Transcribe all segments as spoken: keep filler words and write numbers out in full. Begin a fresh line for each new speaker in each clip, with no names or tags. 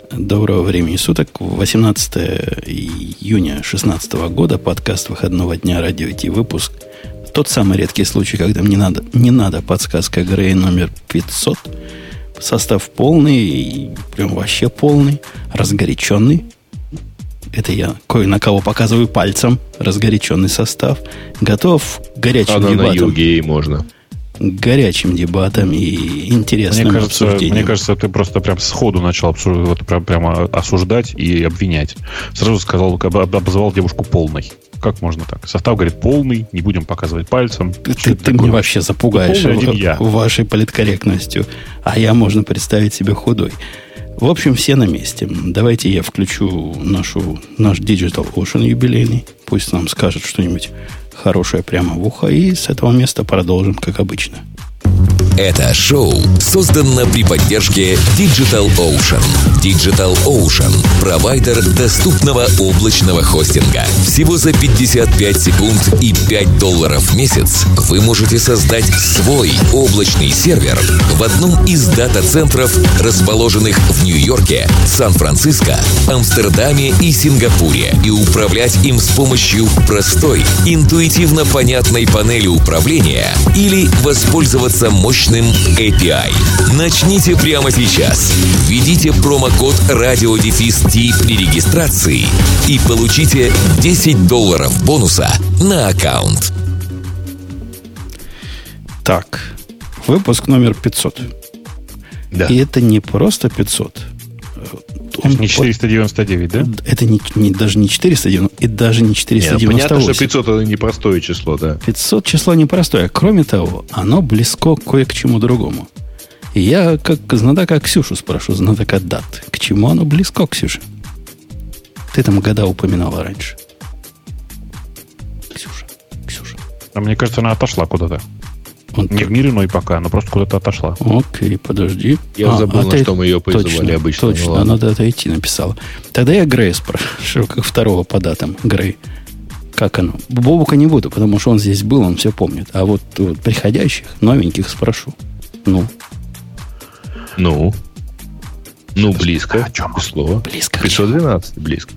Доброго времени суток. восемнадцатое июня две тысячи шестнадцатого года. Подкаст выходного дня Радио Ти. Выпуск. Тот самый редкий случай, когда мне надо, не надо подсказка Грей номер пятьсот. Состав полный, прям вообще полный, разгоряченный. Это я кое на кого показываю пальцем. Разгоряченный состав. Готов к горячим
а
дебатам.
На юге можно.
Горячим дебатам и интересным
мне кажется,
обсуждением.
Мне кажется, ты просто прям сходу начал обсуждать, вот, прям, прямо осуждать и обвинять. Сразу сказал, обозвал девушку полной. Как можно так? Состав говорит полный, не будем показывать пальцем.
Ты, ты, ты меня вообще запугаешь в, вашей политкорректностью. А я, можно представить себе худой. В общем, все на месте. Давайте я включу нашу, наш Digital Ocean юбилейный. Пусть нам скажет что-нибудь хорошее прямо в ухо. И с этого места продолжим, как обычно.
Это шоу создано при поддержке Digital Ocean. Digital Ocean – провайдер доступного облачного хостинга. Всего за пятьдесят пять секунд и пять долларов в месяц вы можете создать свой облачный сервер в одном из дата-центров, расположенных в Нью-Йорке, Сан-Франциско, Амстердаме и Сингапуре, и управлять им с помощью простой, интуитивно понятной панели управления или воспользоваться мощным эй пи ай. Начните прямо сейчас. Введите промокод радиодефис-ти при регистрации и получите десять долларов бонуса на аккаунт.
Так, выпуск номер пятьсот.
Да.
И это не просто пятьсот.
Он не четыреста девяносто девять, да?
Это не, не, даже не четыреста девяносто, и даже не четыреста девяносто восемь.
Понятно, что пятьсот это непростое число, да.
пятьсот число непростое. Кроме того, оно близко кое к чему другому. И я, как знатока Ксюшу спрошу, знатока дат. К чему оно близко, Ксюша? Ты там года упоминала раньше. Ксюша, Ксюша.
А мне кажется, она отошла куда-то. Он не так... в мир иной пока, но просто куда-то отошла.
Окей, подожди.
Я а, забыл, а на
ты...
что мы ее призывали
точно,
обычно.
Точно,
ну,
надо отойти, написала. Тогда я Грей спрошу, как второго по датам. Грей. Как оно? Бобука не буду, потому что он здесь был, он все помнит. А вот, вот приходящих, новеньких спрошу. Ну?
Ну? Ну, близко.
А, чем?
Число.
Близко.
пятьсот двенадцать, близко.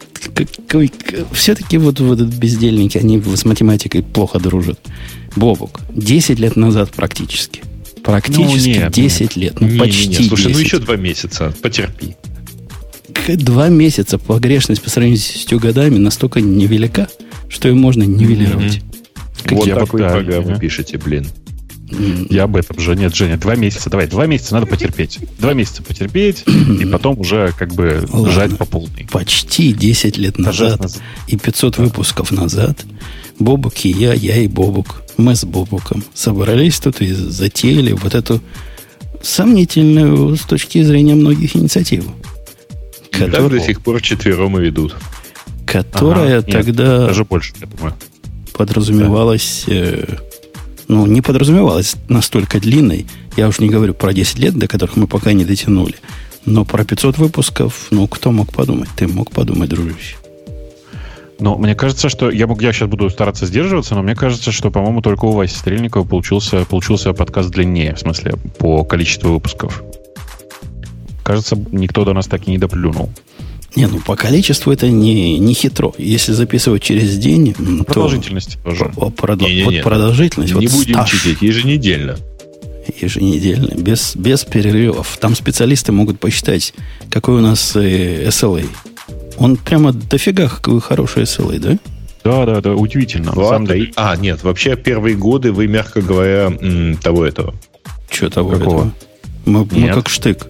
Все-таки вот, вот бездельники, они с математикой плохо дружат. Бобук, десять лет назад практически. Практически ну, нет, десять лет. Ну,
не,
почти
не, не. Слушай,
десять.
ну еще два месяца. Потерпи.
Два месяца погрешность по сравнению с десятью годами настолько невелика, что ее можно нивелировать.
Mm-hmm. Вот такой да, программу да. пишете, блин.
Я об этом же. Нет, Женя, два месяца. Давай, два месяца надо потерпеть. Два месяца потерпеть, и потом уже как бы
Ладно,
жать по полной.
Почти десять лет назад, назад и пятьсот да. выпусков назад Бобук и я, я и Бобук, мы с Бобуком собрались тут и затеяли вот эту сомнительную с точки зрения многих инициативу.
Которая, так до сих пор четвером и ведут.
Которая ага, тогда
нет, даже больше, я думаю.
подразумевалась... Да. Э, ну, не подразумевалась настолько длинной. Я уж не говорю про десять лет, до которых мы пока не дотянули. Но про пятьсот выпусков, ну, кто мог подумать? Ты мог подумать, дружище.
Ну, мне кажется, что... Я, я сейчас буду стараться сдерживаться, но мне кажется, что, по-моему, только у Васи Стрельникова получился, получился подкаст длиннее, в смысле, по количеству выпусков. Кажется, никто до нас так и не доплюнул. Не,
ну, по количеству это не, не хитро. Если записывать через день...
По продолжительности то, тоже.
По, по, не, не, вот не. продолжительность...
Не
вот
будем
стаж,
читать еженедельно.
Еженедельно, без, без перерывов. Там специалисты могут посчитать, какой у нас э, эс эл эй. Он прямо дофига какой хороший эс эл эй, да?
Да, да, да, удивительно.
На самом деле. А, нет, вообще первые годы вы, мягко говоря, м, того этого.
Че того Какого? этого? Мы, мы как штык.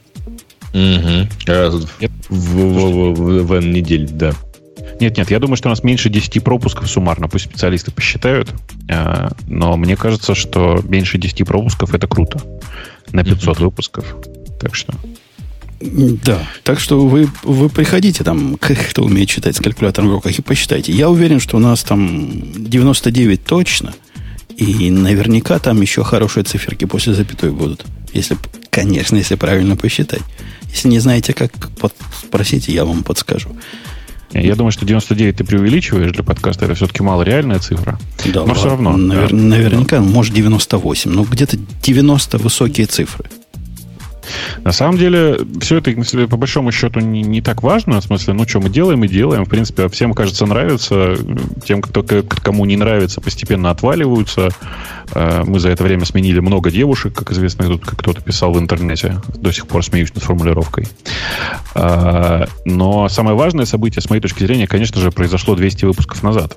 Угу. Раз в, в, в, в, в N недель, да.
Нет, нет, я думаю, что у нас меньше десяти пропусков суммарно. Пусть специалисты посчитают. Но мне кажется, что меньше десяти пропусков это круто. На пятьсот mm-hmm. выпусков. Так что...
Да, так что вы, вы приходите там, кто умеет читать с калькулятором в руках, и посчитайте. Я уверен, что у нас там девяносто девять точно, и наверняка там еще хорошие циферки после запятой будут. Если, конечно, если правильно посчитать. Если не знаете, как, под, спросите, я вам подскажу.
Я думаю, что девяносто девять ты преувеличиваешь для подкаста. Это все-таки малореальная цифра.
Да, но
ладно, все равно.
Навер,
да.
Наверняка, может, девяносто восемь. Но где-то девяносто высокие цифры.
На самом деле, все это, по большому счету, не, не так важно. В смысле, ну, что мы делаем и делаем. В принципе, всем, кажется, нравится. Тем, кто, кому не нравится, постепенно отваливаются. Мы за это время сменили много девушек, как известно, тут кто-то писал в интернете. До сих пор смеюсь над формулировкой. Но самое важное событие, с моей точки зрения, конечно же, произошло двести выпусков назад.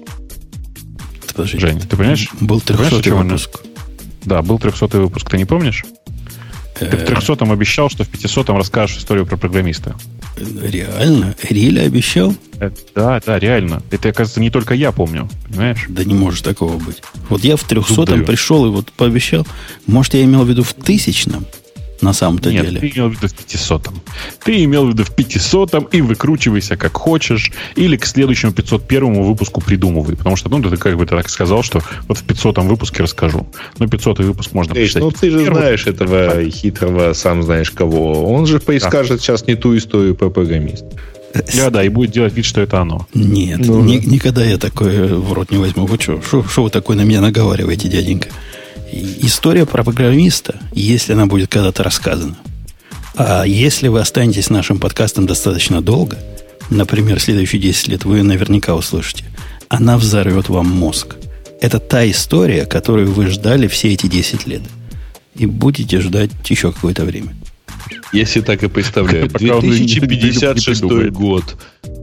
Подожди.
Жень, ты понимаешь?
Был трехсотый выпуск.
Да, был трехсотый выпуск. Ты не помнишь? Ты в трехсотом обещал, что в пятисотом расскажешь историю про программиста.
Реально? Риля обещал?
Да, да, реально. Это, оказывается, не только я помню, понимаешь?
Да не может такого быть. Вот я в трехсотом пришел и вот пообещал. Может, я имел в виду в тысячном? На самом-то
Нет,
деле.
Ты имел в виду в пятисотом. Ты имел в виду в пятисотом и выкручивайся как хочешь. Или к следующему пятьсот первому выпуску придумывай. Потому что, ну, ты как бы так сказал, что вот в пятисотом выпуске расскажу. Но пятисотый выпуск можно
Эй,
почитать.
Ну, ты же знаешь этого хитрого, сам знаешь кого. Он же поискажет да. сейчас не ту историю про программиста.
Да, да, и будет делать вид, что это оно.
Нет, ну, ни, да. никогда я такое в рот не возьму. Вы что? Что вы такое на меня наговариваете, дяденька? История про программиста, если она будет когда-то рассказана, а если вы останетесь нашим подкастом достаточно долго, например, следующие десять лет, вы ее наверняка услышите, она взорвет вам мозг. Это та история, которую вы ждали все эти десять лет. И будете ждать еще какое-то время.
Если так и представляю. две тысячи пятьдесят шестой год.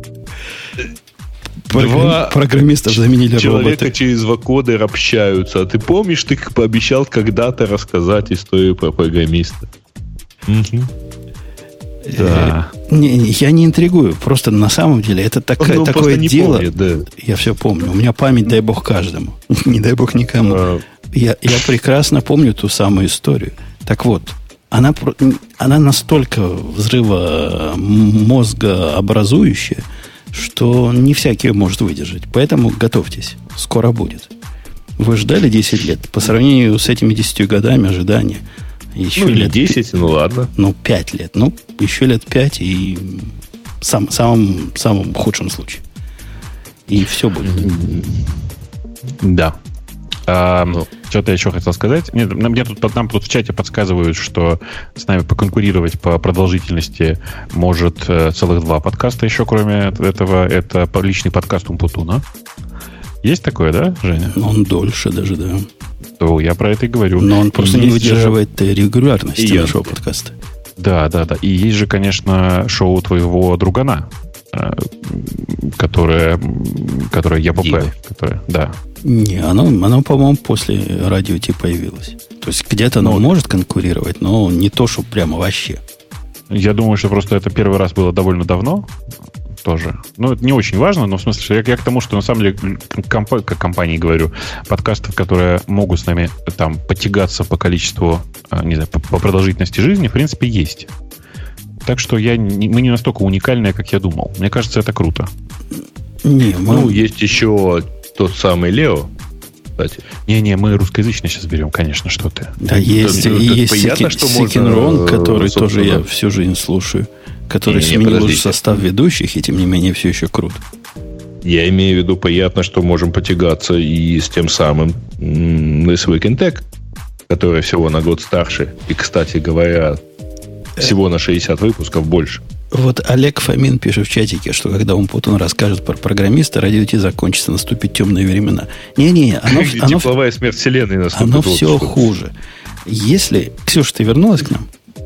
Программ...
Два
программистов заменили
человека
роботы.
через вакодер общаются. А ты помнишь, ты пообещал когда-то рассказать историю про программиста?
Угу. Да.
Не, не, я не интригую. Просто на самом деле это такая,
ну,
такое дело.
Помнит, да.
Я все помню. У меня память, дай бог, каждому. Не дай бог никому.
А...
Я, я прекрасно помню ту самую историю. Так вот, она, она настолько взрыва мозга образующая, что не всякий может выдержать. Поэтому готовьтесь. Скоро будет. Вы ждали десять лет. По сравнению с этими десятью годами ожидания. Еще
ну,
лет
десять, ну ладно.
Ну, пять лет. Ну, еще лет пять и в сам, самом, самом худшем случае. И все будет.
Да. А, ну. Что-то я еще хотел сказать. Мне, мне тут, нам тут в чате подсказывают, что с нами поконкурировать по продолжительности может э, целых два подкаста еще, кроме этого. Это личный подкаст Умпутуна. Есть такое, да, Женя?
Он дольше даже, да.
То я про это и говорю.
Но он просто
есть
не выдерживает
же...
регулярности
и
нашего я... подкаста.
Да, да, да. И есть же, конечно, шоу твоего другана, которое, которое я попал. Которое, да.
Не, оно, оно, по-моему, после радио Ти появилось. То есть где-то оно ну, может конкурировать, но не то, что прямо вообще.
Я думаю, что просто это первый раз было довольно давно. Тоже. Ну, это не очень важно, но в смысле, что я, я к тому, что на самом деле, комп- как компании говорю, подкастов, которые могут с нами там потягаться по количеству, не знаю, по, по продолжительности жизни, в принципе, есть. Так что я, не, мы не настолько уникальные, как я думал. Мне кажется, это круто.
Не, мы...
Ну, есть еще тот самый Лео, кстати.
Не-не, мы русскоязычный сейчас берем, конечно, что ты.
Да, есть,
это,
и
это
есть
приятно, что
Сикин Рон, который
собственно...
тоже я всю жизнь слушаю, который
не, не,
сменил
подождите.
уже состав ведущих, и тем не менее все еще круто.
Я имею в виду, приятно, что можем потягаться и с тем самым This Week in Tech, который всего на год старше. И, кстати говоря, всего на шестьдесят выпусков больше.
Вот Олег Фомин пишет в чатике, что когда Умпутун расскажет про программиста, радио Ти закончится, наступит темные времена. Не-не, оно, оно,
тепловая смерть вселенной наступит.
Оно все хуже. Если... Ксюша, ты вернулась к нам?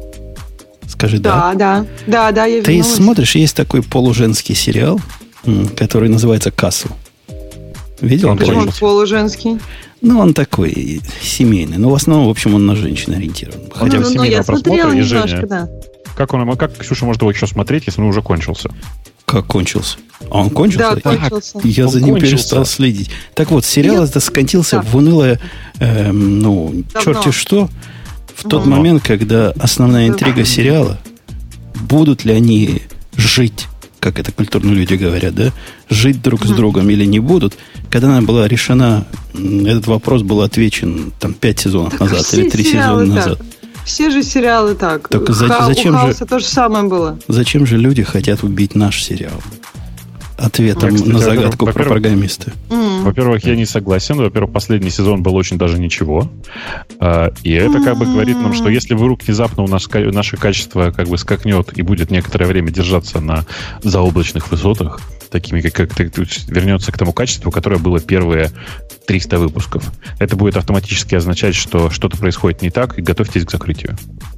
Скажи да.
Да, да. Да, да, я
Ты
вернулась.
смотришь, есть такой полуженский сериал, который называется «Касл». Видел?
Он почему он полуженский?
Ну, он такой семейный. Но в основном, в общем, он на женщин ориентирован.
Хотя
ну,
в
ну, я смотрела
и
немножко,
Женя,
да.
Как, он, как Ксюша может его еще смотреть, если он уже кончился?
Как кончился? А он кончился?
Да, кончился.
Я
он
за ним
кончился.
перестал следить. Так вот, сериал это скатился
Да.
в унылое, эм, ну,
Давно.
черти что, в тот
Давно.
момент, когда основная интрига сериала, будут ли они жить, как это культурные люди говорят, да, жить друг с другом или не будут, когда она была решена, этот вопрос был отвечен там пять сезонов назад
Все
или три
сериалы
сезона
так.
назад.
Все же сериалы так.
Так за-
Ха-
зачем
у
же-
Хауса то же самое было.
Зачем же люди хотят убить наш сериал? Ответом
Я, кстати,
на загадку про
во-первых,
программиста.
М.
Во-первых, я не согласен. Во-первых, последний сезон был очень даже ничего. И это как бы говорит нам, что если вдруг внезапно у нас наше качество как бы скакнет и будет некоторое время держаться на заоблачных высотах, такими, как, как вернется к тому качеству, которое было первые триста выпусков, это будет автоматически означать, что что-то происходит не так, и готовьтесь к закрытию.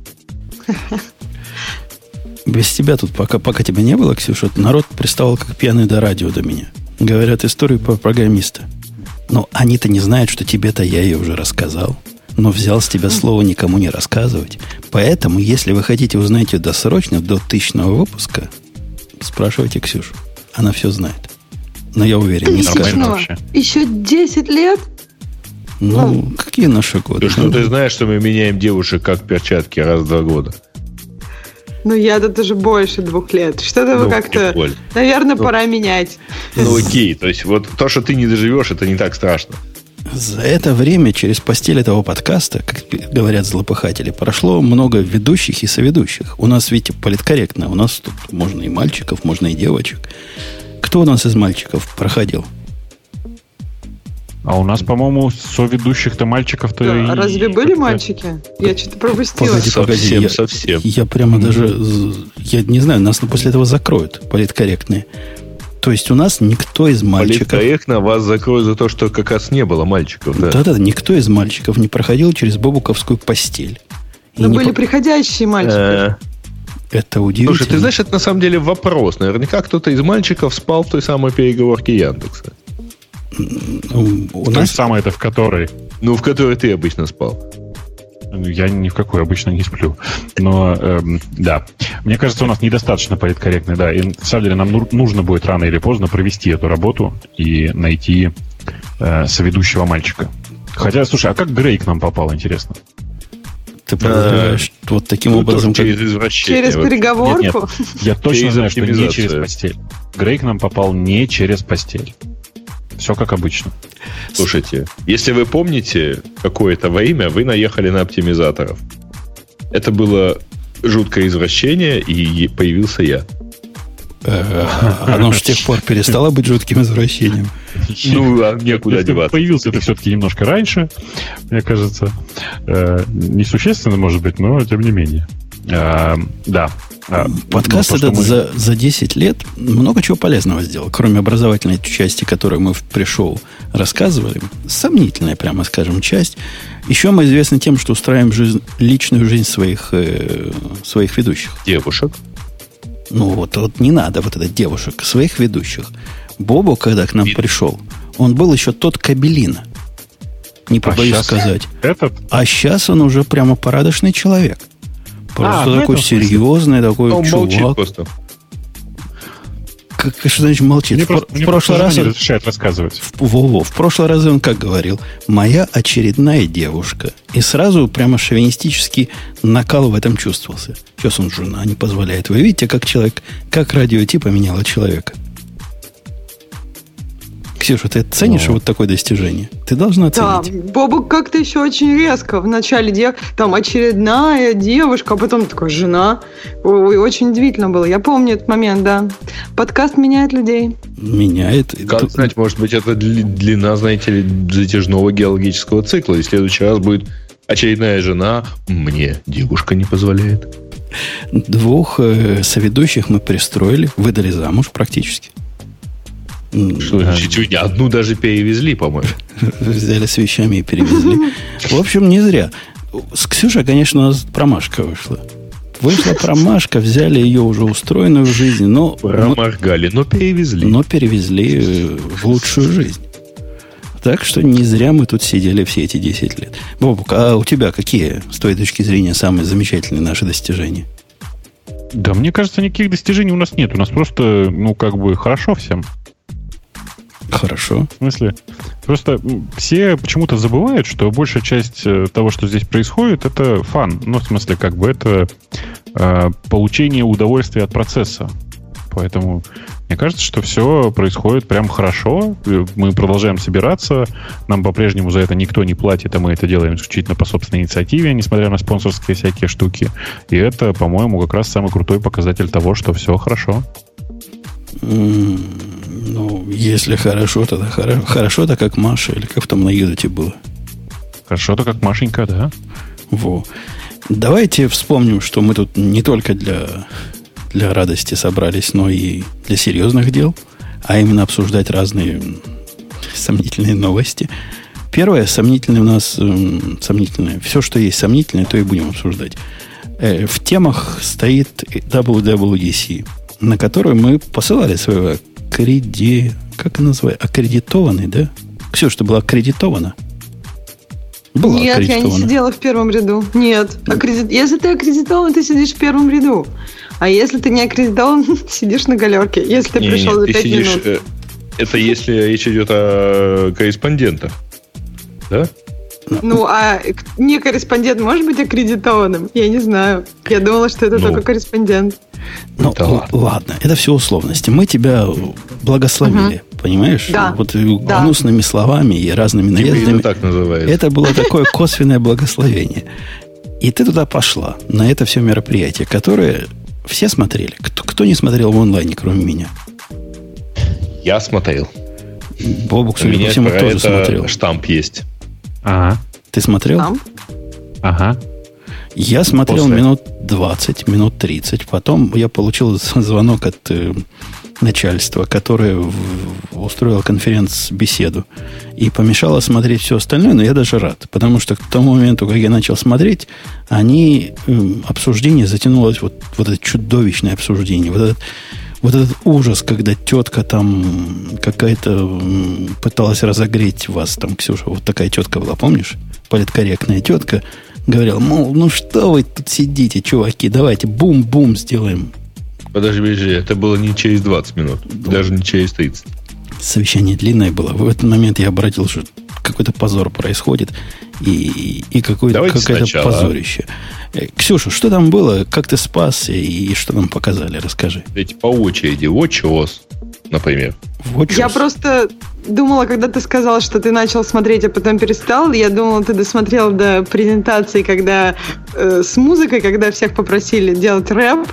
Без тебя тут, пока, пока тебя не было, Ксюша, народ приставал как пьяный до радио до меня. Говорят историю про программиста. Но они-то не знают, что тебе-то я ее уже рассказал. Но взял с тебя слово никому не рассказывать. Поэтому, если вы хотите узнать ее досрочно, до тысячного выпуска, спрашивайте Ксюшу. Она все знает. Но я уверен, не скажет.
Еще десять лет?
Ну, ну, какие наши годы?
Что ну, ты знаешь, что мы меняем девушек как перчатки раз в два года?
Ну, я-то даже больше двух лет. Что-то ну, вы как-то, наверное, ну, пора менять.
Ну, окей. То есть, вот то, что ты не доживешь, это не так страшно.
За это время через постель этого подкаста, как говорят злопыхатели, прошло много ведущих и соведущих. У нас, видите, политкорректно. У нас тут можно и мальчиков, можно и девочек. Кто у нас из мальчиков проходил?
А у нас, по-моему, соведущих-то мальчиков-то...
Да,
и...
разве были мальчики? Я что-то пропустила.
Погоди, погоди.
Совсем,
я,
совсем.
Я прямо mm-hmm. даже... Я не знаю, нас после этого закроют, политкорректные. То есть у нас никто из мальчиков...
Политкорректно вас закроют за то, что как раз не было мальчиков, да?
Да-да, никто из мальчиков не проходил через бобуковскую постель.
Но были по... приходящие мальчики.
Это удивительно.
Слушай, ты знаешь, это на самом деле вопрос. Наверняка кто-то из мальчиков спал в той самой переговорке Яндекса.
Ну, у
То
нас...
есть самое это в которой?
Ну, в которой ты обычно спал.
Я ни в какой обычно не сплю. Но, эм, да. Мне кажется, у нас недостаточно политкорректно, да. И, на самом деле, нам нужно будет рано или поздно провести эту работу и найти э, соведущего мальчика. Хотя, слушай, а как Грей к нам попал, интересно?
Ты подозреваешь, а, вот таким ну, образом...
Через извращение.
Через переговорку? Нет, нет.
Я точно знаю, что не через постель. Грей к нам попал не через постель. Все как обычно.
Слушайте, если вы помните какое-то время, вы наехали на оптимизаторов. Это было жуткое извращение, и появился я.
Оно же с тех пор перестало быть жутким извращением.
Ну, а некуда деваться.
Появился это все-таки немножко раньше, мне кажется. Несущественно, может быть, но тем не менее. Да.
Подкаст
ну,
этот
мы...
за, за десять лет много чего полезного сделал, кроме образовательной части, которую мы в пришел рассказывали. Сомнительная, прямо скажем, часть. Еще мы известны тем, что устраиваем жизнь, личную жизнь своих, э, своих ведущих.
Девушек.
Ну, вот, вот не надо вот это девушек, своих ведущих. Бобо, когда к нам Вид... пришел, он был еще тот кабелина. Не побоюсь а сказать.
Этот?
А сейчас он уже прямо порядочный человек. Просто а, такой серьезный, такой
он
чувак.
Молчит просто.
Как, что значит молчит?
Мне
в,
просто,
в прошлый раз он
разрешает рассказывать.
В, во-во, в прошлый раз он как говорил: моя очередная девушка. И сразу прямо шовинистический накал в этом чувствовался. Сейчас он жена не позволяет. Вы видите, как человек, как радио Ти поменяло человека. Ксюша, ты ценишь вот такое достижение? Ты должна ценить.
Да, Бобук как-то еще очень резко. Вначале дев... там очередная девушка, а потом такая жена. Ой, очень удивительно было. Я помню этот момент, да. Подкаст меняет людей.
Меняет.
Как Тут... знать, может быть, это длина, знаете ли, затяжного геологического цикла. И в следующий раз будет очередная жена. Мне девушка не позволяет.
Двух э, соведущих мы пристроили, выдали замуж практически.
Что, а, чуть-чуть, одну даже перевезли, по-моему.
Взяли с вещами и перевезли. В общем, не зря. С Ксюшей, конечно, у нас промашка вышла. Вышла промашка, взяли ее уже устроенную в жизни, но...
Проморгали, но перевезли.
Но перевезли в лучшую жизнь. Так что не зря мы тут сидели все эти десять лет. Бобук, а у тебя какие, с твоей точки зрения, самые замечательные наши достижения?
Да, мне кажется, никаких достижений у нас нет. У нас просто, ну, как бы, хорошо всем.
Хорошо.
В смысле? Просто все почему-то забывают, что большая часть того, что здесь происходит, это фан. Ну, в смысле, как бы это э, получение удовольствия от процесса. Поэтому мне кажется, что все происходит прям хорошо. Мы продолжаем собираться. Нам по-прежнему за это никто не платит, а мы это делаем исключительно по собственной инициативе, несмотря на спонсорские всякие штуки. И это, по-моему, как раз самый крутой показатель того, что все хорошо.
Ну, если хорошо, тогда хорошо. Хорошо-то как Маша, или как там на Юдате было.
Хорошо-то как Машенька, да?
Во. Давайте вспомним, что мы тут не только для, для радости собрались, но и для серьезных дел, а именно обсуждать разные сомнительные новости. Первое, сомнительное у нас, эм, сомнительное, все, что есть сомнительное, то и будем обсуждать. Э, в темах стоит дабл ю дабл ю ди си, на которую мы посылали своего аккреди... Как это называется? Аккредитованный, да? Ксюша, ты была аккредитована? Была
Нет, я не сидела в первом ряду. Нет. Аккредит... Если ты аккредитован, ты сидишь в первом ряду. А если ты не аккредитован, сидишь на галерке. Если ты не, пришел за пять минут. Э,
это если речь идет о корреспондентах. Да?
Ну, а не корреспондент может быть аккредитованным? Я не знаю. Я думала, что это ну, только корреспондент.
Ну, да ладно. ладно, это все условности. Мы тебя благословили, угу. понимаешь?
Да.
Вот да. гнусными словами и разными наездами.
Так называется.
Это было такое косвенное благословение. И ты туда пошла, на это все мероприятие, которое все смотрели. Кто, кто не смотрел в онлайне, кроме меня?
Я смотрел.
Бобук, судя по всему, тоже смотрел.
Штамп есть.
Ага.
Ты смотрел?
Штамп?
Ага.
Я смотрел После. минут двадцать, минут тридцать. Потом я получил звонок от э, начальства, которое в, устроило конференц-беседу и помешало смотреть все остальное, но я даже рад. Потому что к тому моменту, как я начал смотреть, они, э, обсуждение затянулось, вот, вот это чудовищное обсуждение, вот этот, вот этот ужас, когда тетка там какая-то пыталась разогреть вас, там, Ксюша, вот такая тетка была, помнишь? Политкорректная тетка. Говорил, мол, ну что вы тут сидите, чуваки, давайте бум-бум сделаем.
Подожди, подожди, это было не через двадцать минут, ну, даже не через тридцать.
Совещание длинное было. В этот момент я обратил, что какой-то позор происходит и, и какое-то, какое-то позорище. Ксюша, что там было, как ты спасся и что нам показали, расскажи.
Эти по очереди, WatchOS, например.
WatchOS. Я просто думала, когда ты сказал, что ты начал смотреть, а потом перестал, я думала, ты досмотрел до презентации, когда э, с музыкой, когда всех попросили делать рэп.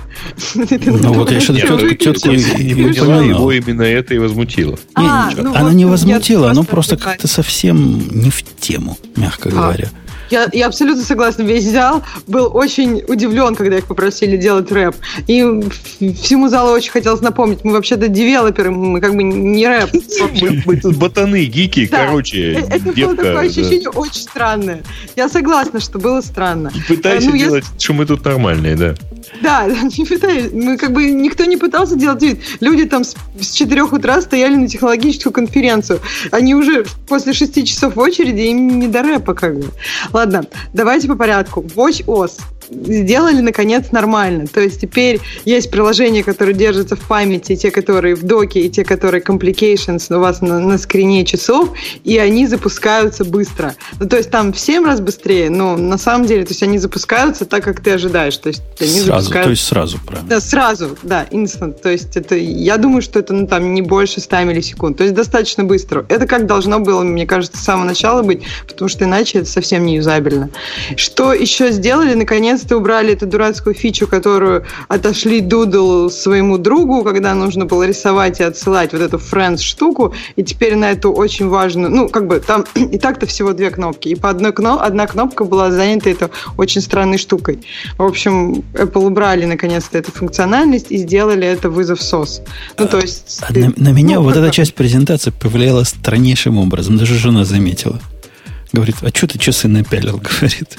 Ну вот я что-то тетку
не поняла, его именно это и возмутило.
Она не возмутила, она просто как-то совсем не в тему, мягко говоря.
Я, я абсолютно согласна. Весь зал был очень удивлен, когда их попросили делать рэп. И всему залу очень хотелось напомнить, мы вообще-то девелоперы, мы как бы не рэп.
Мы, мы тут ботаны, гики, да. короче,
Это девка, было такое ощущение да. очень странное. Я согласна, что было странно.
И пытайся ну, делать, я... что мы тут нормальные, да?
Да, не пытаюсь. Мы как бы никто не пытался делать вид. Люди там с, с четырех утра стояли на технологическую конференцию. Они уже после шести часов в очереди, им не до рэпа как бы. Ладно, давайте по порядку. WatchOS сделали, наконец, нормально. То есть теперь есть приложения, которые держатся в памяти, те, которые в доке, и те, которые complications у вас на, на скрине часов, и они запускаются быстро. Ну, то есть там в семь раз быстрее, но на самом деле, то есть они запускаются так, как ты ожидаешь. То есть они
сразу,
запускаются...
то есть сразу, правильно?
Да, сразу, да, instant. То есть это, я думаю, что это ну, там не больше ста миллисекунд. То есть достаточно быстро. Это как должно было, мне кажется, с самого начала быть, потому что иначе это совсем не юзабельно. Что еще сделали? Наконец Наконец-то убрали эту дурацкую фичу, которую отошли Doodle своему другу, когда нужно было рисовать и отсылать вот эту Friends штуку, и теперь на эту очень важную, ну, как бы там и так-то всего две кнопки, и по одной кноп... одна кнопка была занята этой очень странной штукой. В общем, Apple убрали наконец-то эту функциональность и сделали это вызов сос. Ну, то есть...
А на, на меня ну, вот эта часть презентации повлияла страннейшим образом. Даже жена заметила. Говорит, а что ты часы напялил? Говорит.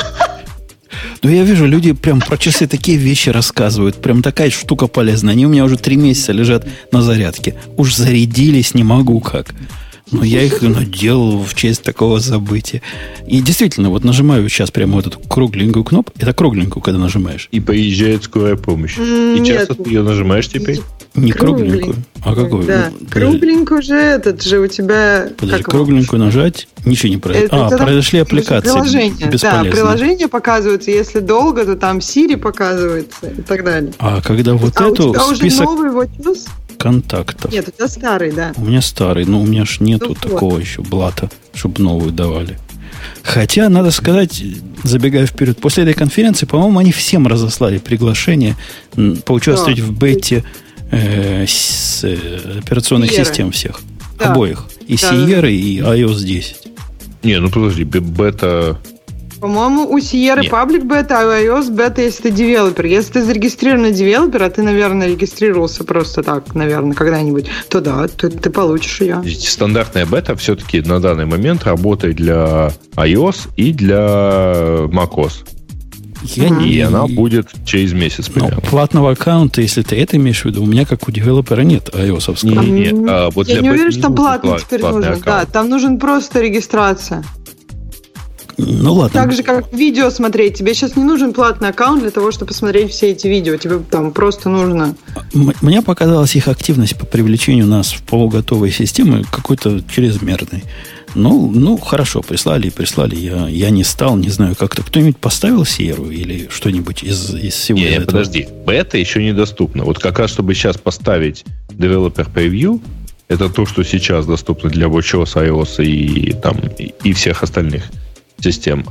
Ну, я вижу, люди прям про часы такие вещи рассказывают. Прям такая штука полезная. Они у меня уже три месяца лежат на зарядке. Уж зарядились, не могу как. Но я их надел в честь такого события. И действительно, вот нажимаю сейчас прямо вот эту кругленькую кнопку. Это кругленькую, когда нажимаешь.
И приезжает скорая помощь. Mm, и часто ты ее нажимаешь теперь?
Не кругленькую. А какую?
Да. Ну, кругленькую же этот же у тебя...
Подожди, кругленькую нажать, ничего не произошло. А, произошли аппликации.
Приложение. Да, приложение показывается. Если долго, то там Siri показывается и так далее.
А когда вот
а
эту
у тебя
список...
уже новый WatchOS?
Контактов.
Нет, у тебя старый, да.
У меня старый, но у меня ж нету ну, такого вот. еще блата, чтобы новую давали. Хотя, надо сказать, забегая вперед, после этой конференции, по-моему, они всем разослали приглашение поучаствовать да. в бете э, с, э, операционных
Sierra.
систем всех.
Да.
Обоих. И
Да,
Sierra,
да.
и iOS десять.
Не, ну подожди, бета...
По-моему, у Sierra
Нет.
Public Beta, а у iOS Beta, если ты девелопер. Если ты зарегистрированный девелопер, а ты, наверное, регистрировался просто так, наверное, когда-нибудь, то да, ты, ты получишь ее.
Стандартная бета все-таки на данный момент работает для iOS и для macOS.
Я
Мгм.
не-
И она будет через месяц
Ну,
примерно.
платного аккаунта, если ты это имеешь в виду, у меня как у девелопера нет iOS-овского.
Не, не, не. А вот
Я
для
не
бета
уверен,
не
что там
нужен
платный
пла-
теперь
платный
нужен. Да,
аккаунт.
там нужен просто регистрация.
Ну ладно.
Так же, как видео смотреть. Тебе сейчас не нужен платный аккаунт для того, чтобы посмотреть все эти видео. Тебе там просто нужно...
М- Мне показалась их активность по привлечению нас в полуготовые системы какой-то чрезмерной. Ну, ну, хорошо, прислали и прислали. Я, я не стал, не знаю, как-то. Кто-нибудь поставил Sierra или что-нибудь из, из всего
Не,
этого?
подожди, бета еще недоступна. Вот как раз, чтобы сейчас поставить Developer Preview, это то, что сейчас доступно для WatchOS, iOS и, там, и, и всех остальных систем.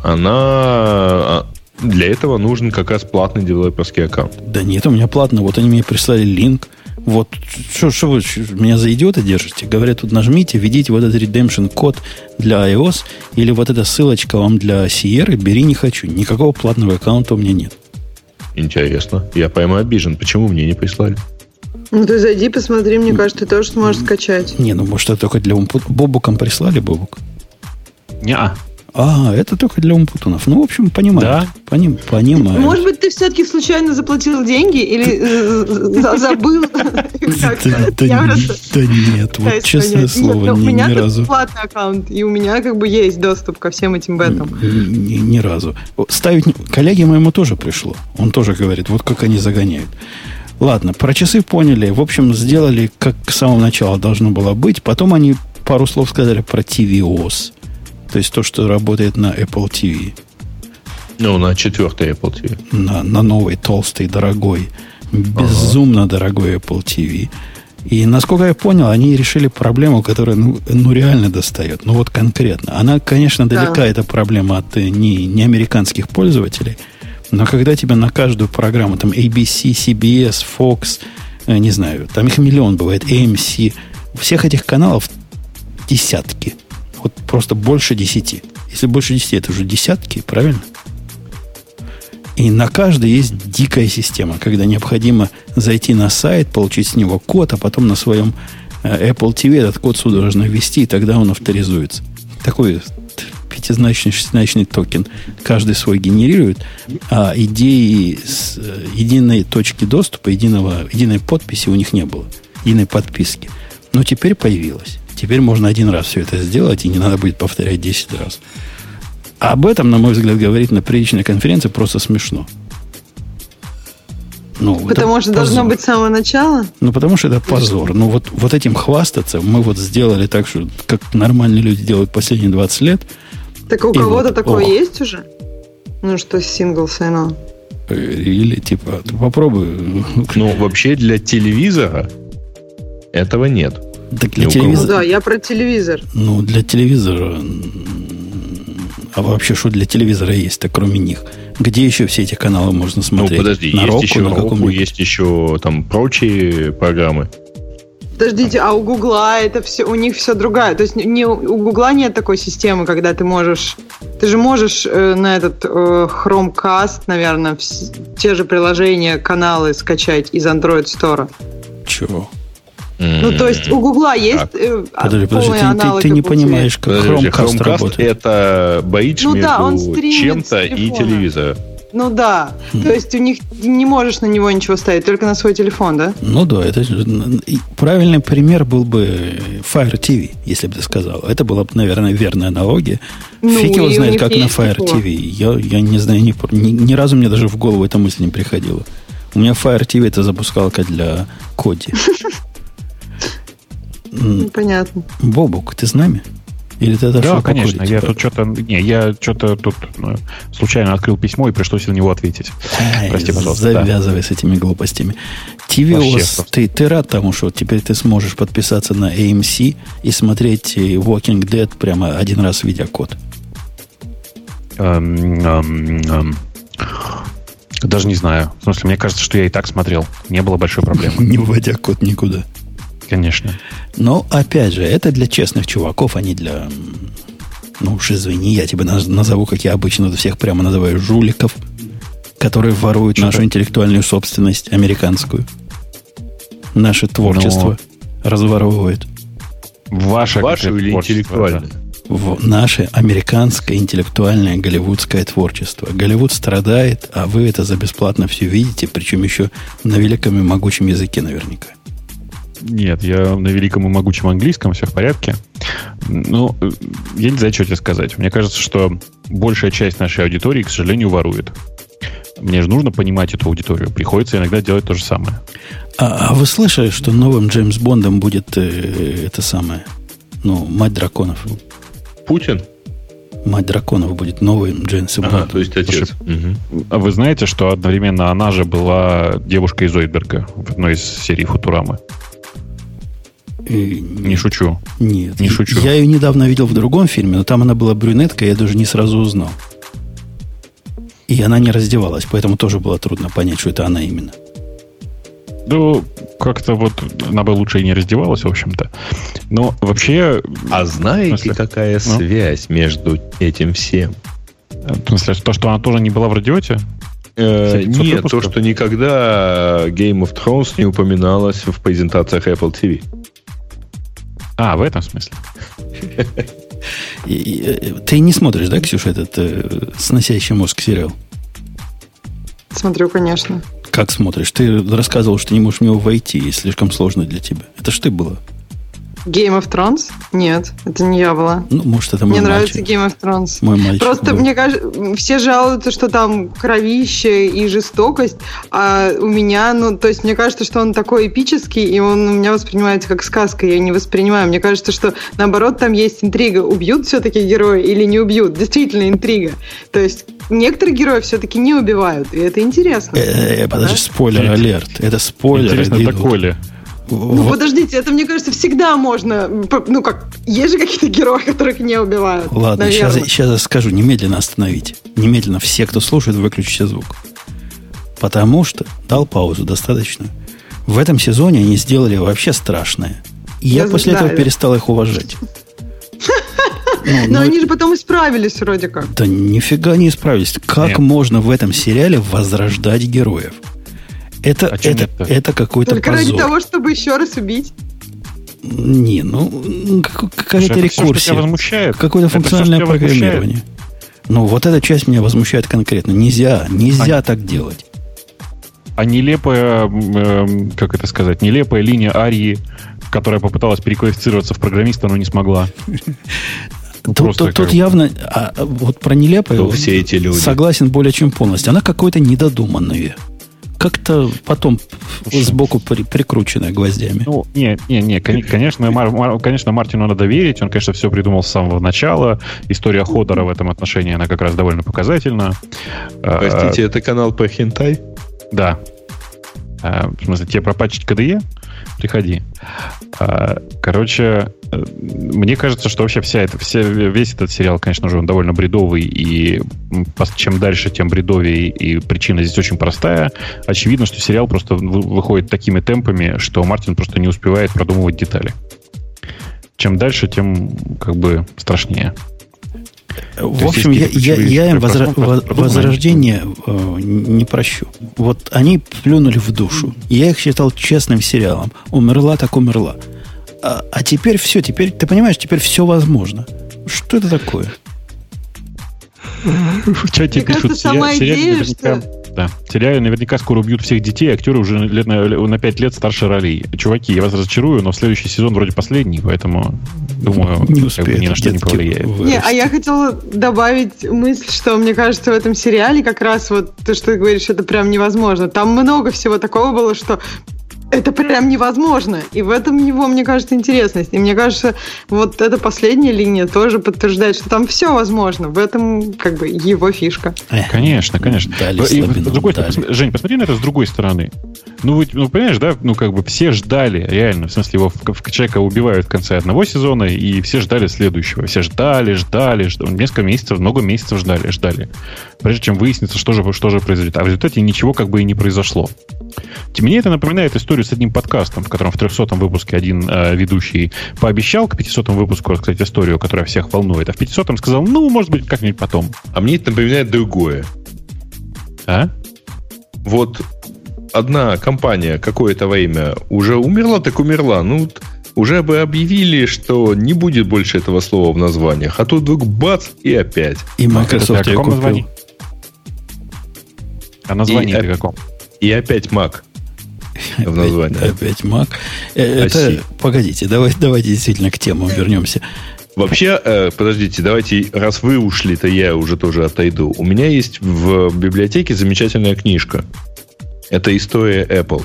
Она... Для этого нужен как раз платный девелоперский аккаунт.
Да нет, у меня платно. Вот они мне прислали линк. Вот, что, что вы что, меня за идиота держите? Говорят, тут нажмите, введите вот этот redemption код для iOS, или вот эта ссылочка вам для Sierra, бери, не хочу. Никакого платного аккаунта у меня нет.
Интересно. Я прямо обижен. Почему мне не прислали?
Ну, ты зайди, посмотри, мне кажется, ты тоже сможешь скачать.
Не, ну, может, это только для умпут... Бобукам прислали, Бобук?
Не-а.
А, это только для умпутунов. Ну, в общем, понимаю.
Да.
Поним, понимаю.
Может быть, ты все-таки случайно заплатил деньги или э, за- забыл?
Да,
Как-то.
да,
Я
да
просто
нет, вот
пытаюсь
честное
понять.
слово,
Нет, ну,
ни,
у меня
ни
тут
разу.
платный аккаунт, и у меня как бы есть доступ ко всем этим бетам.
Ни, ни- ни разу. Ставить... не- Коллеге моему тоже пришло. Он тоже говорит, вот как они загоняют. Ладно, про часы поняли. В общем, сделали, как с самого начала должно было быть. Потом они пару слов сказали про ти ви о эс. То есть то, что работает на Apple ти ви.
Ну, на четвертый Apple ти ви.
На, на новый, толстый, дорогой. Безумно дорогой Apple ти ви. И, насколько я понял, они решили проблему, которая ну, ну реально достает. Ну, вот конкретно. Она, конечно, далека,
Да.
эта проблема от э, не, не американских пользователей. Но когда тебе на каждую программу, там, эй би си, си би эс, Fox, э, не знаю, там их миллион бывает, эй эм си, всех этих каналов десятки. Вот просто больше десяти. Если больше десяти, это уже десятки, правильно? И на каждой есть дикая система, когда необходимо зайти на сайт, получить с него код, а потом на своем э, Apple ти ви этот код судорожно ввести, и тогда он авторизуется. Такой пятизначный, шестизначный токен каждый свой генерирует, а идеи с э, единой точки доступа, единого, единой подписи у них не было, единой подписки. Но теперь появилась. Теперь можно один раз все это сделать, и не надо будет повторять десять раз. А об этом, на мой взгляд, говорить на приличной конференции просто смешно. Ну,
Потому
это
что должно
позор.
быть с самого начала.
Ну, потому что это позор. Ну, вот, вот этим хвастаться мы вот сделали так, что как нормальные люди делают последние двадцать лет.
Так у
И
кого-то
вот,
такое
ох.
есть уже? Ну что, сингл sign-on.
э, Или типа, ты попробуй.
Ну, вообще для телевизора этого нет.
Так для
Ни у кого.
Ну
телевизора.
да, я про телевизор.
Ну, для телевизора. м, А вообще, что для телевизора есть-то, кроме них? Где еще все эти каналы можно
Ну,
смотреть?
подожди,
на
есть
Roku,
еще
на
Roku,
каком-нибудь?
есть еще там прочие программы.
Подождите, а у Гугла это все, у них все другое. То есть не, у Гугла нет такой системы, когда ты можешь, ты же можешь э, на этот э, Chromecast, наверное, вс- те же приложения, каналы скачать из Android Store.
Чего?
Ну, то есть у Гугла есть
Так.
э,
Подожди, подожди,
полный
ты, ты-
аналог
ты не
Apple ти ви.
понимаешь, как
Подожди,
Chromecast,
Chromecast
работает.
это боится
Ну
между
да, он стримит
чем-то
с
и
телефона.
телевизора.
Ну да, то есть у них не можешь на него ничего ставить, только на свой телефон, да?
Ну да, это же- и правильный пример был бы Fire ти ви, если бы ты сказал. Это была бы, наверное, верная аналогия.
Ну,
Фиг его
и у
знает,
них
как на
есть
Fire
такое.
ти ви. Я, я не знаю, ни, ни, ни разу мне даже в голову эта мысль не приходила. У меня Fire ти ви это запускалка для Коди. М,
Ну, понятно.
Бобук, ты с нами? Или ты отошел
Да, конечно.
покурить?
Я тут что-то... Не, я что-то тут ну, случайно открыл письмо и пришлось на него ответить.
Ай,
Прости, пожалуйста, да.
завязывай с этими глупостями. ти ви
Вообще
о эс,
просто.
ты, ты рад тому, что теперь ты сможешь подписаться на эй эм си и смотреть э, Walking Dead прямо один раз видя код?
Эм, эм, эм. Даже не знаю. В смысле, мне кажется, что я и так смотрел. Не было большой проблемы.
Не вводя код никуда.
Конечно.
Но, опять же, это для честных чуваков, а не для... Ну уж извини, я тебя назову, как я обычно всех прямо называю, жуликов, которые воруют Что-то... нашу интеллектуальную собственность американскую. Наше творчество Но... разворовывают.
Ваше,
Ваше или интеллектуальное?
Да. В наше американское интеллектуальное голливудское творчество. Голливуд страдает, а вы это за бесплатно все видите, причем еще на великом и могучем языке наверняка.
Нет, я на великом и могучем английском, все в порядке. Ну, я не знаю, что тебе сказать. Мне кажется, что большая часть нашей аудитории, к сожалению, ворует. Мне же нужно понимать эту аудиторию. Приходится иногда делать то же самое.
А, а вы слышали, что новым Джеймс Бондом будет э, это самое, ну, мать драконов?
Путин?
Мать драконов будет новым Джеймсом
Ага,
Бондом.
то есть отец.
Угу. А вы знаете, что одновременно она же была девушкой из Зойдберга в одной из серий Футурамы?
И...
Не шучу.
Нет.
Не шучу.
Я ее недавно видел в другом фильме, но там она была брюнетка, я даже не сразу узнал. И она не раздевалась, поэтому тоже было трудно понять, что это она именно.
Ну, как-то вот она бы лучше и не раздевалась, в общем-то. Но вообще...
А знаете, смысле, какая ну? связь между этим всем?
В смысле, то, что она тоже не была в радиоте?
Э, нет, выпусков? То, что никогда Game of Thrones не упоминалось в презентациях Apple ти ви.
А, в этом смысле?
Ты не смотришь, да, Ксюша, этот э, сносящий мозг сериал?
Смотрю, конечно.
Как смотришь? Ты рассказывал, что не можешь в него войти, и слишком сложно для тебя. Это ж ты была.
Game of Thrones? Нет, это не я была.
Ну, может, это мой
Мне
мальчик.
нравится Game of Thrones.
Мой мальчик
Просто,
был.
мне кажется, все жалуются, что там кровище и жестокость, а у меня, ну, то есть, мне кажется, что он такой эпический, и он у меня воспринимается как сказка, я не воспринимаю. Мне кажется, что, наоборот, там есть интрига. Убьют все-таки герои или не убьют? Действительно, интрига. То есть, некоторых героев все-таки не убивают, и это интересно.
Э, подожди, спойлер-алерт. Это спойлер.
Интересно, доколе?
Ну, вот. Подождите, это, мне кажется, всегда можно... Ну, как, есть же какие-то герои, которых не убивают.
Ладно, сейчас, сейчас я скажу, немедленно остановите. Немедленно все, кто слушает, выключите звук. Потому что дал паузу достаточно. В этом сезоне они сделали вообще страшное. И я, я после знаю. этого перестал их уважать.
Но они же потом исправились вроде как.
Да нифига не исправились. Как можно в этом сериале возрождать героев? Это, а это, это какой-то
Только
позор.
ради того, чтобы еще раз убить?
Не, ну, какая-то рекурсия.
Возмущает.
Какое-то функциональное программирование. Ну, вот эта часть меня возмущает конкретно. Нельзя, нельзя а, так делать.
А нелепая, э, как это сказать, нелепая линия Арии, которая попыталась переквалифицироваться в программиста, но не смогла.
Тут, тут, тут явно, а, вот про нелепое, вот,
все эти люди.
Согласен более чем полностью. Она какой-то недодуманная. Как-то потом сбоку при, прикрученная гвоздями.
Ну, не, не, не, конечно, Мар, конечно, Мартину надо верить. Он, конечно, все придумал с самого начала. История Ходора в этом отношении, она как раз довольно показательна.
Простите, это канал по хентай?
Да. В смысле, тебе пропатчить ка дэ е? Приходи. Короче, мне кажется, что вообще вся эта, вся, весь этот сериал, конечно же, он довольно бредовый, и чем дальше, тем бредовее, и причина здесь очень простая. Очевидно, что сериал просто выходит такими темпами, что Мартин просто не успевает продумывать детали. Чем дальше, тем как бы страшнее.
В общем, я, я, я им возра- возрождение э, не прощу. Вот они плюнули в душу. Я их считал честным сериалом. Умерла, так умерла. А, а теперь все, теперь, ты понимаешь, теперь все возможно. Что это такое?
В чате пишут, сериал наверняка, да, сериал наверняка скоро убьют всех детей, актеры уже лет на, на пять лет старше ролей. Чуваки, я вас разочарую, но следующий сезон вроде последний, поэтому, думаю,
не успеет,
как бы ни на что не повлияет.
Не, а я хотела добавить мысль, что мне кажется, в этом сериале как раз вот то, что ты говоришь, это прям невозможно. Там много всего такого было, что Это прям невозможно. И в этом его, мне кажется, интересность. И мне кажется, вот эта последняя линия тоже подтверждает, что там все возможно. В этом как бы его фишка.
Конечно, конечно.
Дали
И,
слабину,
другой,
дали.
Жень, посмотри на это с другой стороны. Ну, вы, ну, понимаешь, да? Ну, как бы все ждали, реально. В смысле, его в, в, человека убивают в конце одного сезона, и все ждали следующего. Все ждали, ждали, ждали. Несколько месяцев, много месяцев ждали, ждали. Прежде чем выяснится, что же, что же произойдет. А в результате ничего как бы и не произошло. Мне это напоминает историю с одним подкастом, в котором в трехсотом выпуске один э, ведущий пообещал к пятисотому выпуску рассказать историю, которая всех волнует, а в пятисотом сказал, ну, может быть, как-нибудь потом.
А мне это напоминает другое.
А?
Вот одна компания какое-то время уже умерла, так умерла. Ну, уже бы объявили, что не будет больше этого слова в названиях. А тут вдруг бац, и опять.
И Microsoft
ее купил. Названии? А название это каком?
И опять Mac в названии.
Опять, опять Mac. Это, погодите, давайте, давайте действительно к темам вернемся.
Вообще, э, подождите, давайте, раз вы ушли, то я уже тоже отойду. У меня есть в библиотеке замечательная книжка. Это история Apple.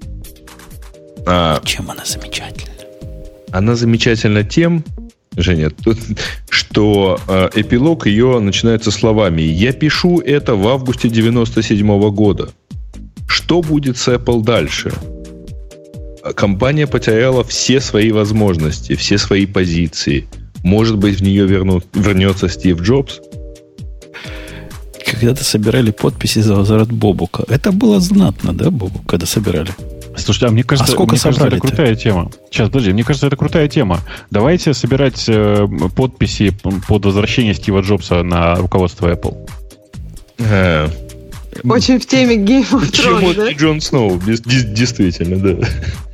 А,
Чем она замечательна?
Она замечательна тем, Женя, тут, что э, эпилог ее начинается словами «Я пишу это в августе девяносто седьмого года». Что будет с Apple дальше? Компания потеряла все свои возможности, все свои позиции. Может быть, в нее верну, вернется Стив Джобс?
Когда-то собирали подписи за возврат Бобука. Это было знатно, да, Бобук, когда собирали?
Слушайте, а мне кажется,
а сколько
мне кажется, это
собрали-то?
крутая тема. Сейчас, подожди, мне кажется, это крутая тема. Давайте собирать э, подписи под возвращение Стива Джобса на руководство Apple.
А,
Очень в теме Game of
Чему
Thrones, да?
Джон Сноу, действительно, да.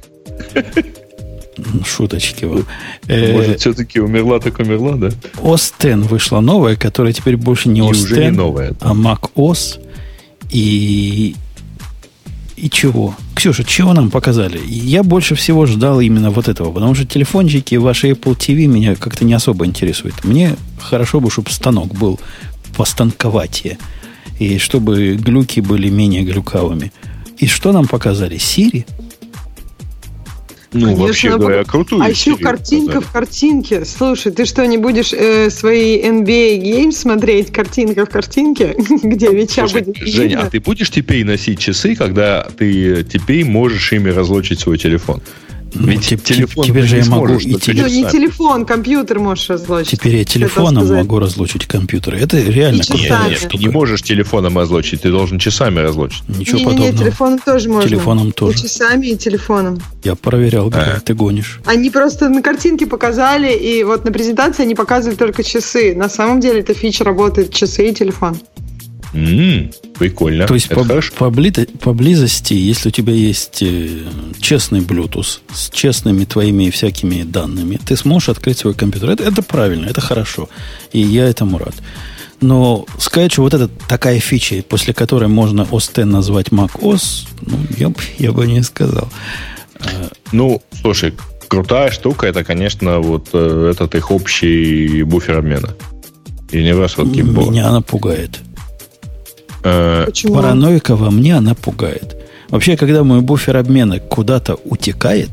Шуточки вам. Э,
Может, все-таки умерла, так умерла, да?
о эс десять вышла новая, которая теперь больше не
И
о эс
уже не
десять,
новая.
а macOS. И... И чего? Ксюша, чего нам показали? Я больше всего ждал именно вот этого, потому что телефончики ваши Apple ти ви меня как-то не особо интересуют. Мне хорошо бы, чтобы станок был постанковатее, и чтобы глюки были менее глюкавыми. И что нам показали? Siri?
Ну,
Конечно,
вообще
она
говоря,
будет-
крутую
А еще
серию
картинка
показали.
в картинке. Слушай, ты что, не будешь э, свои эн би эй Games смотреть картинка в картинке, где Вича
Слушай,
будет
Женя,
видно?
а ты будешь теперь носить часы, когда ты теперь можешь ими разлочить свой телефон?
Ну,
Ведь
теп-
телефон
теперь
ты
же
не
я могу
сможешь,
и
только
теле-
Ну, не
часами.
телефон, компьютер можешь разлочить.
Теперь я телефоном
Хотел сказать.
могу разлучить компьютеры. Это реально
И
крутая
часами.
Нет,
штука.
ты не можешь телефоном разлочить, ты должен часами разлочить.
Ничего
Не-не-не,
подобного.
телефоном тоже можно.
Телефоном тоже.
И часами, и телефоном.
Я проверял, как
А.
ты гонишь.
Они просто на картинке показали, и вот на презентации они показывали только часы. На самом деле эта фича работает часы и телефон.
М, прикольно.
То есть
Это
по-
хорошо.
поблито- поблизости, если у тебя есть э, честный Bluetooth с честными твоими всякими данными, ты сможешь открыть свой компьютер. Это, это правильно, это хорошо. И я этому рад. Но сказать, что вот это такая фича, после которой можно о эс десять назвать macOS, ну, я, б- я бы не сказал.
Ну, слушай, крутая штука, это, конечно, вот э, этот их общий буфер обмена. Universal Keyboard.
Меня она пугает.
Э,
Почему?
Параноика во мне она пугает. Вообще, когда мой буфер обмена куда-то утекает,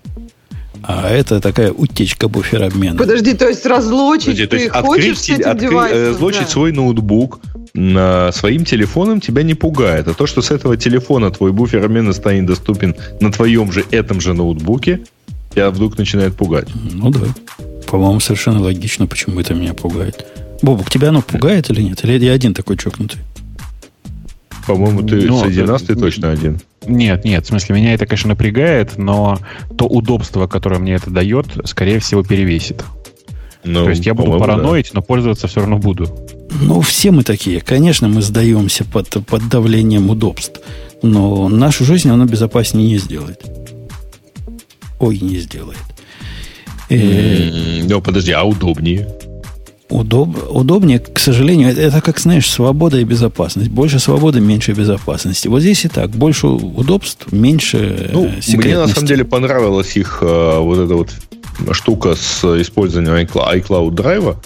а это такая утечка буфера обмена.
Подожди, то есть разлочить
Подожди, то
ты
есть
хочешь
открыть,
с этим
открыть,
девайсом?
э, разлочить
Да.
свой ноутбук на своим телефоном тебя не пугает. А то, что с этого телефона твой буфер обмена станет доступен на твоем же этом же ноутбуке, тебя вдруг начинает пугать.
Ну да. По-моему, совершенно логично, почему это меня пугает. Бобук, тебя оно пугает или нет? Или я один такой чокнутый?
По-моему, ты
Ну,
среди
э,
нас ты точно один.
Нет, нет, в смысле, меня это, конечно, напрягает, но то удобство, которое мне это дает, скорее всего, перевесит.
Ну,
То есть я буду
по-моему, да.
параноить, но пользоваться все равно буду.
Ну, все мы такие. Конечно, мы сдаемся под, под давлением удобств. Но нашу жизнь оно безопаснее не сделает. Ой, не сделает. Э,
М, Ну, подожди, а удобнее?
удоб- удобнее, к сожалению, это, это как, знаешь, свобода и безопасность. Больше свободы, меньше безопасности. Вот здесь и так. Больше удобств, меньше
Ну,
э,
мне на
секретности.
самом деле понравилась их э, вот эта вот штука с использованием iCloud, iCloud драйва.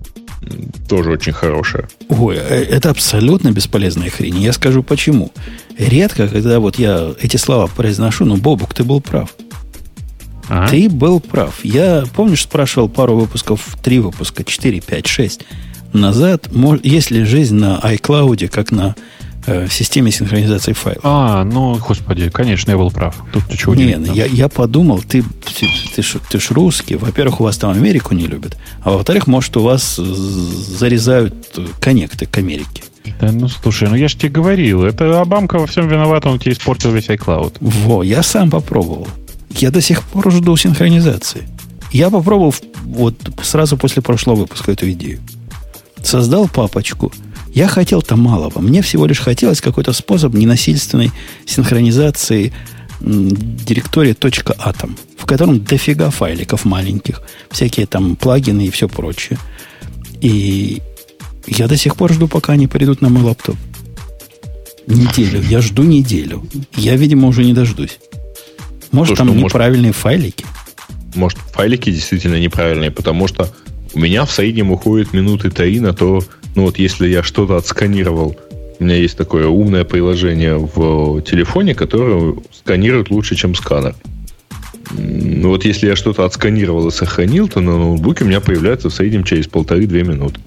М, Тоже очень хорошая.
Ой, э, это абсолютно бесполезная хрень. Я скажу почему. редко, когда вот я эти слова произношу, ну, Бобук, ты был прав.
Ага.
Ты был прав. Я, помнишь, спрашивал пару выпусков, три выпуска, четыре, пять, шесть назад, есть ли жизнь на iCloud, как на э, системе синхронизации файлов?
А, ну, господи, конечно, я был прав. Тут чего
не, я, я подумал, ты, ты, ты, ж, ты ж русский, во-первых, у вас там Америку не любят, а во-вторых, может, у вас зарезают коннекты к Америке.
Да, ну, слушай, ну я же тебе говорил, это Обамка во всем виноват, он тебе испортил весь iCloud.
Во, я сам попробовал. Я до сих пор жду синхронизации. Я попробовал вот сразу после прошлого выпуска эту идею. Создал папочку. Я хотел-то малого. Мне всего лишь хотелось какой-то способ ненасильственной синхронизации директории .atom, в котором дофига файликов маленьких, всякие там плагины и все прочее. И я до сих пор жду, пока они придут на мой лаптоп. Неделю. Я жду неделю. Я, видимо, уже не дождусь. Может, Слушай, там ну, неправильные может, файлики?
Может, файлики действительно неправильные, потому что у меня в среднем уходит минуты три на то, ну вот если я что-то отсканировал, у меня есть такое умное приложение в телефоне, которое сканирует лучше, чем сканер. Ну вот если я что-то отсканировал и сохранил, то на ноутбуке у меня появляется в среднем через полторы-две минуты.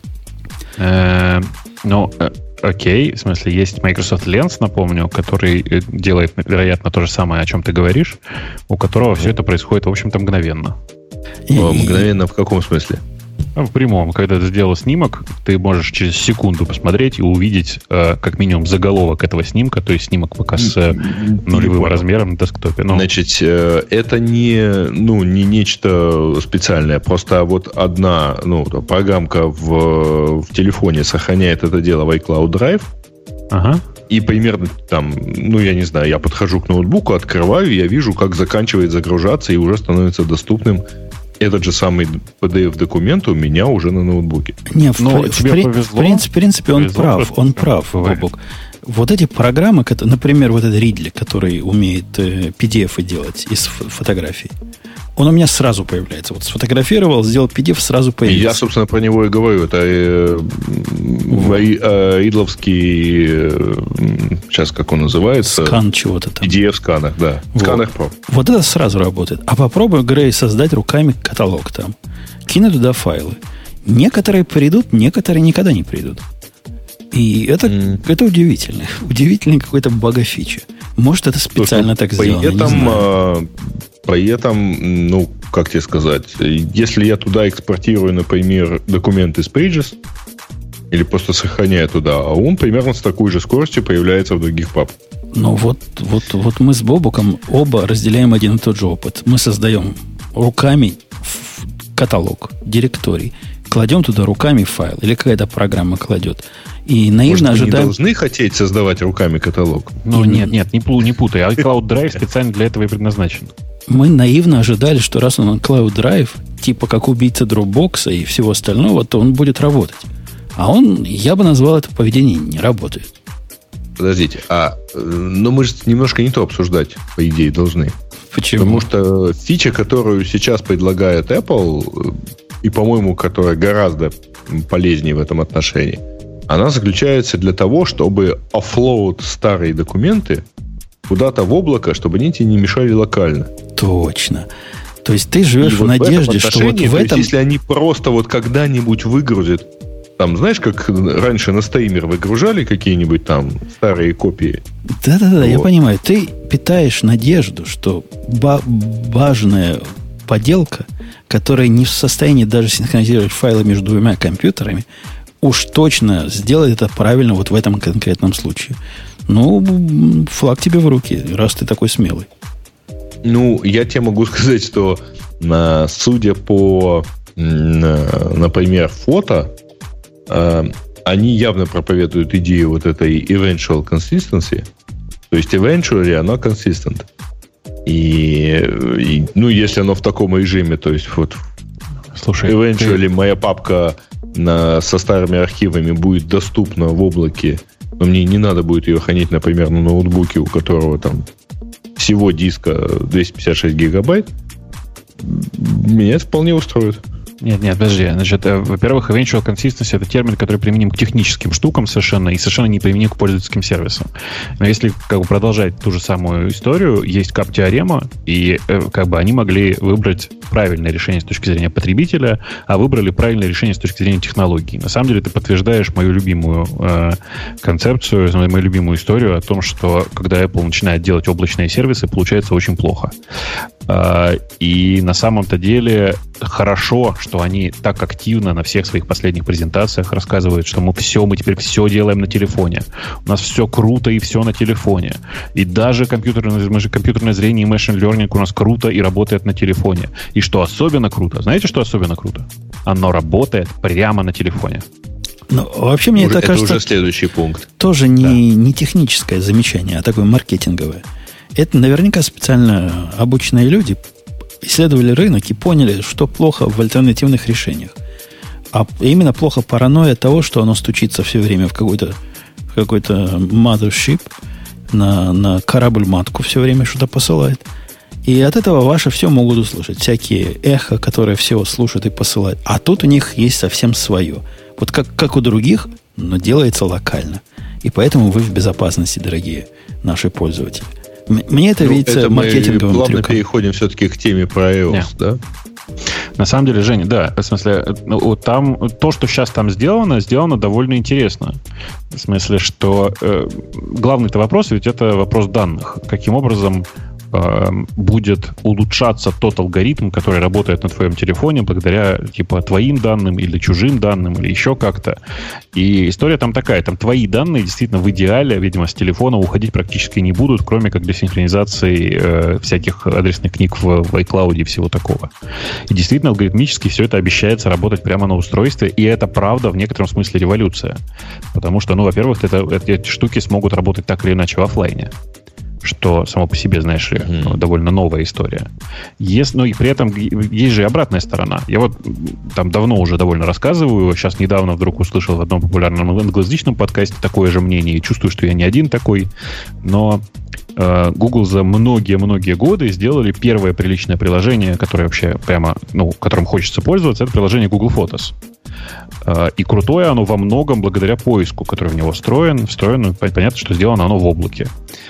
Ну, окей, в смысле, есть Microsoft Lens, напомню, который делает, вероятно, то же самое, о чем ты говоришь, у которого все это происходит, в общем-то, мгновенно.
Мгновенно в каком смысле?
В прямом. Когда ты сделал снимок, ты можешь через секунду посмотреть и увидеть э, как минимум заголовок этого снимка, то есть снимок пока с э, нулевым размером на десктопе. Но...
Значит, э, это не, ну, не нечто специальное, просто вот одна ну, программка в, в телефоне сохраняет это дело в iCloud Drive,
ага.
И примерно там, ну, я не знаю, я подхожу к ноутбуку, открываю, я вижу, как заканчивает загружаться и уже становится доступным этот же самый пи ди эф-документ у меня уже на ноутбуке.
Не, в, в, в, при, в принципе, в принципе он повезло, прав. Он прав, Бобок. Вот эти программы, например, вот этот Ridley, который умеет пи ди эф делать из фотографий, он у меня сразу появляется. Вот сфотографировал, сделал пи ди эф, сразу появился.
Я, собственно, про него и говорю. Это э, э, ридловский, э, сейчас как он называется?
Скан чего-то там.
пи ди эф-сканер, да.
Вот.
Сканер Pro.
Вот это сразу работает. А попробуй, Грей, создать руками каталог там. Кину туда файлы. Некоторые придут, некоторые никогда не придут. И это, mm. это удивительно. Удивительный какой-то багафича. Может, это специально Слушай, так
при
сделано,
этом,
не знаю.
А, при этом, ну, как тебе сказать, если я туда экспортирую, например, документ из Pages, или просто сохраняю туда, а он примерно с такой же скоростью появляется в других папках.
Ну, вот, вот, вот мы с Бобуком оба разделяем один и тот же опыт. Мы создаем руками каталог, директорий, кладем туда руками файл, или какая-то программа кладет. И наивно
Может,
ожидаем...
не должны хотеть создавать руками каталог?
Ну, нет, нет, не, не путай. iCloud Drive специально для этого и предназначен.
Мы наивно ожидали, что раз он на Cloud Drive, типа как убийца Dropbox и всего остального, то он будет работать. А он, я бы назвал это поведение, не работает.
Подождите, а ну мы же немножко не то обсуждать, по идее, должны.
Почему?
Потому что фича, которую сейчас предлагает Apple, и, по-моему, которая гораздо полезнее в этом отношении, она заключается для того, чтобы оффлоуд старые документы куда-то в облако, чтобы они тебе не мешали локально.
Точно. То есть ты живешь и в вот надежде, в что вот в этом...
Есть, если они просто вот когда-нибудь выгрузят, там, знаешь, как раньше на стример выгружали какие-нибудь там старые копии?
Да-да-да, вот. Я понимаю. Ты питаешь надежду, что ба- важная поделка, которая не в состоянии даже синхронизировать файлы между двумя компьютерами, уж точно сделает это правильно вот в этом конкретном случае. Ну, флаг тебе в руки, раз ты такой смелый.
Ну, я тебе могу сказать, что на, судя по, например, фото, они явно проповедуют идею вот этой eventual consistency. То есть eventually она consistent. И, и ну, если оно в таком режиме, то есть вот Слушай, eventually ты... моя папка на, со старыми архивами будет доступна в облаке, но мне не надо будет ее хранить, например, на ноутбуке, у которого там всего диска двести пятьдесят шесть гигабайт, меня это вполне устроит.
Нет, нет, подожди. Значит, во-первых, eventual consistency — это термин, который применим к техническим штукам совершенно и совершенно не применим к пользовательским сервисам. Но если как бы продолжать ту же самую историю, есть кап-теорема, и как бы они могли выбрать правильное решение с точки зрения потребителя, а выбрали правильное решение с точки зрения технологий. На самом деле ты подтверждаешь мою любимую э, концепцию, мою любимую историю о том, что когда Apple начинает делать облачные сервисы, получается очень плохо. Э, и на самом-то деле хорошо, что они так активно на всех своих последних презентациях рассказывают, что мы все, мы теперь все делаем на телефоне. У нас все круто и все на телефоне. И даже компьютерное, мы же компьютерное зрение и machine learning у нас круто и работает на телефоне. И что особенно круто? Знаете, что особенно круто? Оно работает прямо на телефоне.
Ну, вообще, мне
уже,
это кажется...
Это уже следующий пункт.
Тоже не, да. не техническое замечание, а такое маркетинговое. Это наверняка специально обученные люди исследовали рынок и поняли, что плохо в альтернативных решениях. А именно плохо паранойя того, что оно стучится все время в какой-то, в какой-то mothership, на, на корабль-матку все время что-то посылает. И от этого ваше все могут услышать. Всякие эхо, которые все слушают и посылают. А тут у них есть совсем свое. Вот как, как у других, но делается локально. И поэтому вы в безопасности, дорогие наши пользователи. Мне это ну, видится это маркетинговым
плавно
трюком.
Переходим все-таки к теме про iOS, yeah. да?
На самом деле, Женя, да, в смысле, ну, там то, что сейчас там сделано, сделано довольно интересно. В смысле, что э, главный-то вопрос, ведь это вопрос данных. Каким образом э, будет улучшаться тот алгоритм, который работает на твоем телефоне благодаря типа твоим данным или чужим данным или еще как-то. И история там такая, там твои данные действительно в идеале, видимо, с телефона уходить практически не будут, кроме как для синхронизации э, всяких адресных книг в, в iCloud и всего такого. И действительно алгоритмически все это обещается работать прямо на устройстве, и это правда в некотором смысле революция. Потому что, ну, во-первых, это, эти штуки смогут работать так или иначе в офлайне. Что само по себе, знаешь ли, mm-hmm. довольно новая история. Есть, но и при этом есть же и обратная сторона. Я вот там давно уже довольно рассказываю, сейчас недавно вдруг услышал в одном популярном англоязычном подкасте такое же мнение, и чувствую, что я не один такой, но э, Google за многие-многие годы сделали первое приличное приложение, которое вообще прямо, ну, которым хочется пользоваться, это приложение Google Photos. Э, и крутое оно во многом благодаря поиску, который в него встроен. Встроено, понятно, что сделано оно в облаке.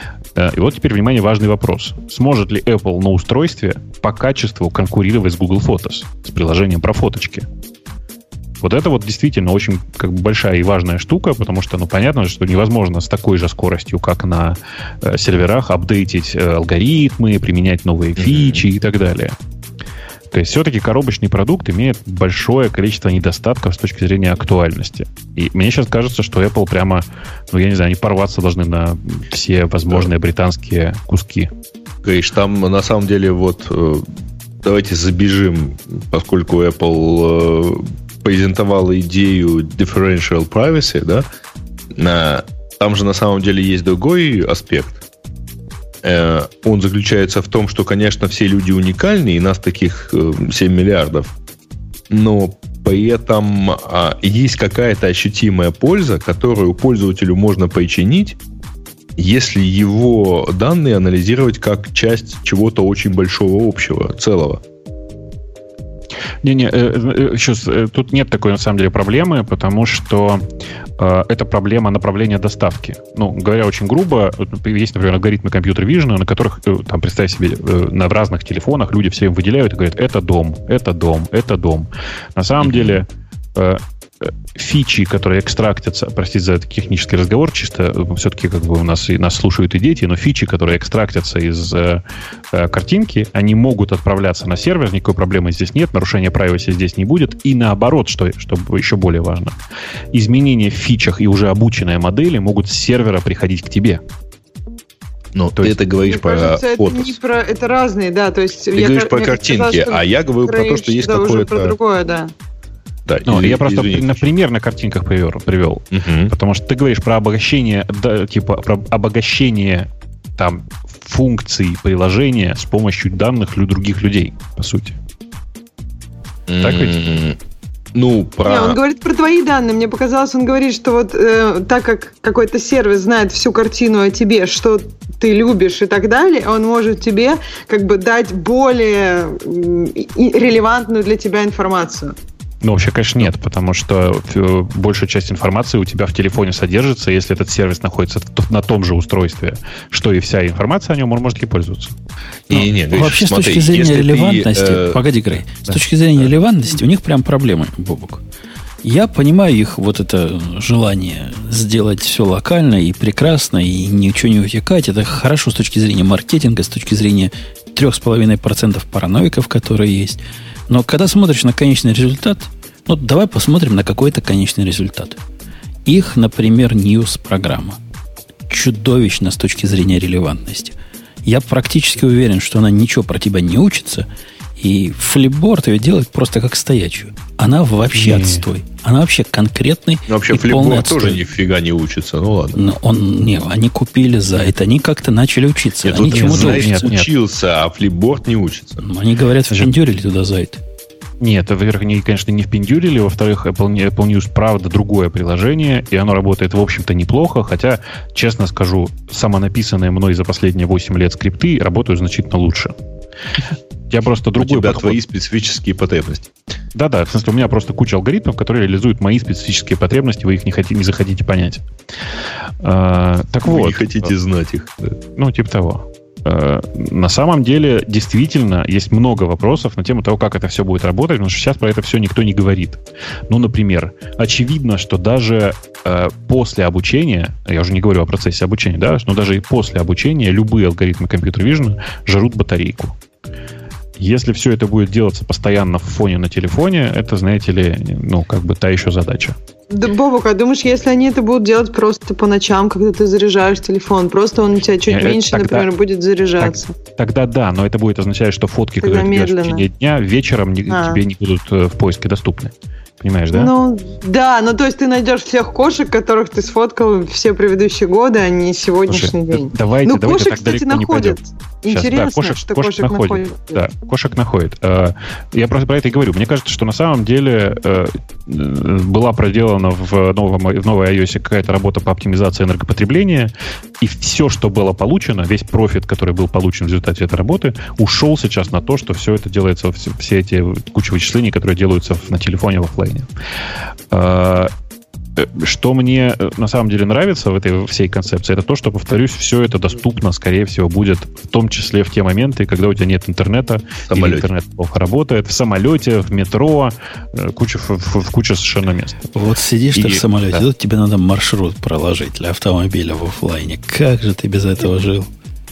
И вот теперь, внимание, важный вопрос. Сможет ли Apple на устройстве по качеству конкурировать с Google Photos, с приложением про фоточки? Вот это вот действительно очень как бы большая и важная штука, потому что, ну, понятно, что невозможно с такой же скоростью, как на э, серверах, апдейтить э, алгоритмы, применять новые mm-hmm. фичи и так далее. То есть все-таки коробочный продукт имеет большое количество недостатков с точки зрения актуальности. И мне сейчас кажется, что Apple прямо, ну, я не знаю, они порваться должны на все возможные да. британские куски.
Гриш, там на самом деле вот давайте забежим, поскольку Apple презентовала идею differential privacy, да, на, там же на самом деле есть другой аспект. Он заключается в том, что, конечно, все люди уникальны, и нас таких семь миллиардов, но при этом есть какая-то ощутимая польза, которую пользователю можно причинить, если его данные анализировать как часть чего-то очень большого общего, целого.
Не-не, сейчас тут нет такой, на самом деле, проблемы, потому что э, это проблема направления доставки. Ну, говоря очень грубо, есть, например, алгоритмы компьютер Vision, на которых, там, представь себе, э, на разных телефонах люди все им выделяют и говорят, это дом, это дом, это дом. На самом mm-hmm. деле... Э, фичи, которые экстрактятся, простите за этот технический разговор, чисто все-таки как бы у нас и нас слушают и дети, но фичи, которые экстрактятся из э, э, картинки, они могут отправляться на сервер, никакой проблемы здесь нет, нарушения privacy здесь не будет, и наоборот, что, что еще более важно, изменения в фичах и уже обученные модели могут с сервера приходить к тебе.
Но то ты есть, это говоришь про
кажется,
фото.
Это, не про, это разные, да, то есть...
Ты я, говоришь про картинки, кажется, а я говорю про то, что есть да, какое-то...
про другое, да.
Да,
ну,
или,
я просто
извините.
на пример на картинках привел, привел. Uh-huh. Потому что ты говоришь про обогащение, да, типа про обогащение там функций приложения с помощью данных для других людей, по сути.
Mm-hmm.
Так ведь?
Ну, про...
Не, он говорит про твои данные. Мне показалось, он говорит, что вот э, так как какой-то сервис знает всю картину о тебе, что ты любишь и так далее, он может тебе как бы дать более э, релевантную для тебя информацию.
Ну, вообще, конечно, нет, потому что большая часть информации у тебя в телефоне содержится, если этот сервис находится на том же устройстве, что и вся информация о нем, он может ей пользоваться.
И, не, видишь, вообще, смотри, с точки зрения релевантности, ты, э... погоди, Грей, да. с точки зрения да. релевантности у них прям проблемы, Бобук. Я понимаю их вот это желание сделать все локально и прекрасно, и ничего не утекать. Это хорошо с точки зрения маркетинга, с точки зрения три с половиной процента параноиков, которые есть. Но когда смотришь на конечный результат, ну, давай посмотрим на какой-то конечный результат. Их, например, News-программа. Чудовищно с точки зрения релевантности. Я практически уверен, что она ничего про тебя не учится, и флипборд ее делает просто как стоячую. Она вообще не. отстой. Она вообще конкретный
ну, вообще,
и полный отстой.
Тоже нифига не учится, ну ладно.
Но он, не, они купили Зайт, они как-то начали учиться.
Нет,
они чему-то
Зайт нет, учился, нет. а флипборд не учится.
Они говорят, впендюрили туда Зайт.
Нет, во-первых, они, конечно, не впендюрили. Во-вторых, Apple, Apple News, правда, другое приложение, и оно работает, в общем-то, неплохо, хотя, честно скажу, самонаписанные мной за последние восемь лет скрипты работают значительно лучше. Я просто другой
У тебя
подход.
Твои специфические потребности.
Да-да, в смысле, у меня просто куча алгоритмов, которые реализуют мои специфические потребности, вы их не, хотите, не захотите понять. А, так
вы
вот.
не хотите знать их.
Ну, типа того. На самом деле, действительно, есть много вопросов на тему того, как это все будет работать, потому что сейчас про это все никто не говорит. Ну, например, очевидно, что даже э, после обучения, я уже не говорю о процессе обучения, да, но даже и после обучения любые алгоритмы компьютер вижн жрут батарейку. Если все это будет делаться постоянно в фоне на телефоне, это, знаете ли, ну, как бы та еще задача.
Да, Бобок, а думаешь, если они это будут делать просто по ночам, когда ты заряжаешь телефон, просто он у тебя чуть меньше, тогда, например, будет заряжаться?
Так, тогда да, но это будет означать, что фотки, тогда которые медленно. ты делаешь в течение дня, вечером не, а. тебе не будут в поиске доступны. Понимаешь, да?
Ну, да, ну то есть ты найдешь всех кошек, которых ты сфоткал все предыдущие годы, а не сегодняшний
Слушай,
день.
Да, давайте,
ну,
давайте
кошек, кстати, находят. Сейчас, интересно,
да, кошек,
что
кошек,
кошек
находит.
находят.
Да, кошек находит. Я просто про это и говорю. Мне кажется, что на самом деле была проделана в новом, в новой iOS какая-то работа по оптимизации энергопотребления, и все, что было получено, весь профит, который был получен в результате этой работы, ушел сейчас на то, что все это делается, все эти куча вычислений, которые делаются на телефоне в офлайне. Что мне на самом деле нравится в этой всей концепции, это то, что, повторюсь, все это доступно, скорее всего, будет в том числе в те моменты, когда у тебя нет интернета, или интернет плохо работает, в самолете, в метро, куча, в, в, в куча совершенно мест.
Вот сидишь
И,
ты в самолете,
да.
тут тебе надо маршрут проложить для автомобиля в офлайне. Как же ты без этого жил?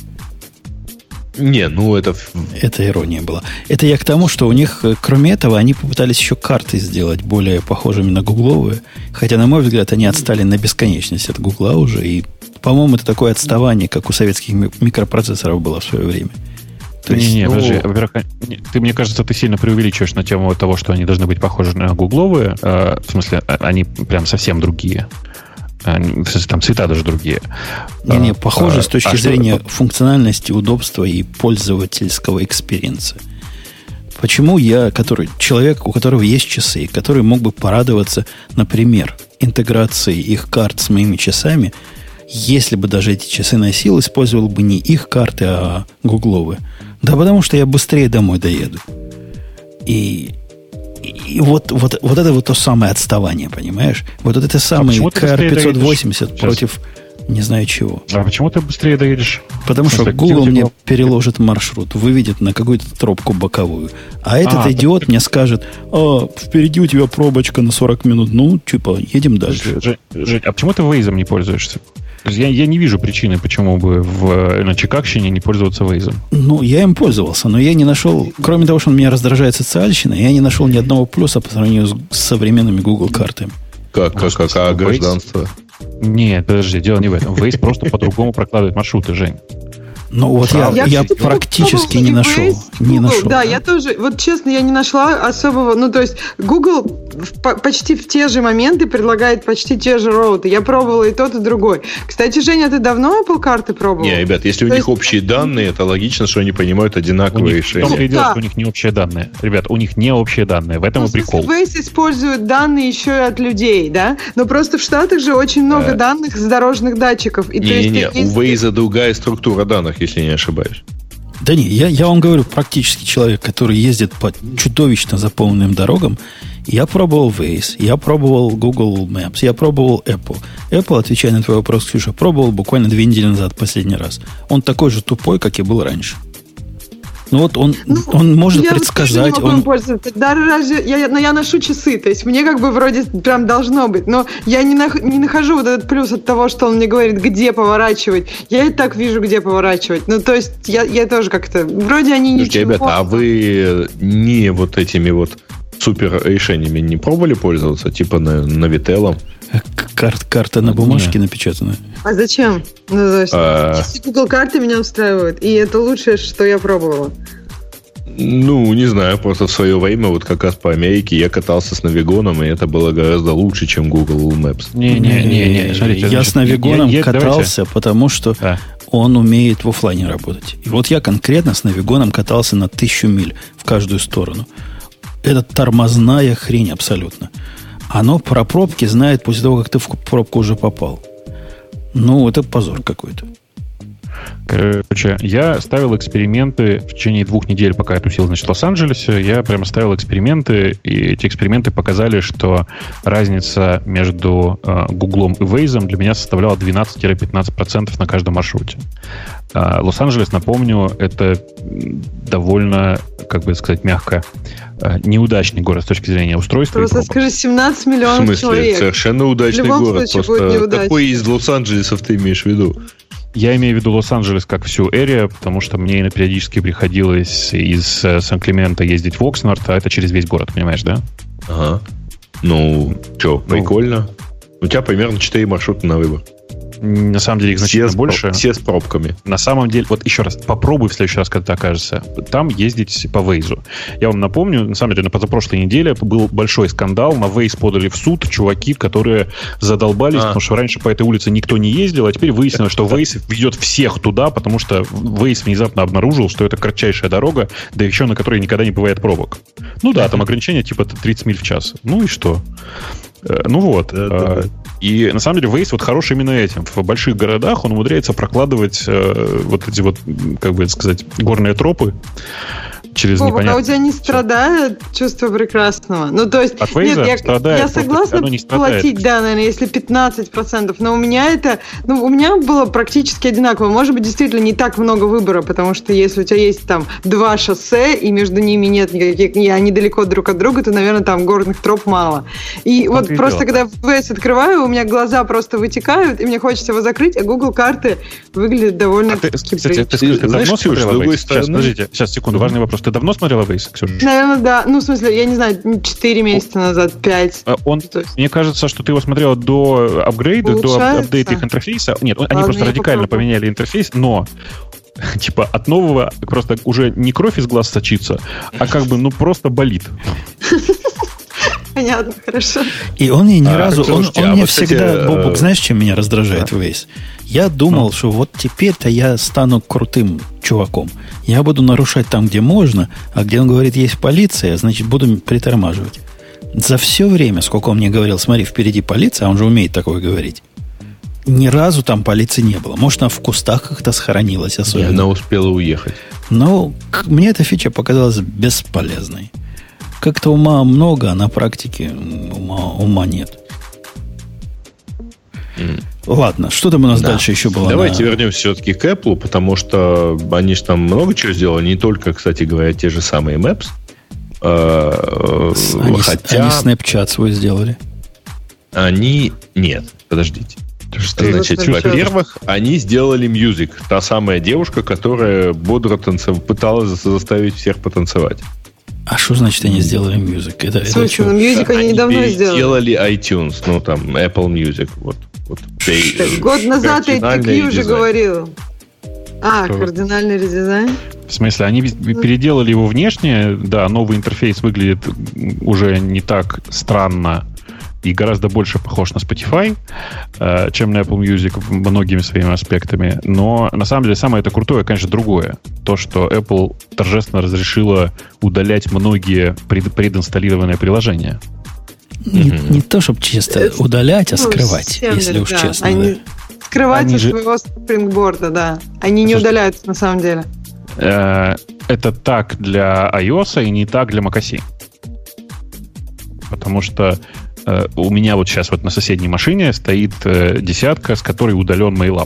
Не, ну это...
Это ирония была. Это я к тому, что у них, кроме этого, они попытались еще карты сделать более похожими на гугловые. Хотя, на мой взгляд, они отстали на бесконечность от гугла уже. И, по-моему, это такое отставание, как у советских микропроцессоров было в свое время.
То есть, не, не, ну... подожди. Во-первых, ты, мне кажется, ты сильно преувеличиваешь на тему того, что они должны быть похожи на гугловые. В смысле, они прям совсем другие. Там цвета даже другие.
Не-не, похоже
а,
с точки
а
зрения
что?
функциональности, удобства и пользовательского экспириенса. Почему я, который, человек, у которого есть часы, который мог бы порадоваться, например, интеграцией их карт с моими часами, если бы даже эти часы носил, использовал бы не их карты, а гугловые? Да потому что я быстрее домой доеду. И... И вот, вот, вот это вот то самое отставание, понимаешь? Вот это самый
а
кей ар пятьсот восемьдесят против не знаю чего.
А почему ты быстрее доедешь?
Потому что Google мне переложит маршрут, выведет на какую-то тропку боковую. А этот а, идиот так... мне скажет, а, впереди у тебя пробочка на сорок минут. Ну, типа, едем дальше.
Жень, Жень, а почему ты Waze не пользуешься? Я, я не вижу причины, почему бы в, на Чикагщине не пользоваться Waze.
Ну, я им пользовался, но я не нашел, кроме того, что он меня раздражает социальщина, я не нашел ни одного плюса по сравнению с, с современными Google картами.
Как, как, как, а гражданство?
Нет, подожди, дело не в этом. Waze просто по-другому прокладывает маршруты, Жень.
Ну вот я, я, я практически не нашел. Не нашел.
Да, я тоже, вот честно, я не нашла особого, ну то есть Google в, по, почти в те же моменты предлагает почти те же роуты. Я пробовала и тот, и другой. Кстати, Женя, ты давно Apple карты пробовал?
Не, ребят, если у
То
них
есть...
общие данные, это логично, что они понимают одинаковые решения.
В том и дело,
Да.
что у них не общие данные. Ребят, у них не общие данные. В этом
Ну,
и прикол.
в смысле, Waze использует данные еще и от людей, да? Но просто в Штатах же очень много
А.
данных с дорожных датчиков. И, то есть,
Не-не-не,
есть-
у Waze другая структура данных, если не ошибаюсь.
Да не, я, я вам говорю, практически человек, который ездит по чудовищно заполненным дорогам. Я пробовал Waze, я пробовал Google Maps, я пробовал Apple. Apple, отвечая на твой вопрос, Ксюша, пробовал буквально две недели назад последний раз. Он такой же тупой, как и был раньше. Ну вот он,
Ну,
он может
я
предсказать.
тоже не могу им
Он...
пользоваться. Да, разве я, но я ношу часы, то есть мне как бы вроде прям должно быть, но я не, нах, не нахожу вот этот плюс от того, что он мне говорит, где поворачивать. Я и так вижу, где поворачивать. Ну, то есть я, я тоже как-то... Вроде они
Слушайте,
ничего...
ребята, а вы не вот этими вот супер решениями не пробовали пользоваться? Типа на, на Vitello?
Кар- карта на бумажке напечатана.
А зачем? Ну, то есть,
А.
часы Google карты меня устраивают, и это лучшее, что я пробовала.
Ну, не знаю, просто в свое время, вот как раз по Америке, я катался с Навигоном, и это было гораздо лучше, чем Google Maps.
Не-не-не, смотрите.
Я
значит,
с Навигоном
я- я-
катался,
давайте.
потому что
Да.
он умеет в офлайне работать. И вот я конкретно с Навигоном катался на тысячу миль в каждую сторону. Это тормозная хрень абсолютно. Оно про пробки знает после того, как ты в пробку уже попал. Ну, это позор какой-то.
Короче, я ставил эксперименты в течение двух недель, пока я тусил, значит, в Лос-Анджелесе. Я прямо ставил эксперименты, и эти эксперименты показали, что разница между э, Гуглом и Waze для меня составляла двенадцать-пятнадцать процентов на каждом маршруте. А Лос-Анджелес, напомню, это довольно, как бы сказать, мягко, э, неудачный город с точки зрения устройства.
Просто
и пробок.
скажи, семнадцать
В
миллионов
смысле?
человек.
Совершенно
В
удачный
любом
город.
случае будет
Просто
неудачный.
какой из Лос-Анджелесов ты имеешь в виду?
Я имею в виду Лос-Анджелес как всю area, потому что мне периодически приходилось из э, Сан-Климента ездить в Окснард, а это через весь город, понимаешь, да?
Ага. Ну, что, прикольно. У тебя примерно четыре маршрута на выбор.
На самом деле их значительно
Все с,
больше.
проб- все с пробками.
На самом деле, вот еще раз, попробуй в следующий раз, когда ты окажешься там, ездить по Waze. Я вам напомню, на самом деле, на позапрошлой неделе был большой скандал, на Waze подали в суд чуваки, которые задолбались,
А.
потому что раньше по этой улице никто не ездил, а теперь выяснилось, что Waze ведет всех туда, потому что Waze внезапно обнаружил, что это кратчайшая дорога, да еще на которой никогда не бывает пробок. Ну да, там ограничение типа тридцать миль в час. Ну и что? Э, Ну вот.
Да, да,
Э,
да.
И на самом деле Waze вот хорош именно этим. В больших городах он умудряется прокладывать э, вот эти вот, как бы это сказать, горные тропы через
Бобок, а у
непонятно.
тебя не страдает чувство прекрасного? Ну, то есть,
От Waze
нет, я,
страдает,
я
просто
согласна
оно не страдает.
платить, да, наверное, если пятнадцать процентов, но у меня это, ну, у меня было практически одинаково. Может быть, действительно не так много выбора, потому что если у тебя есть там два шоссе, и между ними нет никаких, и они далеко друг от друга, то, наверное, там горных троп мало. И
В
вот
том-то и
просто,
дело.
когда Waze открываю, у меня глаза просто вытекают, и мне хочется его закрыть, а Google карты выглядят довольно
А ты,
таки
кстати, ты,
Ты
скажи, ты
знаешь,
давно
Ксюш,
смотрела
с другой
Waze? Сейчас,
стороны-
подождите, сейчас, секунду, важный вопрос. Ты давно смотрела Waze, Ксюша?
Наверное, да. Ну, в смысле, я не знаю, четыре месяца назад, пять.
А Он,
То есть-
мне кажется, что ты его смотрела до апгрейда, до ап-
Получается.
апдейта их интерфейса. Нет, они
Ладно,
просто
я
радикально
попробую.
поменяли интерфейс, но типа от нового просто уже не кровь из глаз сочится, а как бы, ну, просто болит.
Понятно, хорошо.
И он мне ни
А,
разу, он,
слушайте,
он
а
мне
вот, кстати,
всегда, Бобук,
э,
знаешь, чем меня раздражает Waze? Я думал, что вот теперь-то я стану крутым чуваком. Я буду нарушать там, где можно, а где он говорит, есть полиция, значит, буду притормаживать. За все время, сколько он мне говорил, смотри, впереди полиция, а он же умеет такое говорить, ни разу там полиции не было. Может, она в кустах как-то сохранилась
И
особенно.
она успела уехать.
Но к- мне эта фича показалась бесполезной. Как-то ума много, а на практике м, ума, ума нет.
М.
Ладно, что там у нас
Да.
дальше еще было?
Давайте
на-
вернемся все-таки к Apple, потому что они же там много чего сделали, не только, кстати говоря, те же самые Maps. Э,
С- Они,
Хотя
они Snapchat свой сделали.
они... Нет, подождите. Значит,
Snapchat?
во-первых, они сделали Music. Та самая девушка, которая бодро танцев... пыталась за- заставить всех потанцевать.
А что значит они сделали Music? Это,
В
это
смысле,
что?
ну, Music они недавно сделали.
сделали iTunes, ну там Apple Music. Вот, вот.
Так, год назад эй ти
Кардинальный
кью уже
редизайн.
говорил. А,
Что?
кардинальный редизайн?
В смысле, они переделали его внешне, да, новый интерфейс выглядит уже не так странно и гораздо больше похож на Spotify, чем на Apple Music многими своими аспектами. Но на самом деле самое это крутое, конечно, другое. То, что Apple торжественно разрешила удалять многие пред, прединсталлированные приложения.
Не, mm-hmm. не то, чтобы чисто это, удалять, а скрывать, ну, если да. уж честно.
Они
да.
скрывать
Они
со
же...
своего спрингборда, да. Они не Слушай, удаляются на самом деле.
Это так для iOS и не так для macOS. Потому что э, у меня вот сейчас вот на соседней машине стоит э, десятка, с которой удален MailUp.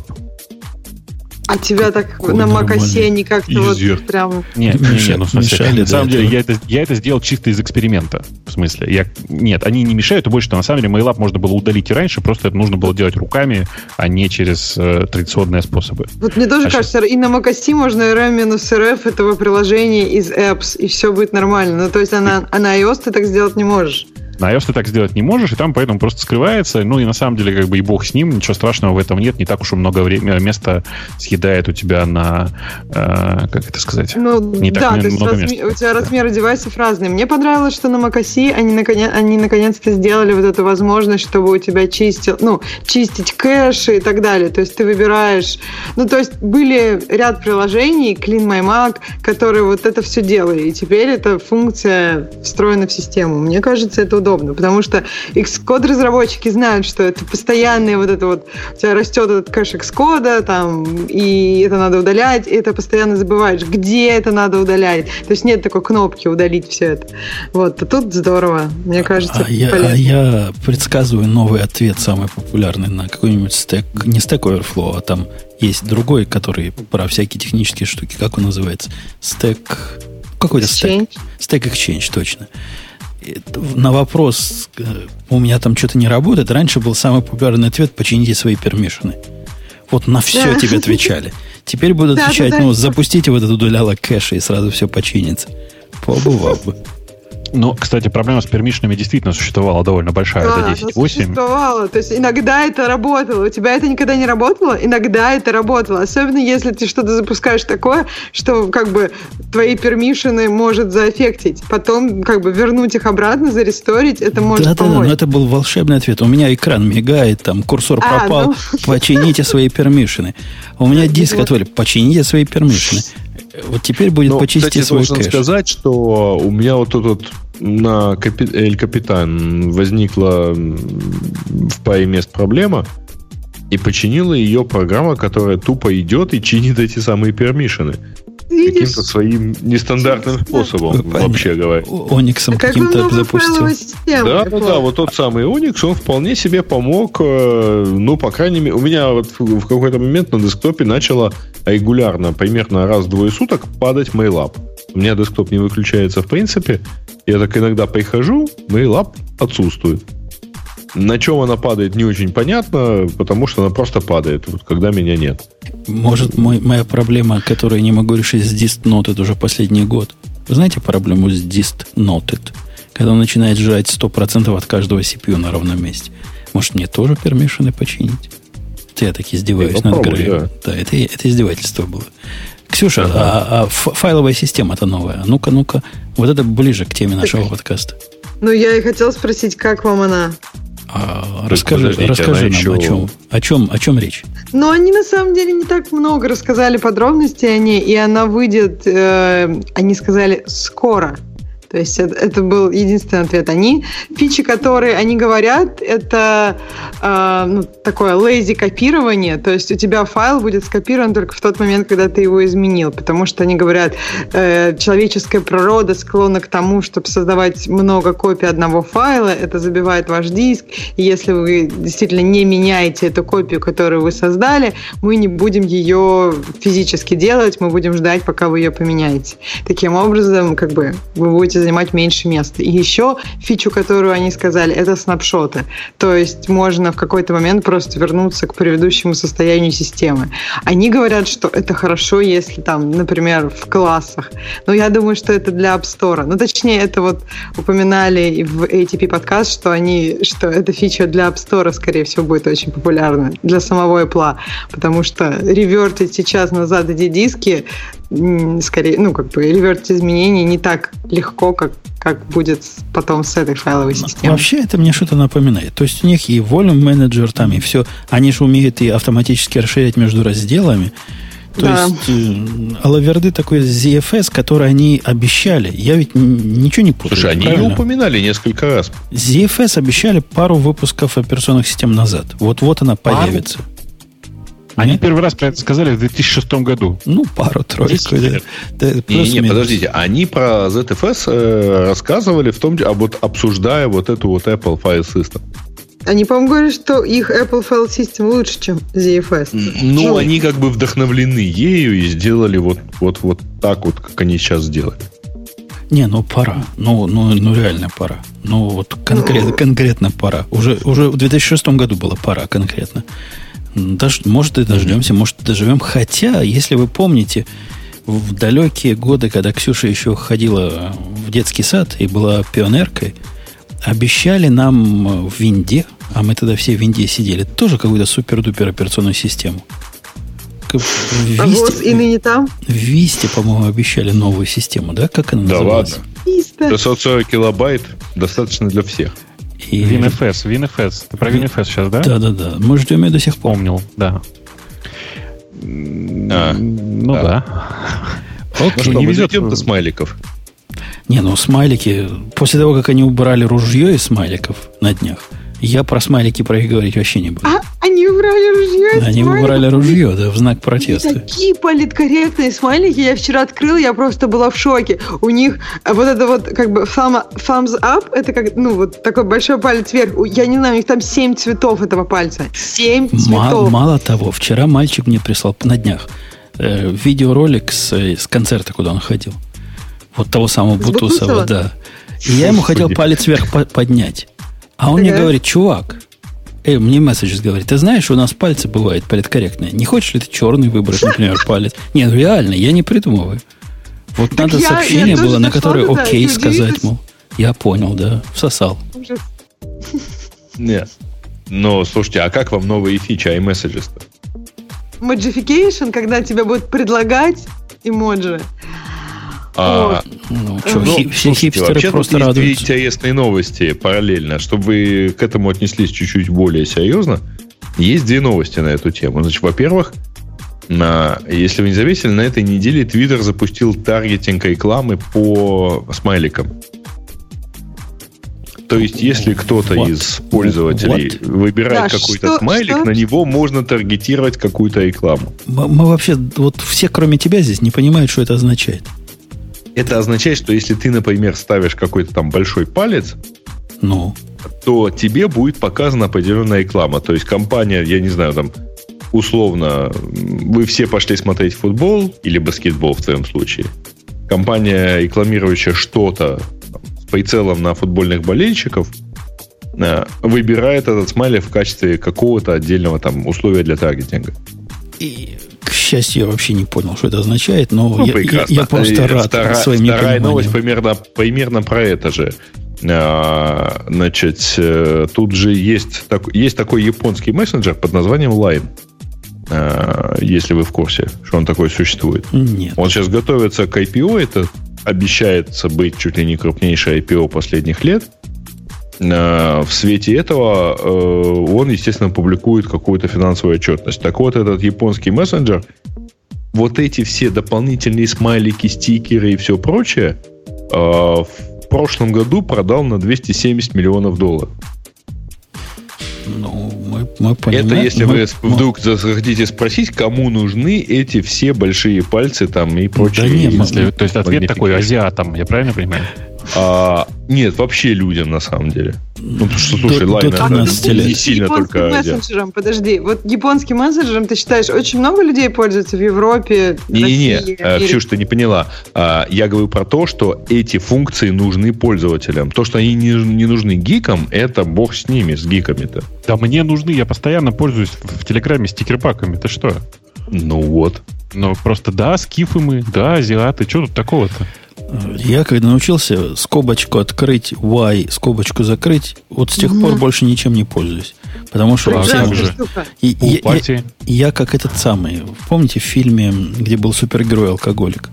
А тебя так Ой, на macOS они как-то вот прям...
Нет, не, не, ну в смысле, мешали, на самом деле я это, я это сделал чисто из эксперимента. В смысле, я, нет, они не мешают, и больше, что на самом деле MailUp можно было удалить и раньше, просто это нужно было делать руками, а не через э, традиционные способы.
Вот мне тоже а кажется, сейчас... и на macOS можно rm-rf этого приложения из apps, и все будет нормально. Ну, то есть, а на, а на iOS ты так сделать не можешь.
На iOS ты так сделать не можешь, и там поэтому просто скрывается. Ну и на самом деле, как бы и бог с ним, ничего страшного в этом нет. Не так уж и много времени, места съедает у тебя на, э, как это сказать,
ну,
не
да,
так
то есть
много
разми-
места.
У тебя размеры девайсов разные. Мне понравилось, что на macOS они, наконец- они наконец-то сделали вот эту возможность, чтобы у тебя чистил, ну, чистить кэши и так далее. То есть ты выбираешь... Ну, то есть были ряд приложений, Clean My Mac, которые вот это все делали. И теперь эта функция встроена в систему. Мне кажется, это удобно, потому что Xcode разработчики знают, что это постоянный вот это вот, у тебя растет этот кэш Xcode, там, и это надо удалять, и это постоянно забываешь, где это надо удалять. То есть нет такой кнопки удалить все это. Вот, а тут здорово. Мне кажется,
а
это
я,
полезно.
А я предсказываю новый ответ, самый популярный на какой-нибудь стек, не Stack Overflow, а там есть другой, который про всякие технические штуки. Как он называется? Stack... Какой-то Stack. Stack Exchange, точно. На вопрос, у меня там что-то не работает, раньше был самый популярный ответ: почините свои пермишины. Вот на все да. тебе отвечали. Теперь будут да, отвечать, да, ну, да. запустите вот это удаляло кэша, и сразу все починится. Побывал бы.
Ну, кстати, проблема с пермишинами действительно существовала довольно большая,
да,
до десять восемь.
Существовала. То есть иногда это работало. У тебя это никогда не работало? Иногда это работало. Особенно если ты что-то запускаешь такое, что как бы твои пермишины может заэффектить. Потом как бы вернуть их обратно, заресторить, это может
да,
помочь.
Да, да, но это был волшебный ответ. У меня экран мигает, там курсор а, пропал, ну... почините свои пермишины. У меня диск отвалил, почините свои пермишины. Вот теперь будет ну, почистить
кстати,
свой
должен
кэш.
сказать, что у меня вот тут вот на Эль Капитан возникла в паре мест проблема, и починила ее программа, которая тупо идет и чинит эти самые пермишины. Каким-то своим нестандартным способом, да. вообще говоря.
Ониксом а каким-то запустил.
Да, да, да, вот тот самый Оникс, он вполне себе помог, ну, по крайней мере, у меня вот в какой-то момент на десктопе начало регулярно, примерно раз в двое суток падать MailUp. У меня десктоп не выключается в принципе, я так иногда прихожу, MailUp отсутствует. На чем она падает, не очень понятно, потому что она просто падает, вот, когда меня нет.
Может, мой, моя проблема, которую я не могу решить с Dist Noted уже последний год. Вы знаете проблему с Dist Noted? Когда он начинает жрать сто процентов от каждого си пи ю на ровном месте. Может, мне тоже пермишины починить? Это я так издеваюсь над Греем. Да, да это, это издевательство было. Ксюша, ага. а, а файловая система-то новая? Ну-ка, ну-ка. Вот это ближе к теме нашего так, подкаста.
Ну, я и хотел спросить, как вам она?
А, расскажи, расскажи нам, еще... о, чем, о, чем, о чем речь.
Ну, они на самом деле не так много рассказали подробностей о ней, и она выйдет, э, они сказали, скоро. То есть это, это был единственный ответ. Они, фичи, которые они говорят, это э, ну, такое lazy копирование, то есть у тебя файл будет скопирован только в тот момент, когда ты его изменил, потому что они говорят, э, человеческая природа склонна к тому, чтобы создавать много копий одного файла, это забивает ваш диск, и если вы действительно не меняете эту копию, которую вы создали, мы не будем ее физически делать, мы будем ждать, пока вы ее поменяете. Таким образом, как бы, вы будете занимать меньше места. И еще фичу, которую они сказали, это снапшоты. То есть можно в какой-то момент просто вернуться к предыдущему состоянию системы. Они говорят, что это хорошо, если там, например, в классах. Но я думаю, что это для App Store. Ну, точнее, это вот упоминали в эй ти пи подкаст, что они, что эта фича для App Store, скорее всего, будет очень популярна для самого Apple. Потому что ревертить сейчас назад эти диски скорее, ну, как бы реверс изменений не так легко, как, как будет потом с этой файловой системой.
Вообще это мне что-то напоминает. То есть у них и volume менеджер там, и все. Они же умеют и автоматически расширять между разделами. То
да.
есть э, алаверды такой зет эф эс, который они обещали. Я ведь ничего не путаю.
Слушай, они
правильно?
ее упоминали несколько раз.
зет эф эс обещали пару выпусков операционных систем назад. Вот-вот она появится.
Они Нет? первый раз про это сказали в две тысячи шестом году.
Ну, пару-тройку. Да.
Не, не, подождите. Они про зет эф эс э, рассказывали, в том, а вот обсуждая вот эту вот Apple File System.
Они, по-моему, говорят, что их Apple File System лучше, чем зет эф эс.
Ну, ну, они как бы вдохновлены ею и сделали вот, вот, вот так вот, как они сейчас сделали.
Не, ну пора. Ну, ну, ну реально пора. Ну, вот конкретно, ну, конкретно пора. Уже, уже в две тысячи шестом году было пора конкретно. Даже, может, и дождемся, может, и доживем. Хотя, если вы помните, в далекие годы, когда Ксюша еще ходила в детский сад и была пионеркой, обещали нам в Винде, а мы тогда все в Винде сидели, тоже какую-то супер-дупер операционную систему. В
а ВОЗ и ныне там?
В Висте, по-моему, обещали новую систему, да? Как она
да
называлась?
Да ладно. шестьсот сорок килобайт достаточно для всех.
И... WinFS, WinFS. Ты про WinFS сейчас, да?
Да-да-да. Мы ждем ее до сих пор.
Помнил, да. А, ну да. да.
Окей. Ну что, не везет до смайликов.
Не, ну смайлики... После того, как они убрали ружье из смайликов на днях, я про смайлики про их говорить вообще не буду.
А, они убрали ружье из
Они
смайликов?
убрали ружье, да, в знак протеста.
Такие политкорректные смайлики. Я вчера открыла, я просто была в шоке. У них вот это вот как бы thumbs up, это как, ну, вот такой большой палец вверх. Я не знаю, у них там семь цветов этого пальца. Семь цветов.
Мало, мало того, вчера мальчик мне прислал на днях э, видеоролик с, с концерта, куда он ходил. Вот того самого Бутусова, да. И я ему хотел палец вверх по- поднять. А он ага. мне говорит, чувак, эй, мне месседж говорит, ты знаешь, у нас пальцы бывают политкорректные. Не хочешь ли ты черный выбрать, например, палец? Нет, ну реально, я не придумываю. Вот так надо я, сообщение я было, на которое окей сказать, мол, я понял, да, всосал. Ужас.
Нет. Но, слушайте, а как вам новые фичи iMessages-то?
Modification, когда тебе будут предлагать эмоджи.
А,
ну, что, ну, хип, все хипстеры просто радуются.
Есть интересные новости параллельно. Чтобы вы к этому отнеслись чуть-чуть более серьезно, есть две новости на эту тему. Значит, во-первых, на, если вы не заметили, на этой неделе Twitter запустил таргетинг рекламы по смайликам. То есть, если кто-то What? из пользователей What? выбирает да, какой-то что, смайлик, что? на него можно таргетировать какую-то рекламу.
Мы, мы вообще, вот все, кроме тебя здесь, не понимают, что это означает.
Это означает, что если ты, например, ставишь какой-то там большой палец,
ну.
то тебе будет показана определенная реклама. То есть компания, я не знаю, там, условно, вы все пошли смотреть футбол или баскетбол в твоем случае. Компания, рекламирующая что-то там, с прицелом на футбольных болельщиков, выбирает этот смайлик в качестве какого-то отдельного там условия для таргетинга.
И... К счастью, я вообще не понял, что это означает, но ну, я, я, я просто
и
рад
втора,
своим
Вторая
непониманием.
новость примерно, примерно про это же. А, значит, тут же есть, так, есть такой японский мессенджер под названием Line. А, если вы в курсе, что он такой существует.
Нет.
Он сейчас готовится к ай пи о. Это обещается быть чуть ли не крупнейшее ай пи о последних лет. В свете этого он, естественно, публикует какую-то финансовую отчетность. Так вот, этот японский мессенджер, вот эти все дополнительные смайлики, стикеры и все прочее в прошлом году продал на двести семьдесят миллионов долларов.
Ну, мы, мы понимаем.
Это если
мы,
вы вдруг мы... захотите спросить, кому нужны эти все большие пальцы там и прочее. Да
нет, если, то есть ответ такой азиатам, я правильно понимаю?
А, нет, вообще людям на самом деле. Ну, потому что, слушай, Лайн не сильно только
мессенджером, подожди, вот японским мессенджером ты считаешь, очень много людей пользуются в Европе, в
Не-не-не, России, Ксюш, ты не поняла. Я говорю про то, что эти функции нужны пользователям. То, что они не, не нужны гикам, это бог с ними, с гиками-то.
Да мне нужны, я постоянно пользуюсь в Телеграме стикер-паками, ты что?
Ну вот.
Ну, просто да, скифы мы, да, азиаты. Что тут такого-то?
Я когда научился скобочку открыть, Y, скобочку закрыть, вот с тех угу. пор больше ничем не пользуюсь. Потому что всем уже... И, я, я, я как этот самый... Помните в фильме, где был супергерой-алкоголик?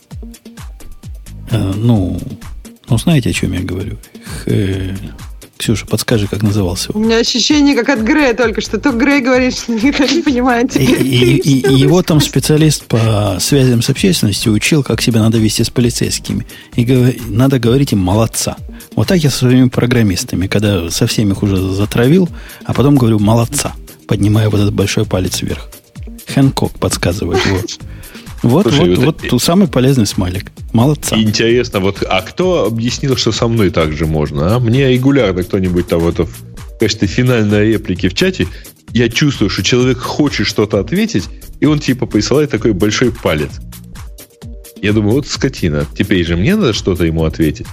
Э, ну, ну, знаете, о чем я говорю? Х... Ксюша, подскажи, как назывался его.
У меня ощущение, как от Грея только что. То Грей говорит, что никак не понимает.
И, и, и, и его там специалист по связям с общественностью учил, как себя надо вести с полицейскими. И говор... надо говорить им «молодца». Вот так я со своими программистами, когда совсем их уже затравил, а потом говорю «молодца», поднимая вот этот большой палец вверх. Хэнкок подсказывает. Вот. Вот, Слушай, вот, вот, вот самый полезный смайлик. Молодца.
Интересно, вот, а кто объяснил, что со мной так же можно? А? Мне регулярно кто-нибудь там это в качестве финальной реплики в чате, я чувствую, что человек хочет что-то ответить, и он типа присылает такой большой палец. Я думаю, вот скотина, теперь же мне надо что-то ему ответить.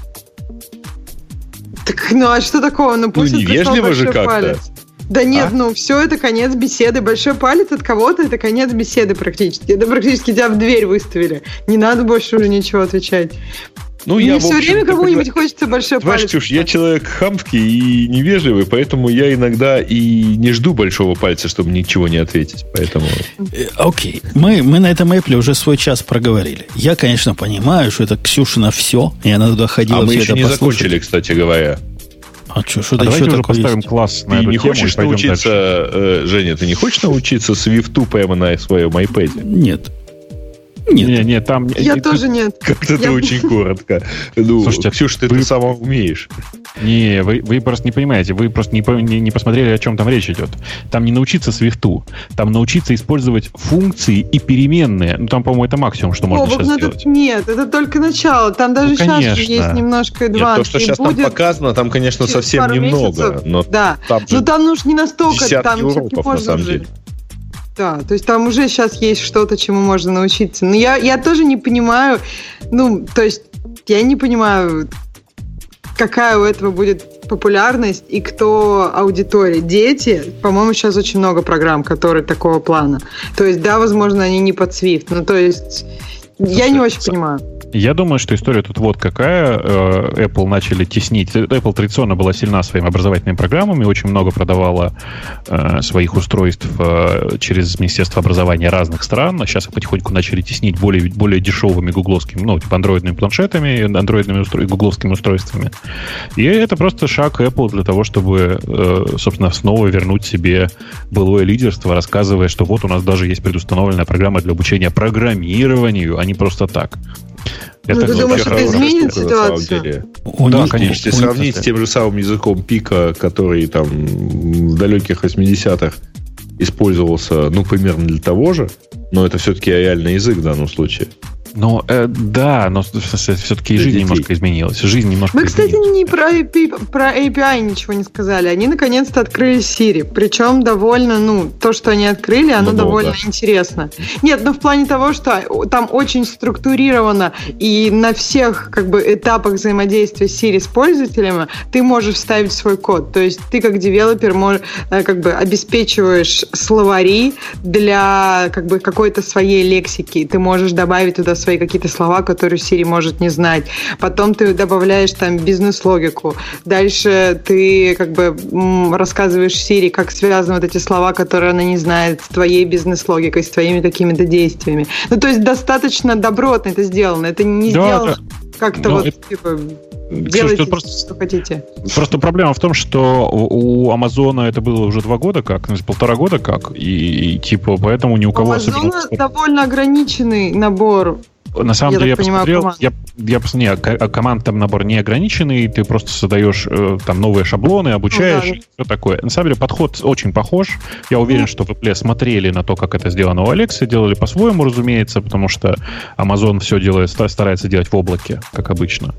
Так, ну а что такого? Ну, пусть
ну невежливо же как-то.
Палец. Да нет, а? ну все, это конец беседы. Большой палец от кого-то, это конец беседы практически. Это практически тебя в дверь выставили. Не надо больше уже ничего отвечать. Ну, Мне я, все общем, время кому-нибудь понимаю, хочется большой
знаешь,
палец.
Ксюш, я человек хамский и невежливый, поэтому я иногда и не жду большого пальца, чтобы ничего не ответить. Поэтому...
Окей. Okay. Мы, мы на этом Apple уже свой час проговорили. Я, конечно, понимаю, что это Ксюшина все, и она туда ходила.
А мы еще не
послушать.
закончили, кстати говоря.
А что, что-то
а
еще
давайте уже
поставим
есть? Класс на
ты
эту
не
тему
хочешь научиться, э, Женя, ты не хочешь научиться Свифту прямо на своем iPad?
Нет. Нет.
Не, не, там...
Я
не,
тоже
ты,
нет.
Как-то
я...
ты очень коротко. Ну, слушайте, Ксюша, ты вы... это сама умеешь.
Не, вы, вы просто не понимаете. Вы просто не, не, не посмотрели, о чем там речь идет. Там не научиться Свифту. Там научиться использовать функции и переменные. Ну, там, по-моему, это максимум, что можно О, сейчас
ну,
сделать.
Это, нет, это только начало. Там даже ну, сейчас же есть немножко адванс.
То, что сейчас
будет...
там показано, там, конечно, совсем немного. Но
да,
там
но там нужно не настолько. Там
уроков, на самом деле.
Да, то есть там уже сейчас есть что-то, чему можно научиться. Но я, я тоже не понимаю, ну, то есть я не понимаю, какая у этого будет популярность и кто аудитория. Дети, по-моему, сейчас очень много программ, которые такого плана. То есть, да, возможно, они не под Swift, ну, то есть я не очень понимаю.
Я думаю, что история тут вот какая. Apple начали теснить. Apple традиционно была сильна своими образовательными программами, очень много продавала э, своих устройств э, через Министерство образования разных стран. Сейчас их потихоньку начали теснить более, более дешевыми гугловскими, ну, типа андроидными планшетами, андроидными устро... гугловскими устройствами. И это просто шаг Apple для того, чтобы, э, собственно, снова вернуть себе былое лидерство, рассказывая, что вот у нас даже есть предустановленная программа для обучения программированию, а не просто так.
Ну, ты думаешь, это изменит ситуацию?
Да, конечно. Если сравнить с тем же самым языком Пика, который там в далеких восьмидесятых использовался, ну, примерно для того же, но это все-таки реальный язык в данном случае.
Ну, э, да, но все-таки жизнь детей. немножко изменилась. Жизнь немножко
Мы, кстати,
изменилась.
не про, эй пи ай, про эй пи ай ничего не сказали. Они наконец-то открыли Siri. Причем довольно, ну, то, что они открыли, оно ну, довольно да. интересно. Нет, ну, в плане того, что там очень структурировано и на всех, как бы, этапах взаимодействия Siri с пользователями ты можешь вставить свой код. То есть ты, как девелопер, можешь, как бы, обеспечиваешь словари для, как бы, какой-то своей лексики. Ты можешь добавить туда свои какие-то слова, которые Siri может не знать. Потом ты добавляешь там бизнес-логику. Дальше ты как бы рассказываешь Siri, как связаны вот эти слова, которые она не знает, с твоей бизнес-логикой, с твоими какими-то действиями. Ну, то есть достаточно добротно это сделано. Это не да, сделано да. как-то
Но
вот
это...
типа... Делайте,
Слушай, просто,
что хотите.
Просто проблема в том, что у Амазона это было уже два года как, ну, полтора года как, и, и типа поэтому ни у кого...
У Амазона довольно ограниченный набор.
На самом
я
деле, я
понимаю,
посмотрел, я, я посмотрел, нет, команд там набор не ограниченный, ты просто создаешь э, там новые шаблоны, обучаешь, ну, да, и все такое. На самом деле, подход очень похож. Я уверен, mm. что в Apple смотрели на то, как это сделано у Alexa, делали по-своему, разумеется, потому что Amazon все делает, старается делать в облаке, как обычно.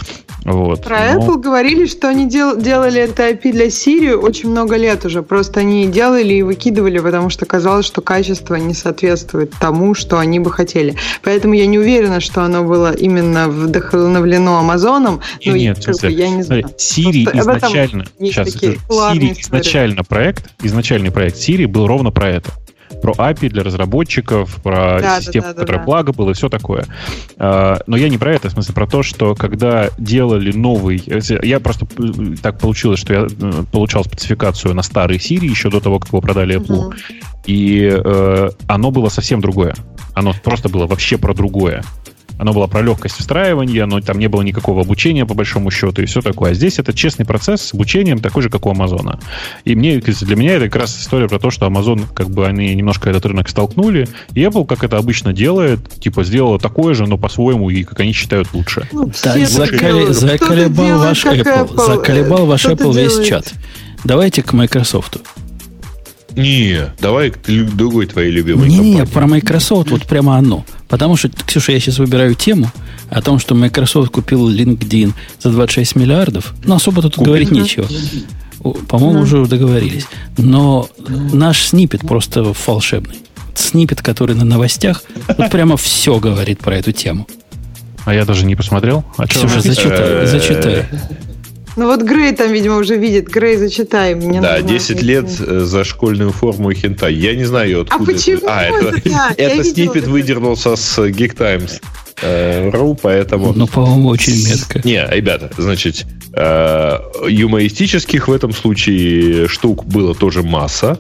Вот.
Про
Но...
Apple говорили, что они дел- делали это эй пи ай для Siri очень много лет уже. Просто они делали и выкидывали, потому что казалось, что качество не соответствует тому, что они бы хотели. Поэтому я не уверена, что оно было именно вдохновлено Амазоном. Но
нет,
как бы, я не знаю.
Siri изначально, сейчас, Siri изначально проект, изначальный проект Siri был ровно про это. про эй пи ай для разработчиков, про
да,
систему,
да, да,
которая
да,
плагабл и все такое. А, но я не про это, в смысле, про то, что когда делали новый... Я просто... Так получилось, что я получал спецификацию на старый Siri еще до того, как его продали Apple. Uh-huh. И э, оно было совсем другое. Оно просто было вообще про другое. Оно было про легкость встраивания, но там не было никакого обучения, по большому счету, и все такое. А здесь это честный процесс с обучением, такой же, как у Амазона. И мне, для меня это как раз история про то, что Amazon, как бы они немножко этот рынок столкнули, и Apple, как это обычно делает, типа сделала такое же, но по-своему, и как они считают лучше.
Ну, так, заколи, заколебал ваш Apple, Apple. Заколебал ваш Apple весь делает. Чат. Давайте к Microsoft.
Не, давай к другой твоей любимой
не,
компании.
Не, про Microsoft вот прямо оно. Потому что, Ксюша, я сейчас выбираю тему о том, что Microsoft купил LinkedIn за двадцать шесть миллиардов. Ну, особо тут Купили. говорить нечего. По-моему, mm-hmm. уже договорились. Но наш сниппет просто волшебный. Сниппет, который на новостях, вот прямо все говорит про эту тему.
А я даже не посмотрел. А
Ксюша, зачитай, зачитай.
Ну вот Грей там, видимо, уже видит. Грей, зачитай. Мне
да, десять лет за школьную форму и хентай. Я не знаю, откуда...
А почему?
А, это,
да,
это сниппет выдернулся с Geek Times точка ру, поэтому...
Ну, по-моему, очень метко.
Не, ребята, значит, юмористических в этом случае штук было тоже масса.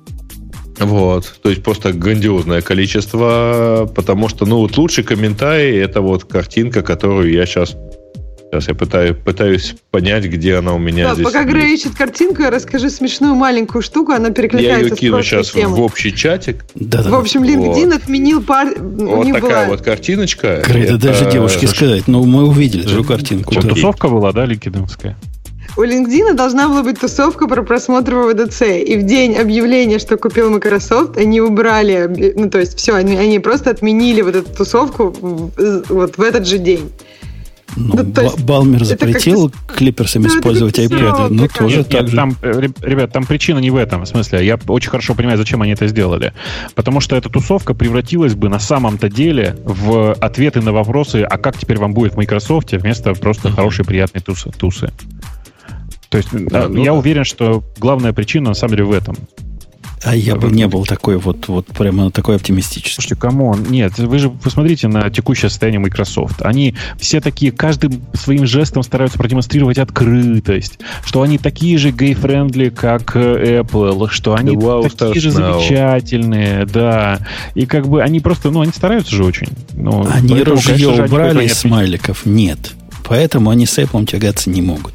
Вот, то есть просто грандиозное количество, потому что, ну, вот лучший комментарий — это вот картинка, которую я сейчас... Сейчас я пытаюсь, пытаюсь понять, где она у меня
да,
здесь.
Пока Грей ищет картинку, я расскажу смешную маленькую штуку, она перекликается
я ее кину
с
сейчас
темой.
в общий чатик.
Да, да.
В общем, LinkedIn вот. отменил пар...
Вот такая была... вот картиночка.
Грей, да даже девушке сказать, но мы увидели эту картинку.
Что, тусовка была, да, LinkedIn-овская?
У LinkedIn должна была быть тусовка про просмотр вэ дэ цэ, и в день объявления, что купил Microsoft, они убрали, ну то есть все, они, они просто отменили вот эту тусовку вот в этот же день.
Ну, ну, Б- Балмер запретил клиперсам использовать iPad, но тоже
нет,
так
нет,
же.
Там, ребят, там причина не в этом. В смысле, я очень хорошо понимаю, зачем они это сделали. Потому что эта тусовка превратилась бы на самом-то деле в ответы на вопросы, а как теперь вам будет в Microsoft, вместо просто mm-hmm. хорошей, приятной тусы. тусы. То есть да, я ну, уверен, что главная причина на самом деле в этом.
А я бы не был такой вот, вот прямо такой оптимистический.
Слушайте, камон, нет, вы же посмотрите на текущее состояние Microsoft. Они все такие, каждым своим жестом стараются продемонстрировать открытость, что они такие же гей-френдли, как Apple, что они wow, такие же замечательные, да. И как бы они просто, ну, они стараются же очень. Ну,
они поэтому, ружье конечно, убрали из смайликов? Нет. Поэтому они с Apple тягаться не могут.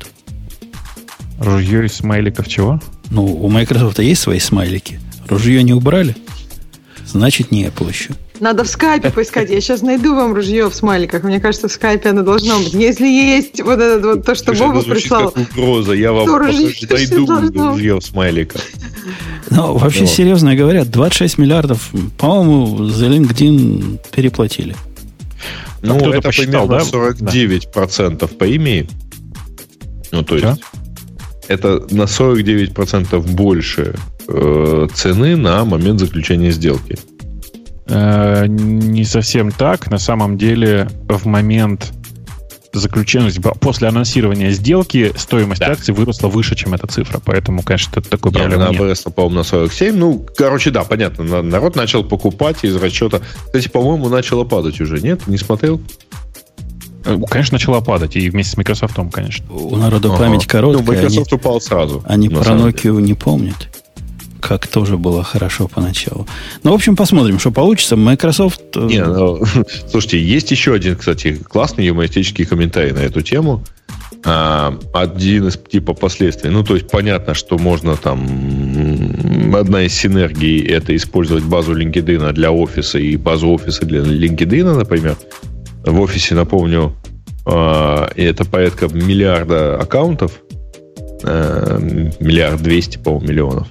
Ружье из смайликов чего?
Ну, у Microsoft есть свои смайлики. Ружье не убрали, значит, не Apple еще.
Надо в скайпе поискать. Я сейчас найду вам ружье в смайликах. Мне кажется, в скайпе оно должно быть. Если есть вот это вот то, что Боба прислал.
Как угроза. Я вам найду ружье в смайликах.
Ну, вообще, вот. Серьезно говоря, двадцать шесть миллиардов, по-моему, за LinkedIn переплатили.
Ну, это посчитал, примерно да? сорок девять процентов да. по имени. Ну, то есть... Это на сорок девять процентов больше э, цены на момент заключения сделки.
Э, не совсем так. На самом деле, в момент заключения, после анонсирования сделки, стоимость да. акций выросла выше, чем эта цифра. Поэтому, конечно, это такой проблемы нет.
Она выросла, по-моему, на сорок семь. Ну, короче, да, понятно. Народ начал покупать из расчета. Кстати, по-моему, начало падать уже. Нет? Не смотрел?
Конечно, начала падать. И вместе с Microsoft, конечно.
У народа ага. память короткая.
Ну, Microsoft они, упал сразу.
Они про Nokia не помнят. Как тоже было хорошо поначалу. Ну, в общем, посмотрим, что получится. Microsoft...
Не, ну, слушайте, есть еще один, кстати, классный юмористический комментарий на эту тему. А, один из типа последствий. Ну, то есть, понятно, что можно там... Одна из синергий — это использовать базу LinkedIn для офиса и базу офиса для LinkedIn, например. В офисе, напомню, это порядка миллиарда аккаунтов. Миллиард двести, по-моему, миллионов.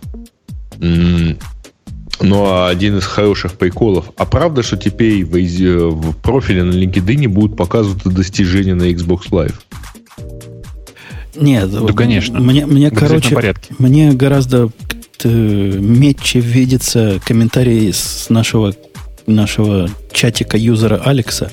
Ну, а один из хороших приколов. А правда, что теперь в профиле на LinkedIn будут показываться достижения на Xbox Live?
Нет,
да, конечно.
Мне, мне короче, мне гораздо метче видится комментарий с нашего, нашего чатика юзера Алекса,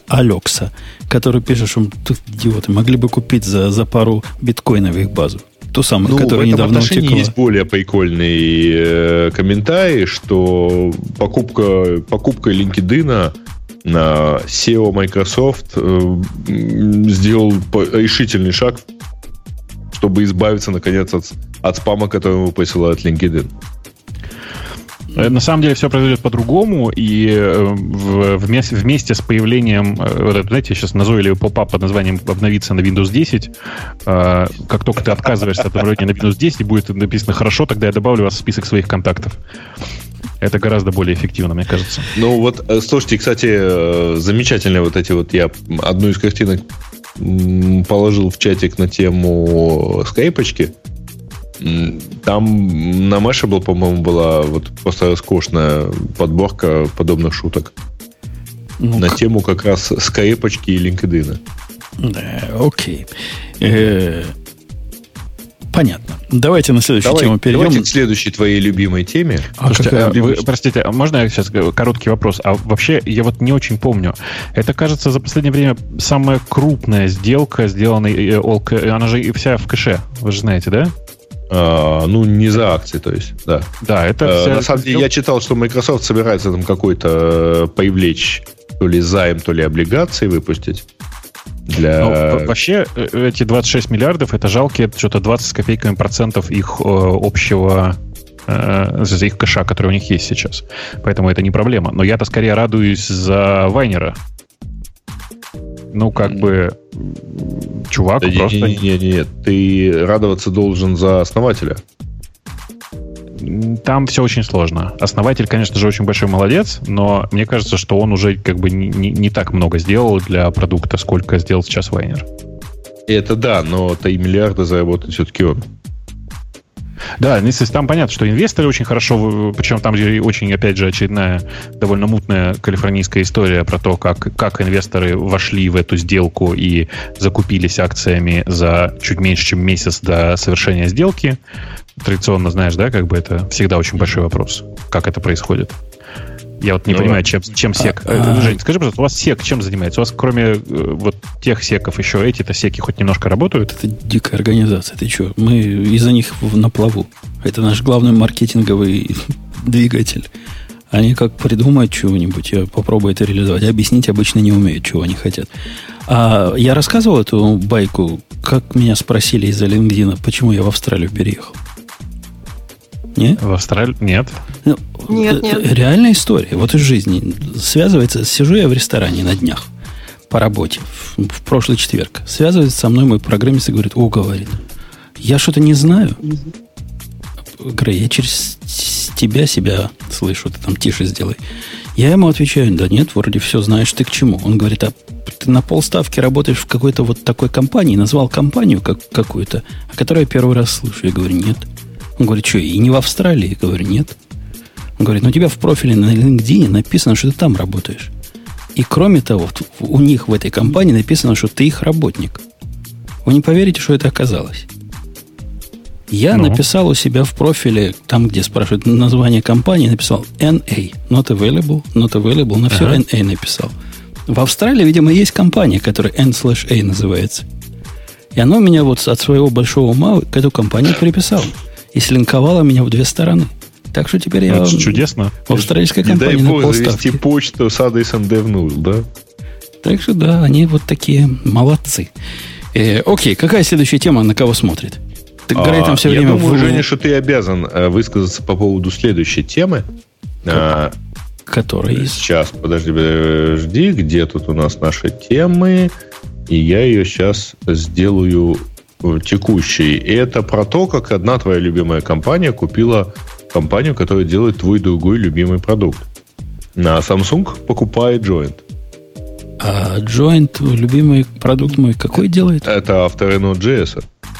Алекса, который пишет, что тут идиоты могли бы купить за, за пару биткоинов их базу. ту самую,
ну,
которая недавно утекла. В этом
есть более прикольный э, комментарий, что покупка, покупка LinkedIn на сео Microsoft э, сделал решительный шаг, чтобы избавиться, наконец, от, от спама, который ему присылает LinkedIn.
На самом деле все произойдет по-другому, и вместе, вместе с появлением, вот это, знаете, сейчас назойливый поп-ап под названием «Обновиться на Windows десять», как только ты отказываешься от обновления на Windows десять, будет написано «Хорошо, тогда я добавлю вас в список своих контактов». Это гораздо более эффективно, мне кажется.
Ну вот, слушайте, кстати, замечательные вот эти вот, я одну из картинок положил в чатик на тему скайпочки. Там на Mashable, по-моему, была вот просто роскошная подборка подобных шуток. Ну, на к... тему как раз скайпочки и LinkedIn.
Да, окей. Э-э- понятно. Давайте на следующую
Давай,
тему перейдем.
Давайте к следующей твоей любимой теме.
А Слушайте, а вы, простите, можно я сейчас короткий вопрос? А вообще, я вот не очень помню. Это, кажется, за последнее время самая крупная сделка, сделанная... Она же вся в кэше, вы же знаете, да?
А, ну, не за акции, то есть, да.
Да, это...
А, на самом деле, я читал, что Microsoft собирается там какой-то привлечь то ли займ, то ли облигации выпустить. Для...
Ну, вообще, эти двадцать шесть миллиардов, это жалкие что-то двадцать с копейками процентов их э, общего, э, их кэша, который у них есть сейчас. Поэтому это не проблема. Но я-то скорее радуюсь за Вайнера. Ну, как бы, чувак
да
просто...
Нет, нет, нет, ты радоваться должен за основателя.
Там все очень сложно. Основатель, конечно же, очень большой молодец, но мне кажется, что он уже как бы не, не, не так много сделал для продукта, сколько сделал сейчас Вайнер.
Это да, но три миллиарда заработает все-таки он.
Да, там понятно, что инвесторы очень хорошо, причем там очень, опять же, очередная довольно мутная калифорнийская история про то, как, как инвесторы вошли в эту сделку и закупились акциями за чуть меньше, чем месяц до совершения сделки. Традиционно, знаешь, да, как бы это всегда очень большой вопрос, как это происходит. Я вот не ну, понимаю, чем, чем сек. А, Жень, скажи, пожалуйста, у вас сек чем занимается? У вас кроме вот тех секов еще эти-то секи хоть немножко работают?
Это дикая организация. Ты что? Мы из-за них на плаву. Это наш главный маркетинговый двигатель. Они как придумают чего-нибудь, я попробую это реализовать. Объяснить обычно не умеют, чего они хотят. А я рассказывал эту байку, как меня спросили из-за LinkedIn, почему я в Австралию переехал. Нет?
В Австралию? Нет.
Ну, нет, нет.
Реальная история. Вот из жизни. Связывается, сижу я в ресторане на днях по работе, в, в прошлый четверг. Связывается со мной мой программист и говорит, о, говорит, я что-то не знаю. Говорю, я через тебя себя слышу, ты там тише сделай. Я ему отвечаю, да нет, вроде все знаешь, ты к чему. Он говорит, а ты на полставки работаешь в какой-то вот такой компании, назвал компанию как, какую-то, о которой я первый раз слышу. Я говорю, нет. Он говорит, что, и не в Австралии? Я говорю, нет. Он говорит, ну у тебя в профиле на LinkedIn написано, что ты там работаешь. И кроме того, у них в этой компании написано, что ты их работник. Вы не поверите, что это оказалось. Я ну. написал у себя в профиле, там, где спрашивают название компании, написал эн эй, not available, not available, на все ага. эн эй написал. В Австралии, видимо, есть компания, которая N слэш A называется. И она меня вот от своего большого ума к эту компанию приписала. И слинковала меня в две стороны. Так что теперь я...
Это чудесно.
В австралийской компании на полставки. Не дай бог
завести почту с адресом devnull, да?
Так что да, они вот такие молодцы. Э, окей, какая следующая тема, на кого смотрит? Ты, а, Грей, там все
я
время...
Я думаю,
в...
Женя, что ты обязан высказаться по поводу следующей темы.
Как? Которая есть?
Сейчас, подожди, подожди. Где тут у нас наши темы? И я ее сейчас сделаю... текущий. И это про то, как одна твоя любимая компания купила компанию, которая делает твой другой любимый продукт. На Samsung покупает Joint.
А Joint, любимый продукт мой, какой делает?
Это авторы Node.js.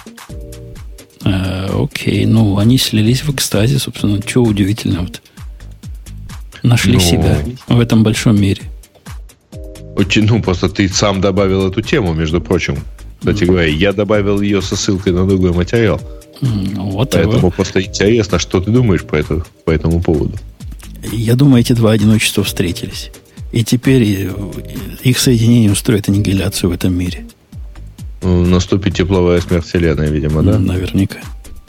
А, окей, ну, они слились в экстазе, собственно. Чего удивительного-то? Нашли ну, себя в этом большом мире.
Очень, ну, просто ты сам добавил эту тему, между прочим. Кстати mm. говоря, я добавил ее со ссылкой на другой материал.
Mm, вот
Поэтому
его.
просто интересно, что ты думаешь по, это, по этому поводу.
Я думаю, эти два одиночества встретились. И теперь их соединение устроит аннигиляцию в этом мире.
наступит тепловая смерть Вселенной, видимо, да?
Наверняка.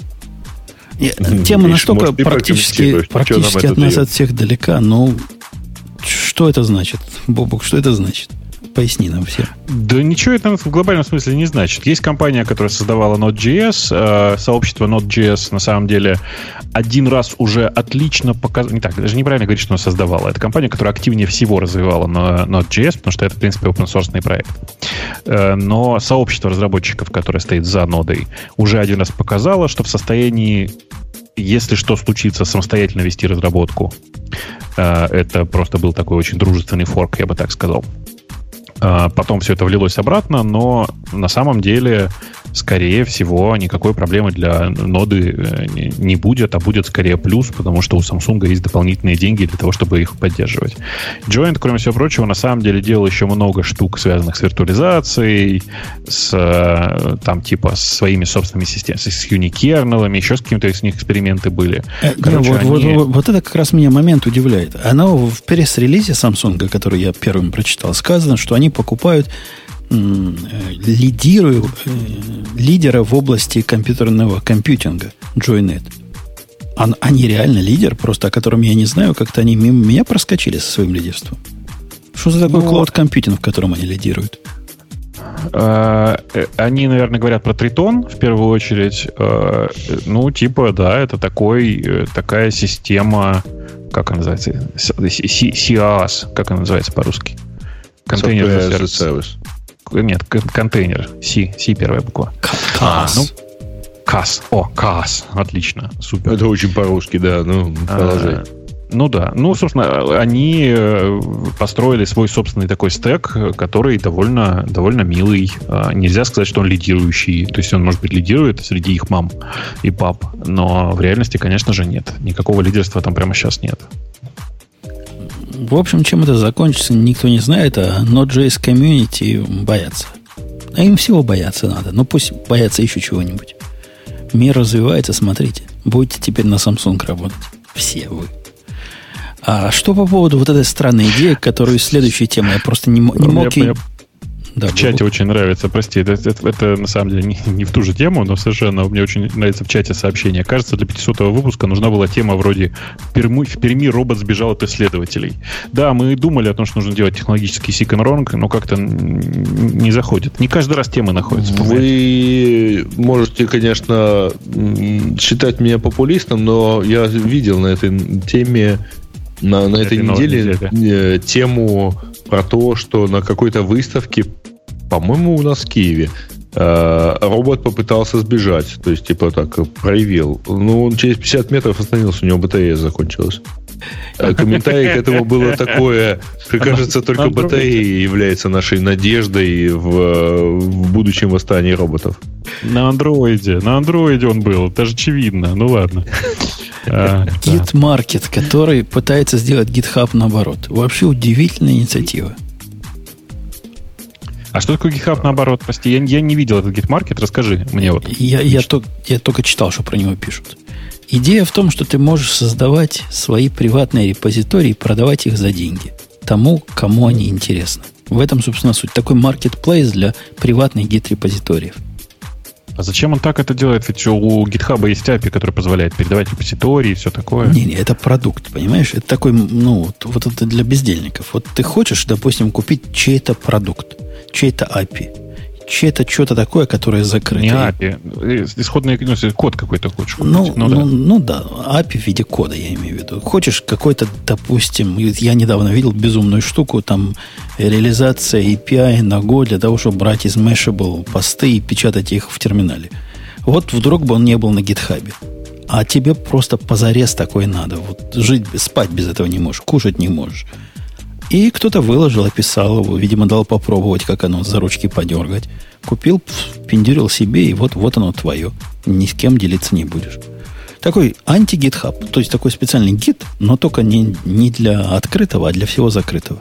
Тема Видишь, настолько практически, практически от нас дает? От всех далека, но что это значит? Бобук, что это значит? Поясни нам все.
Да ничего это в глобальном смысле не значит. Есть компания, которая создавала Node.js. Сообщество Node.js на самом деле один раз уже отлично показало... Не так, даже неправильно говорить, что она создавала. Это компания, которая активнее всего развивала Node.js, потому что это, в принципе, open-source проект. Но сообщество разработчиков, которое стоит за нодой, уже один раз показало, что в состоянии, если что случится, самостоятельно вести разработку. Это просто был такой очень дружественный форк, я бы так сказал. Потом все это влилось обратно, но на самом деле, скорее всего, никакой проблемы для ноды не будет, а будет скорее плюс, потому что у Samsung есть дополнительные деньги для того, чтобы их поддерживать. Joint, кроме всего прочего, на самом деле делал еще много штук, связанных с виртуализацией, с там типа с своими собственными системами, с юникернелами, еще с какими-то из них эксперименты были.
Короче, вот, они... вот, вот это как раз меня момент удивляет. Оно в пресс-релизе Samsung, который я первым прочитал, сказано, что они покупают лидирую, лидера в области компьютерного компьютинга, Joinet. Они реально лидер, просто о котором я не знаю, как-то они мимо меня проскочили со своим лидерством. Что за такой клауд-компьютинг, в котором они лидируют?
Они, наверное, говорят про Тритон в первую очередь. Ну, типа, да, это такой, такая система, как она называется? си эй эс, как она называется по-русски? Контейнер as a service. Нет, контейнер. C, C первая буква.
кас.
Ну, кас. О, кас. Отлично. Супер.
Это очень по-русски, да. Ну, продолжай.
Ну да. Ну, собственно, они построили свой собственный такой стэк, который довольно, довольно милый. Нельзя сказать, что он лидирующий. То есть он, может быть, лидирует среди их мам и пап. Но в реальности, конечно же, нет. Никакого лидерства там прямо сейчас нет.
В общем, чем это закончится, никто не знает, а Node.js комьюнити боятся. А им всего бояться надо. Ну, пусть боятся еще чего-нибудь. Мир развивается, смотрите. Будете теперь на Samsung работать. Все вы. А что по поводу вот этой странной идеи, которую следующей темой я просто не, не мог...
Я, я... Да, в чате очень нравится, прости, это, это, это на самом деле не, не в ту же тему, но совершенно мне очень нравится в чате сообщение. Кажется, для пятисотого выпуска нужна была тема вроде «В Перми, в Перми робот сбежал от исследователей». Да, мы думали о том, что нужно делать технологический seek and wrong, но как-то не заходит. Не каждый раз темы находятся.
Вы можете, конечно, считать меня популистом, но я видел на этой теме, на, на этой неделе неделе. тему про то, что на какой-то выставке, по-моему, у нас в Киеве, робот попытался сбежать. То есть, типа так, проявил. Ну, он через пятьдесят метров остановился, у него батарея закончилась. А комментарий к этому было такое, что, кажется, только батарея является нашей надеждой в, в будущем восстании роботов.
На андроиде. На андроиде он был. Это же очевидно. Ну, ладно.
Git-маркет, который пытается сделать GitHub наоборот. Вообще удивительная инициатива.
А что такое GitHub наоборот? Прости, я, я не видел этот Git-маркет. Расскажи мне вот.
Я, я, то, я только читал, что про него пишут. Идея в том, что ты можешь создавать свои приватные репозитории и продавать их за деньги тому, кому они интересны. В этом, собственно, суть. Такой marketplace для приватных Git-репозиториев.
А зачем он так это делает? Ведь у GitHub есть эй пи ай, который позволяет передавать репозитории и все такое.
Не-не, это продукт, понимаешь? Это такой, ну, вот, вот это для бездельников. Вот ты хочешь, допустим, купить чей-то продукт, чей-то эй пи ай, чей-то что-то такое, которое закрыто.
Не эй пи ай, исходный ну, код какой-то хочешь купить.
Ну, ну, ну, да. ну да, эй пи ай в виде кода, я имею в виду. Хочешь какой-то, допустим, я недавно видел безумную штуку, там реализация эй пи ай на Go для того, чтобы брать из Mashable посты и печатать их в терминале. Вот вдруг бы он не был на GitHub. А тебе просто позарез такой надо. Вот жить, спать без этого не можешь, кушать не можешь. И кто-то выложил, описал его, видимо, дал попробовать, как оно за ручки подергать. Купил, пиндюрил себе, и вот, вот оно твое. Ни с кем делиться не будешь. Такой анти-гитхаб, то есть такой специальный гит, но только не, не для открытого, а для всего закрытого.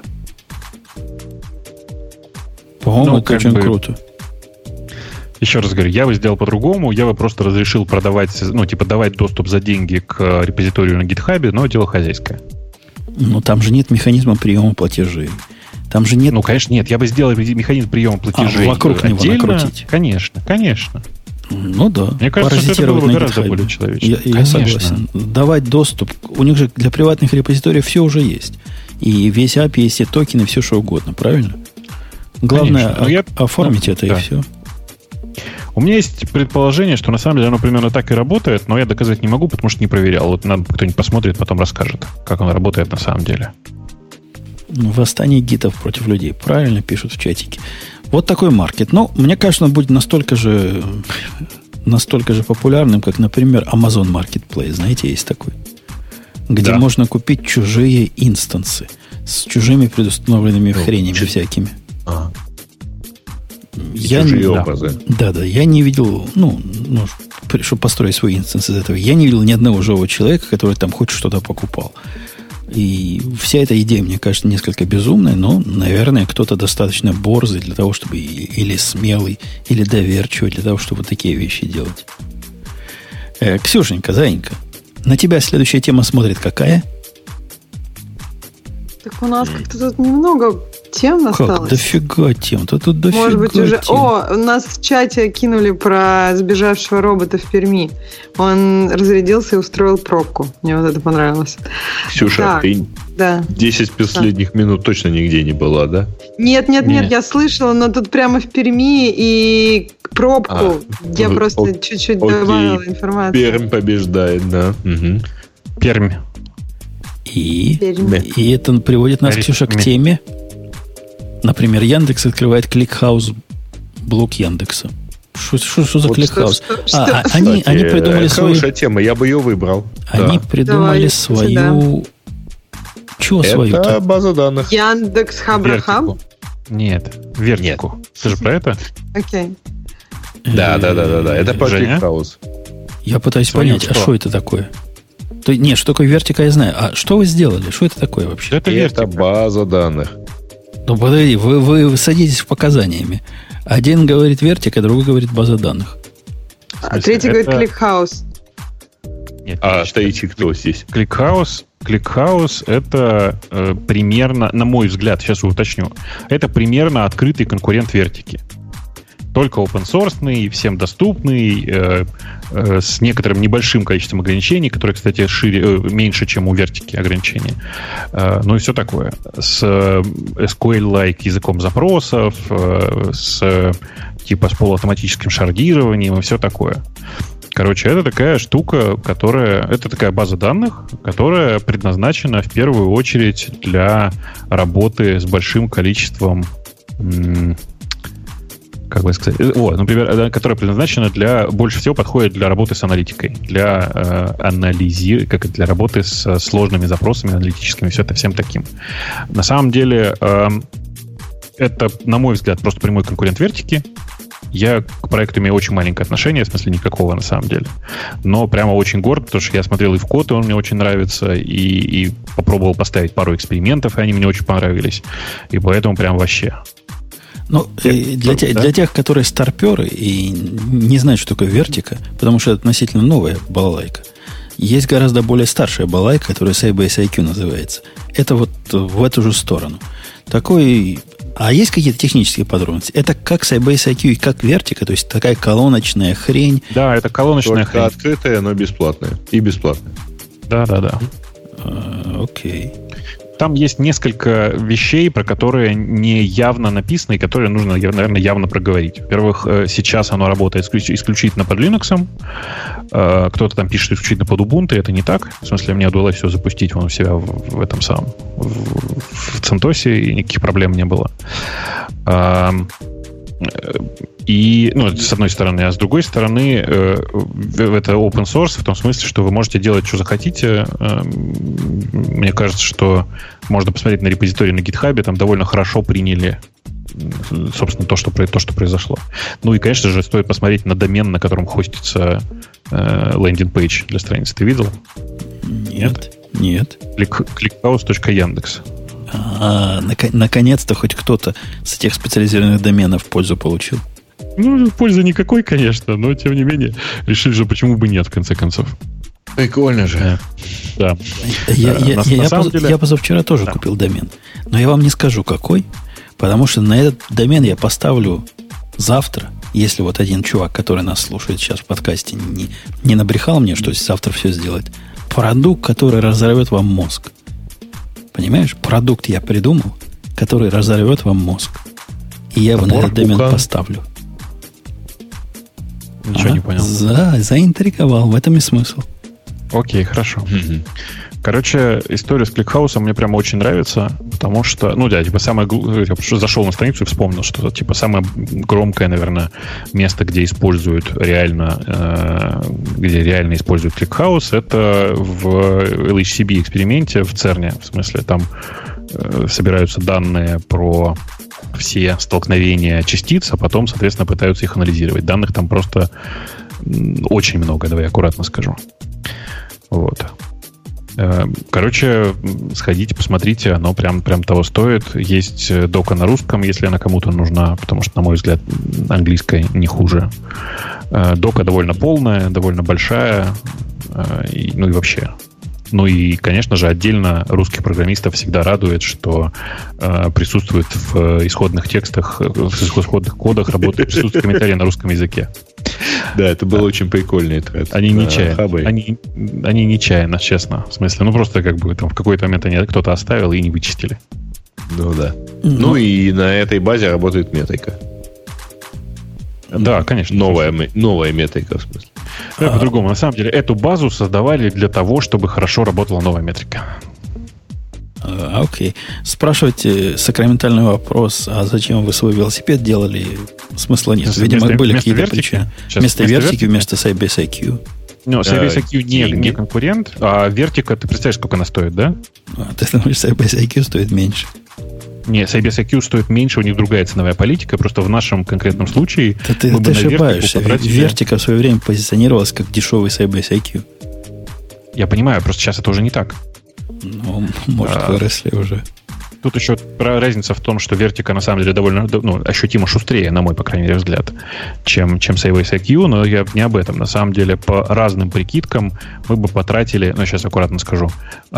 По-моему, ну, это очень бы... круто.
Еще раз говорю, я бы сделал по-другому. Я бы просто разрешил продавать, ну, типа, давать доступ за деньги к репозиторию на GitHub, но дело хозяйское.
Но там же нет механизма приема платежей. Там же нет...
Ну, конечно, нет. Я бы сделал механизм приема платежей
а, вокруг
отдельно.
него накрутить.
Конечно, конечно.
Ну да.
Мне кажется, что это было бы гораздо более человечно.
Я, я согласен. Давать доступ. У них же для приватных репозиториев все уже есть. И весь эй пи ай, есть и токены, все что угодно, правильно? Главное, о- я... оформить ну, это да. и все.
У меня есть предположение, что на самом деле оно примерно так и работает, но я доказать не могу, потому что не проверял. Вот надо кто-нибудь посмотрит, потом расскажет, как оно работает на самом деле.
Восстание гитов против людей. Правильно пишут в чатике. Вот такой маркет. Но мне кажется, он будет настолько же, настолько же популярным, как, например, Amazon Marketplace. Знаете, есть такой. Где да. можно купить чужие инстансы с чужими предустановленными ну, хренями чуть... всякими. А. Я
чужие
не,
образы.
Да, да. Я не видел, ну, ну, чтобы построить свой инстанс из этого, я не видел ни одного живого человека, который там хоть что-то покупал. И вся эта идея, мне кажется, несколько безумная, но, наверное, кто-то достаточно борзый для того, чтобы или смелый, или доверчивый для того, чтобы такие вещи делать. Э, Ксюшенька, Заинька, на тебя следующая тема смотрит какая?
Так у нас как-то тут немного тем осталось.
Как? Дофига тем. Да тут дофига
Может быть, уже...
тем.
О, у нас в чате кинули про сбежавшего робота в Перми. Он разрядился и устроил пробку. Мне вот это понравилось.
Ксюша, так, ты
да.
десять последних да. минут точно нигде не была, да?
Нет, нет, нет, нет, я слышала, но тут прямо в Перми и пробку. А, я в, просто о, чуть-чуть окей. добавила информацию.
Пермь побеждает, да. Угу.
Пермь.
И, и это приводит нас, Ксюша, к теме. Например, Яндекс открывает кликхаус, блок Яндекса. Что, что, что за вот кликхаус? Что, что, а, что? Они,
Кстати,
они придумали свою...
Хорошая тема, я бы ее выбрал.
Они да. придумали Давай, свою... Да. Чего
это
свою?
Это база данных.
Яндекс Хабрахаб?
Нет, Вертику. Нет. Ты же про это?
Окей.
Да, да, да, да, да. Это про кликхаус.
Я пытаюсь понять, а что это такое? То, нет, что такое Вертика, я знаю. А что вы сделали? Что это такое вообще?
Это, это база данных.
Ну, подожди, вы, вы садитесь в показаниями. Один говорит Вертика, другой говорит база данных.
А третий это... говорит кликхаус.
Нет, а третий кто здесь?
Кликхаус, кликхаус это э, примерно, на мой взгляд, сейчас уточню, это примерно открытый конкурент Вертики. Только open-source, всем доступный, э, э, с некоторым небольшим количеством ограничений, которые, кстати, шире, э, меньше, чем у Вертики ограничения. Э, ну и все такое. С эс кью эль-like языком запросов, э, с типа с полуавтоматическим шардированием и все такое. Короче, это такая штука, которая... Это такая база данных, которая предназначена в первую очередь для работы с большим количеством... М- как бы сказать, о, например, которая предназначена для, больше всего подходит для работы с аналитикой, для э, анализи, как для работы с сложными запросами аналитическими, все это всем таким. На самом деле, э, это, на мой взгляд, просто прямой конкурент Вертики. Я к проекту имею очень маленькое отношение, в смысле никакого на самом деле. Но прямо очень горд, потому что я смотрел и в код, и он мне очень нравится, и, и попробовал поставить пару экспериментов, и они мне очень понравились. И поэтому прям вообще...
Ну, для, те, да? для тех, которые старперы и не знают, что такое Вертика, потому что это относительно новая балалайка, есть гораздо более старшая балалайка, которая Sybase ай кью называется. Это вот в эту же сторону. Такой... А есть какие-то технические подробности? Это как Sybase ай кью и как Вертика, то есть такая колоночная хрень.
Да, это колоночная
Только
хрень.
Открытая, но бесплатная. И бесплатная.
Да-да-да.
А, окей.
Там есть несколько вещей, про которые не явно написано и которые нужно, наверное, явно проговорить. Во-первых, сейчас оно работает исключительно под Linux. Кто-то там пишет исключительно под Ubuntu, это не так. В смысле, мне удалось все запустить вон у себя в, в этом самом, в, в CentOS, и никаких проблем не было. И, ну, с одной стороны, а с другой стороны, э, это open source в том смысле, что вы можете делать, что захотите. Э, мне кажется, что можно посмотреть на репозиторий на GitHub, там довольно хорошо приняли, собственно, то, что, то, что произошло. Ну и, конечно же, стоит посмотреть на домен, на котором хостится э, лендинг-пейдж для страницы. Ты видел?
Нет. Нет.
clickhouse точка яндекс.
А, наконец-то хоть кто-то с этих специализированных доменов пользу получил.
Ну, пользы никакой, конечно, но, тем не менее, решили же, почему бы нет, в конце концов.
Прикольно же.
Да.
Я,
да.
я,
на,
я,
на
я,
самом
поз,
деле...
я позавчера тоже да. купил домен. Но я вам не скажу, какой, потому что на этот домен я поставлю завтра, если вот один чувак, который нас слушает сейчас в подкасте, не, не набрехал мне, что завтра все сделать. Продукт, который разорвет вам мозг. Понимаешь? Продукт я придумал, который разорвет вам мозг. И я его на этот домен поставлю.
Ничего а? не понял.
За, заинтриговал. В этом и смысл.
Окей, хорошо. Mm-hmm. Короче, история с кликхаусом мне прямо очень нравится, потому что, ну да, типа самое, я зашел на страницу и вспомнил, что типа самое громкое, наверное, место, где используют реально, э, где реально используют кликхаус, это в эл эйч си би эксперименте в церне, в смысле там э, собираются данные про все столкновения частиц, а потом, соответственно, пытаются их анализировать. Данных там просто очень много, давай я аккуратно скажу. Вот. Короче, сходите, посмотрите, оно прям, прям того стоит. Есть дока на русском, если она кому-то нужна, потому что, на мой взгляд, английская не хуже. Дока довольно полная, довольно большая, и, ну и вообще. Ну и, конечно же, отдельно русских программистов всегда радует, что э, присутствует в исходных текстах, в исходных кодах работает, присутствует комментарий на русском языке.
Да, это был очень прикольный тред.
Они нечаянно. Они, они нечаянно, честно. В смысле, ну просто как бы там в какой-то момент они кто-то оставил и не вычистили.
Ну да. Mm-hmm. Ну и на этой базе работает метрика.
Да, конечно.
Новая, новая метрика, в смысле.
А, по-другому. На самом деле, эту базу создавали для того, чтобы хорошо работала новая метрика.
А, окей. Спрашивайте сакраментальный вопрос, а зачем вы свой велосипед делали? Смысла нет. Вместо, Видимо, вместо, были какие-то вертики? Причины. Сейчас, вместо, вместо вертики, вместо Sybase ай кью.
Ну, Sybase ай кью не, не конкурент, а вертика, ты представляешь, сколько она стоит, да?
А, ты думаешь, Sybase ай кью стоит меньше?
Не, Sybase ай кью стоит меньше, у них другая ценовая политика, просто в нашем конкретном случае...
Да ты, ты ошибаешься, потратили... Вертика в свое время позиционировалась как дешевый Sybase ай кью.
Я понимаю, просто сейчас это уже не так.
Ну, может, а, выросли уже.
Тут еще разница в том, что Вертика на самом деле довольно ну, ощутимо шустрее, на мой, по крайней мере, взгляд, чем, чем Sybase ай кью, но я не об этом. На самом деле, по разным прикидкам мы бы потратили, ну, сейчас аккуратно скажу,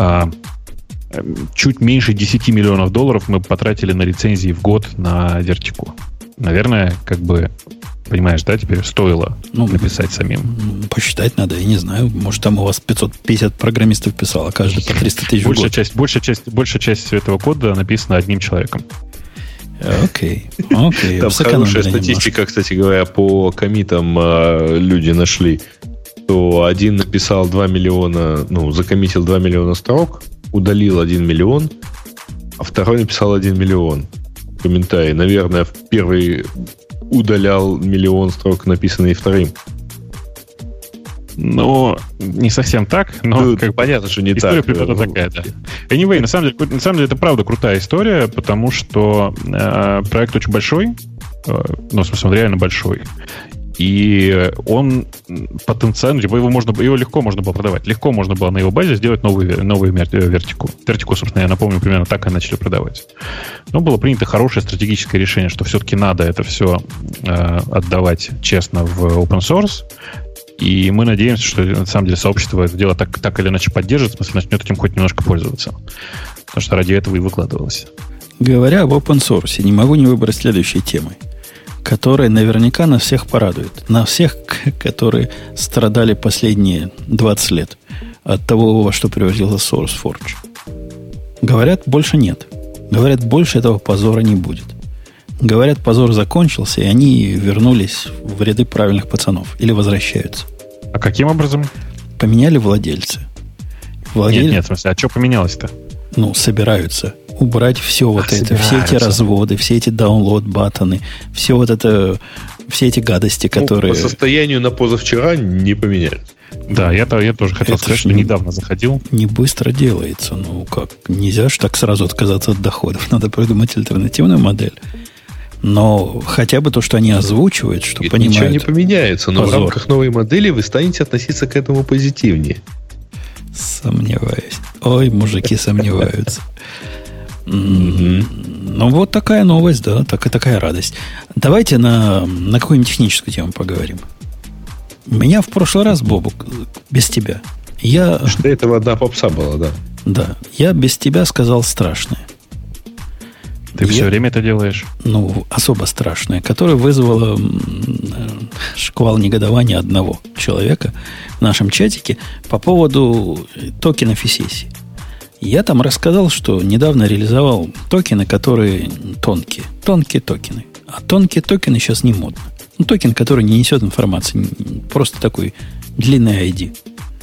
чуть меньше десять миллионов долларов мы потратили на лицензии в год на Вертику. Наверное, как бы, понимаешь, да, теперь стоило ну, написать самим.
Посчитать надо, я не знаю. Может, там у вас пятьсот пятьдесят программистов писало, каждый по триста тысяч в год.
Большая часть, большая часть, большая часть этого кода написана одним человеком.
Окей. Окей.
Там хорошая статистика, кстати говоря, по коммитам люди нашли, что один написал два миллиона, ну, закоммитил два миллиона строк, удалил один миллион, а второй написал один миллион. Комментарий. Наверное, в первый удалял миллион строк, написанные вторым.
Ну, не совсем так, но
ну,
как
понятно, что не
история
так.
История примерно такая, да. Anyway, на самом деле, на самом деле, это правда крутая история, потому что э, проект очень большой, э, ну, в смысле, он реально большой. И он потенциально, типа его, можно, его легко можно было продавать. Легко можно было на его базе сделать новую, новую вертику. Вертику, собственно, я напомню, примерно так и начали продавать. Но было принято хорошее стратегическое решение, что все-таки надо это все э, отдавать честно в open source. И мы надеемся, что на самом деле сообщество это дело так, так или иначе поддержит, в смысле, начнет этим хоть немножко пользоваться. Потому что ради этого и выкладывалось.
Говоря об open source, не могу не выбрать следующей темой, которая наверняка на всех порадует. На всех, которые страдали последние двадцать лет от того, во что превратился SourceForge. Говорят, больше нет. Говорят, больше этого позора не будет. Говорят, позор закончился, и они вернулись в ряды правильных пацанов. Или возвращаются.
А каким образом?
Поменяли владельцы.
Владель... Нет, нет, в смысле, а что поменялось-то?
Ну, собираются убрать все вот а, это, все эти разводы, все эти download-баттоны, все вот это, все эти гадости, которые...
Ну, по состоянию на позавчера не поменялись.
Да, я, я тоже хотел это сказать, что не, недавно заходил.
Не быстро делается. Ну, как? Нельзя же так сразу отказаться от доходов. Надо придумать альтернативную модель. Но хотя бы то, что они озвучивают, что это понимают...
Ничего не поменяется, но позор. В рамках новой модели вы станете относиться к этому позитивнее.
Сомневаюсь. Ой, мужики сомневаются. Ну, вот такая новость, да, так, такая радость. Давайте на, на какую-нибудь техническую тему поговорим. Меня в прошлый раз, Бобук, без тебя, Я...
Что этого одна попса была, да.
Да. Я без тебя сказал страшное.
Ты я, все время это делаешь?
Ну, особо страшное, которое вызвало шквал негодования одного человека в нашем чатике по поводу токенов и сессий. Я там рассказал, что недавно реализовал токены, которые тонкие. Тонкие токены. А тонкие токены сейчас не модно. Ну, токен, который не несет информации. Просто такой длинный ай ди.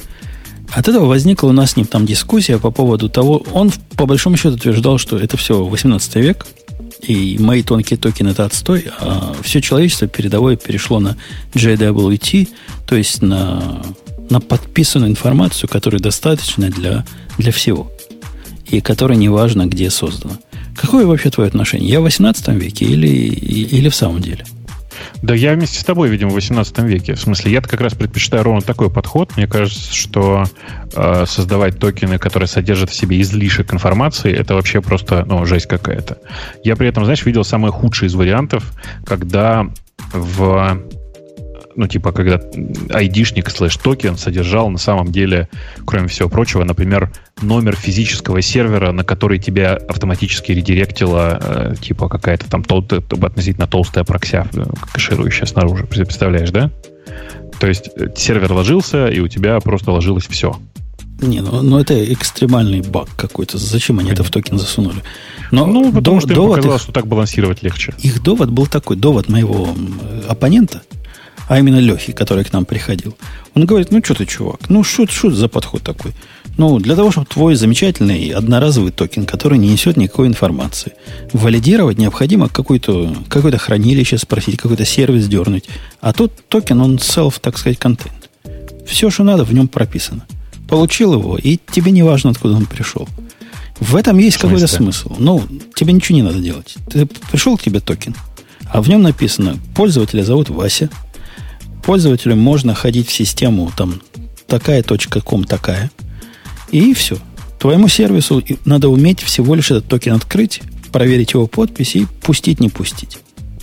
От этого возникла у нас с ним там дискуссия по поводу того... Он, по большому счету, утверждал, что это все восемнадцатый век, и мои тонкие токены – это отстой, а все человечество передовое перешло на джей дабл ю ти, то есть на, на подписанную информацию, которая достаточна для, для всего, и которая не важно, где создана. Какое вообще твое отношение? Я в восемнадцатом веке или, или в самом деле?
Да я вместе с тобой, видимо, в восемнадцатом веке. В смысле, я как раз предпочитаю ровно такой подход. Мне кажется, что э, создавать токены, которые содержат в себе излишек информации, это вообще просто, ну, жесть какая-то. Я при этом, знаешь, видел самый худший из вариантов, когда в... Ну, типа, когда айдишник слэш-токен содержал на самом деле, кроме всего прочего, например, номер физического сервера, на который тебя автоматически редиректила, э, типа, какая-то там тол- относительно толстая прокся, кэширующая снаружи. Представляешь, да? То есть сервер ложился, и у тебя просто ложилось все.
Не, ну, ну это экстремальный баг какой-то. Зачем они Понятно. это в токен засунули? Но
ну, потому что им показалось,
их,
что так балансировать легче.
Их довод был такой, довод моего оппонента, а именно Лехи, который к нам приходил. Он говорит, ну что ты, чувак, ну что за подход такой? Ну, для того, чтобы твой замечательный одноразовый токен, который не несет никакой информации, валидировать, необходимо какое-то, какое-то хранилище спросить, какой-то сервис дернуть. А тут токен, он self, так сказать, контент. Все, что надо, в нем прописано. Получил его, и тебе не важно, откуда он пришел. В этом есть какой-то смысл. Ну, тебе ничего не надо делать. Ты пришел к тебе токен, а в нем написано, пользователя зовут Вася, пользователю можно ходить в систему там такая точка ком такая, и все. Твоему сервису надо уметь всего лишь этот токен открыть, проверить его подпись и пустить, не пустить.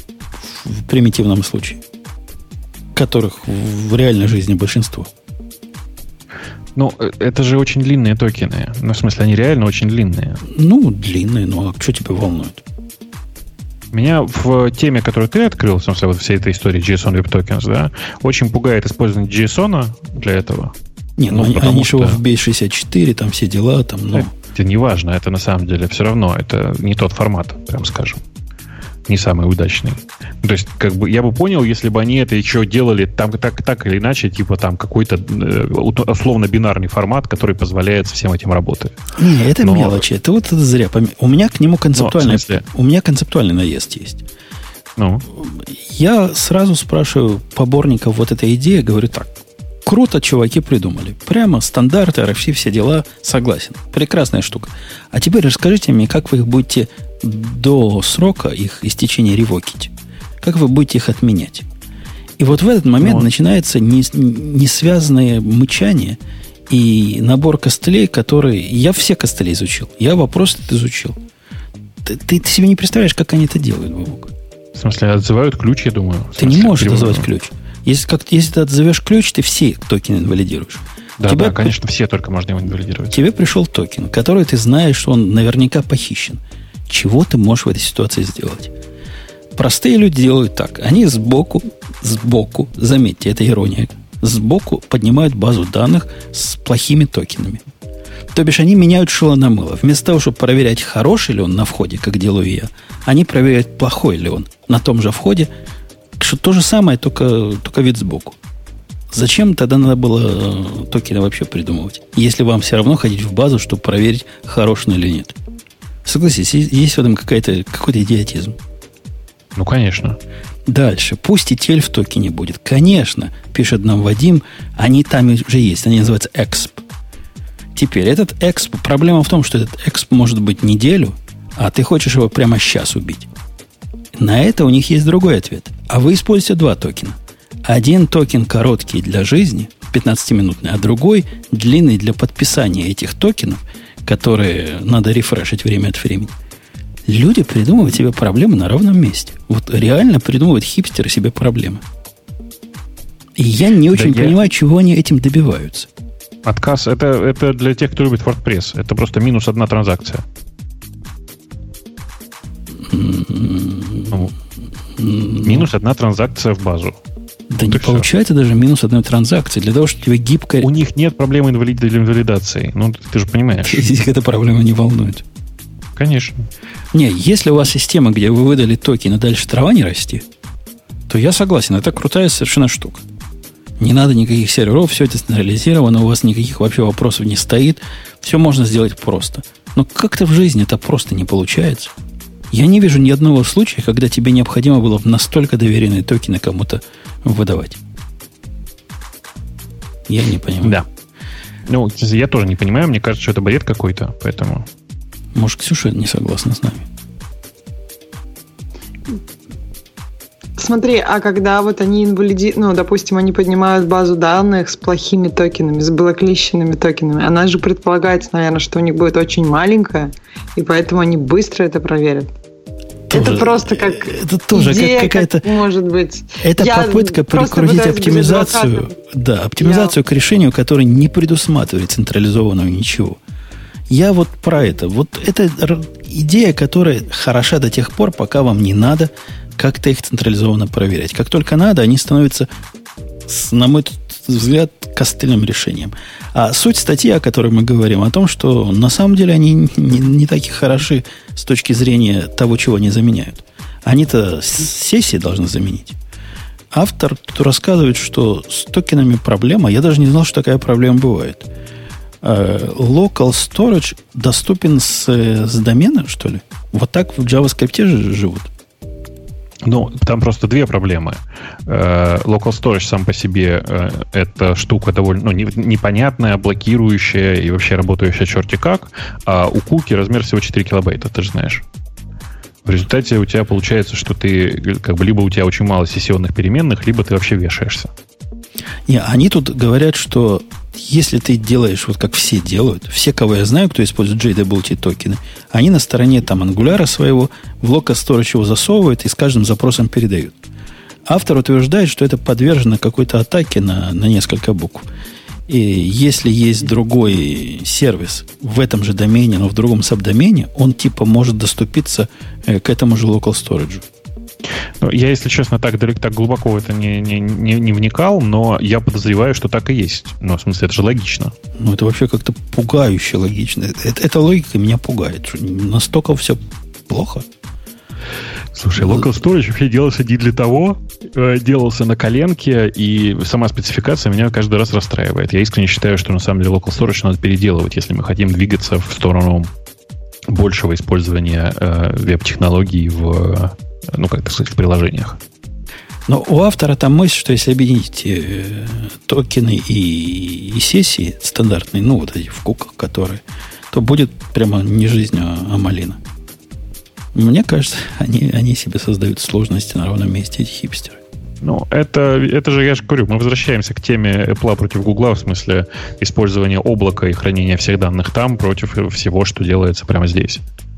В примитивном случае. Которых в реальной жизни большинство.
Ну, это же очень длинные токены. Ну, в смысле, они реально очень длинные.
Ну, длинные, ну а что тебя волнует?
Меня в теме, которую ты открыл, в смысле, вот всей этой истории JSON Web Tokens, да, очень пугает использование JSON для этого.
Не, ну, ну они же что... в бей шестьдесят четыре, там все дела, там, ну...
Это не важно, это на самом деле все равно, это не тот формат, прям скажем. Не самый удачный. То есть, как бы, я бы понял, если бы они это еще делали там, так, так или иначе, типа там какой-то э, условно-бинарный формат, который позволяет со всем этим работать.
Не, это Но... мелочи. Это вот это зря. У меня к нему концептуальный, у меня концептуальный наезд есть.
Ну?
Я сразу спрашиваю поборников вот этой идеи, говорю так. Круто чуваки придумали. Прямо стандарты, эр эф си, все дела. Согласен. Прекрасная штука. А теперь расскажите мне, как вы их будете до срока их истечения ревокить. Как вы будете их отменять? И вот в этот момент вот. начинается несвязанное мычание и набор костылей, которые... Я все костыли изучил. Я вопрос этот изучил. Ты, ты, ты себе не представляешь, как они это делают, Бабук.
В смысле, отзывают ключ, я думаю.
Ты не можешь отзывать ключ. Если, как, если ты отзовешь ключ, ты все токены инвалидируешь.
Да, Тебя, да, конечно, все только можно его инвалидировать.
Тебе пришел токен, который ты знаешь, что он наверняка похищен. Чего ты можешь в этой ситуации сделать? Простые люди делают так. Они сбоку, сбоку, заметьте, это ирония, сбоку поднимают базу данных с плохими токенами. То бишь, они меняют шило на мыло. Вместо того, чтобы проверять, хороший ли он на входе, как делаю я, они проверяют, плохой ли он на том же входе. Что то же самое, только, только вид сбоку. Зачем тогда надо было токены вообще придумывать? Если вам все равно ходить в базу, чтобы проверить, хорош он или нет. Согласись, есть в этом какая-то, какой-то идиотизм.
Ну, конечно.
Дальше. Пусть и тель в токене будет. Конечно, пишет нам Вадим, они там уже есть. Они называются эксп. Теперь, этот эксп, проблема в том, что этот эксп может быть неделю, а ты хочешь его прямо сейчас убить. На это у них есть другой ответ. А вы используете два токена. Один токен короткий для жизни, пятнадцатиминутный, а другой длинный для подписания этих токенов, которые надо рефрешить время от времени. Люди придумывают себе проблемы на ровном месте. Вот реально придумывают хипстеры себе проблемы. И я не очень да понимаю, я... чего они этим добиваются.
Отказ это, это для тех, кто любит WordPress. Это просто минус одна транзакция. Ну, минус одна транзакция в базу.
Да
вот
не получается даже минус одной транзакции. Для того, чтобы тебе гибко...
У них нет проблемы инвалид... инвалидации. Ну, ты же понимаешь.
Их эта проблема не волнует.
Конечно.
Не, если у вас система, где вы выдали токен, а дальше трава не расти, то я согласен, это крутая совершенно штука. Не надо никаких серверов, все это централизировано, у вас никаких вообще вопросов не стоит. Все можно сделать просто. Но как-то в жизни это просто не получается. Я не вижу ни одного случая, когда тебе необходимо было настолько доверенные токены кому-то выдавать. Я не понимаю.
Да. Ну, я тоже не понимаю, мне кажется, что это бред какой-то, поэтому...
Может, Ксюша не согласна с нами?
Смотри, а когда вот они инвалиди... ну, допустим, они поднимают базу данных с плохими токенами, с блоклищенными токенами, она же предполагается, наверное, что у них будет очень маленькая, и поэтому они быстро это проверят. Тоже, это просто как
это тоже идея, как какая-то...
Как может быть.
Это Я попытка прикрутить оптимизацию, да, оптимизацию Я... к решению, которое не предусматривает централизованного ничего. Я вот про это. Вот это идея, которая хороша до тех пор, пока вам не надо как-то их централизованно проверять. Как только надо, они становятся, на мой взгляд, костыльным решением. А суть статьи, о которой мы говорим, о том, что на самом деле они не, не такие хороши с точки зрения того, чего они заменяют. Они-то сессии должны заменить. Автор тут рассказывает, что с токенами проблема. Я даже не знал, что такая проблема бывает. Local storage доступен с, с домена, что ли? Вот так в JavaScript же живут.
Ну, там просто две проблемы. Local storage сам по себе это штука довольно ну, непонятная, блокирующая и вообще работающая черти как. А у куки размер всего четыре килобайта, ты же знаешь. В результате у тебя получается, что ты как бы либо у тебя очень мало сессионных переменных, либо ты вообще вешаешься.
Не, они тут говорят, что если ты делаешь вот как все делают, все, кого я знаю, кто использует джей дабл ю ти токены, они на стороне там ангуляра своего в local storage его засовывают и с каждым запросом передают. Автор утверждает, что это подвержено какой-то атаке на, на несколько букв. И если есть другой сервис в этом же домене, но в другом сабдомене, он типа может доступиться к этому же local storage.
Ну, я, если честно, так, так глубоко в это не, не, не, не вникал, но я подозреваю, что так и есть. Ну, в смысле, это же логично.
Ну, это вообще как-то пугающе логично. Это, эта логика меня пугает. Настолько все плохо.
Слушай, local storage вообще делался не для того, делался на коленке, и сама спецификация меня каждый раз расстраивает. Я искренне считаю, что на самом деле local storage надо переделывать, если мы хотим двигаться в сторону большего использования э, веб-технологий в, ну, как так сказать, в приложениях.
Но у автора там мысль, что если объединить э, токены и, и сессии стандартные, ну, вот эти в куках, которые, то будет прямо не жизнь, а, а малина. Мне кажется, они, они себе создают сложности на ровном месте, эти хипстеры.
Ну, это, это же, я же говорю, мы возвращаемся к теме Apple против Google, в смысле использования облака и хранения всех данных там против всего, что делается прямо здесь.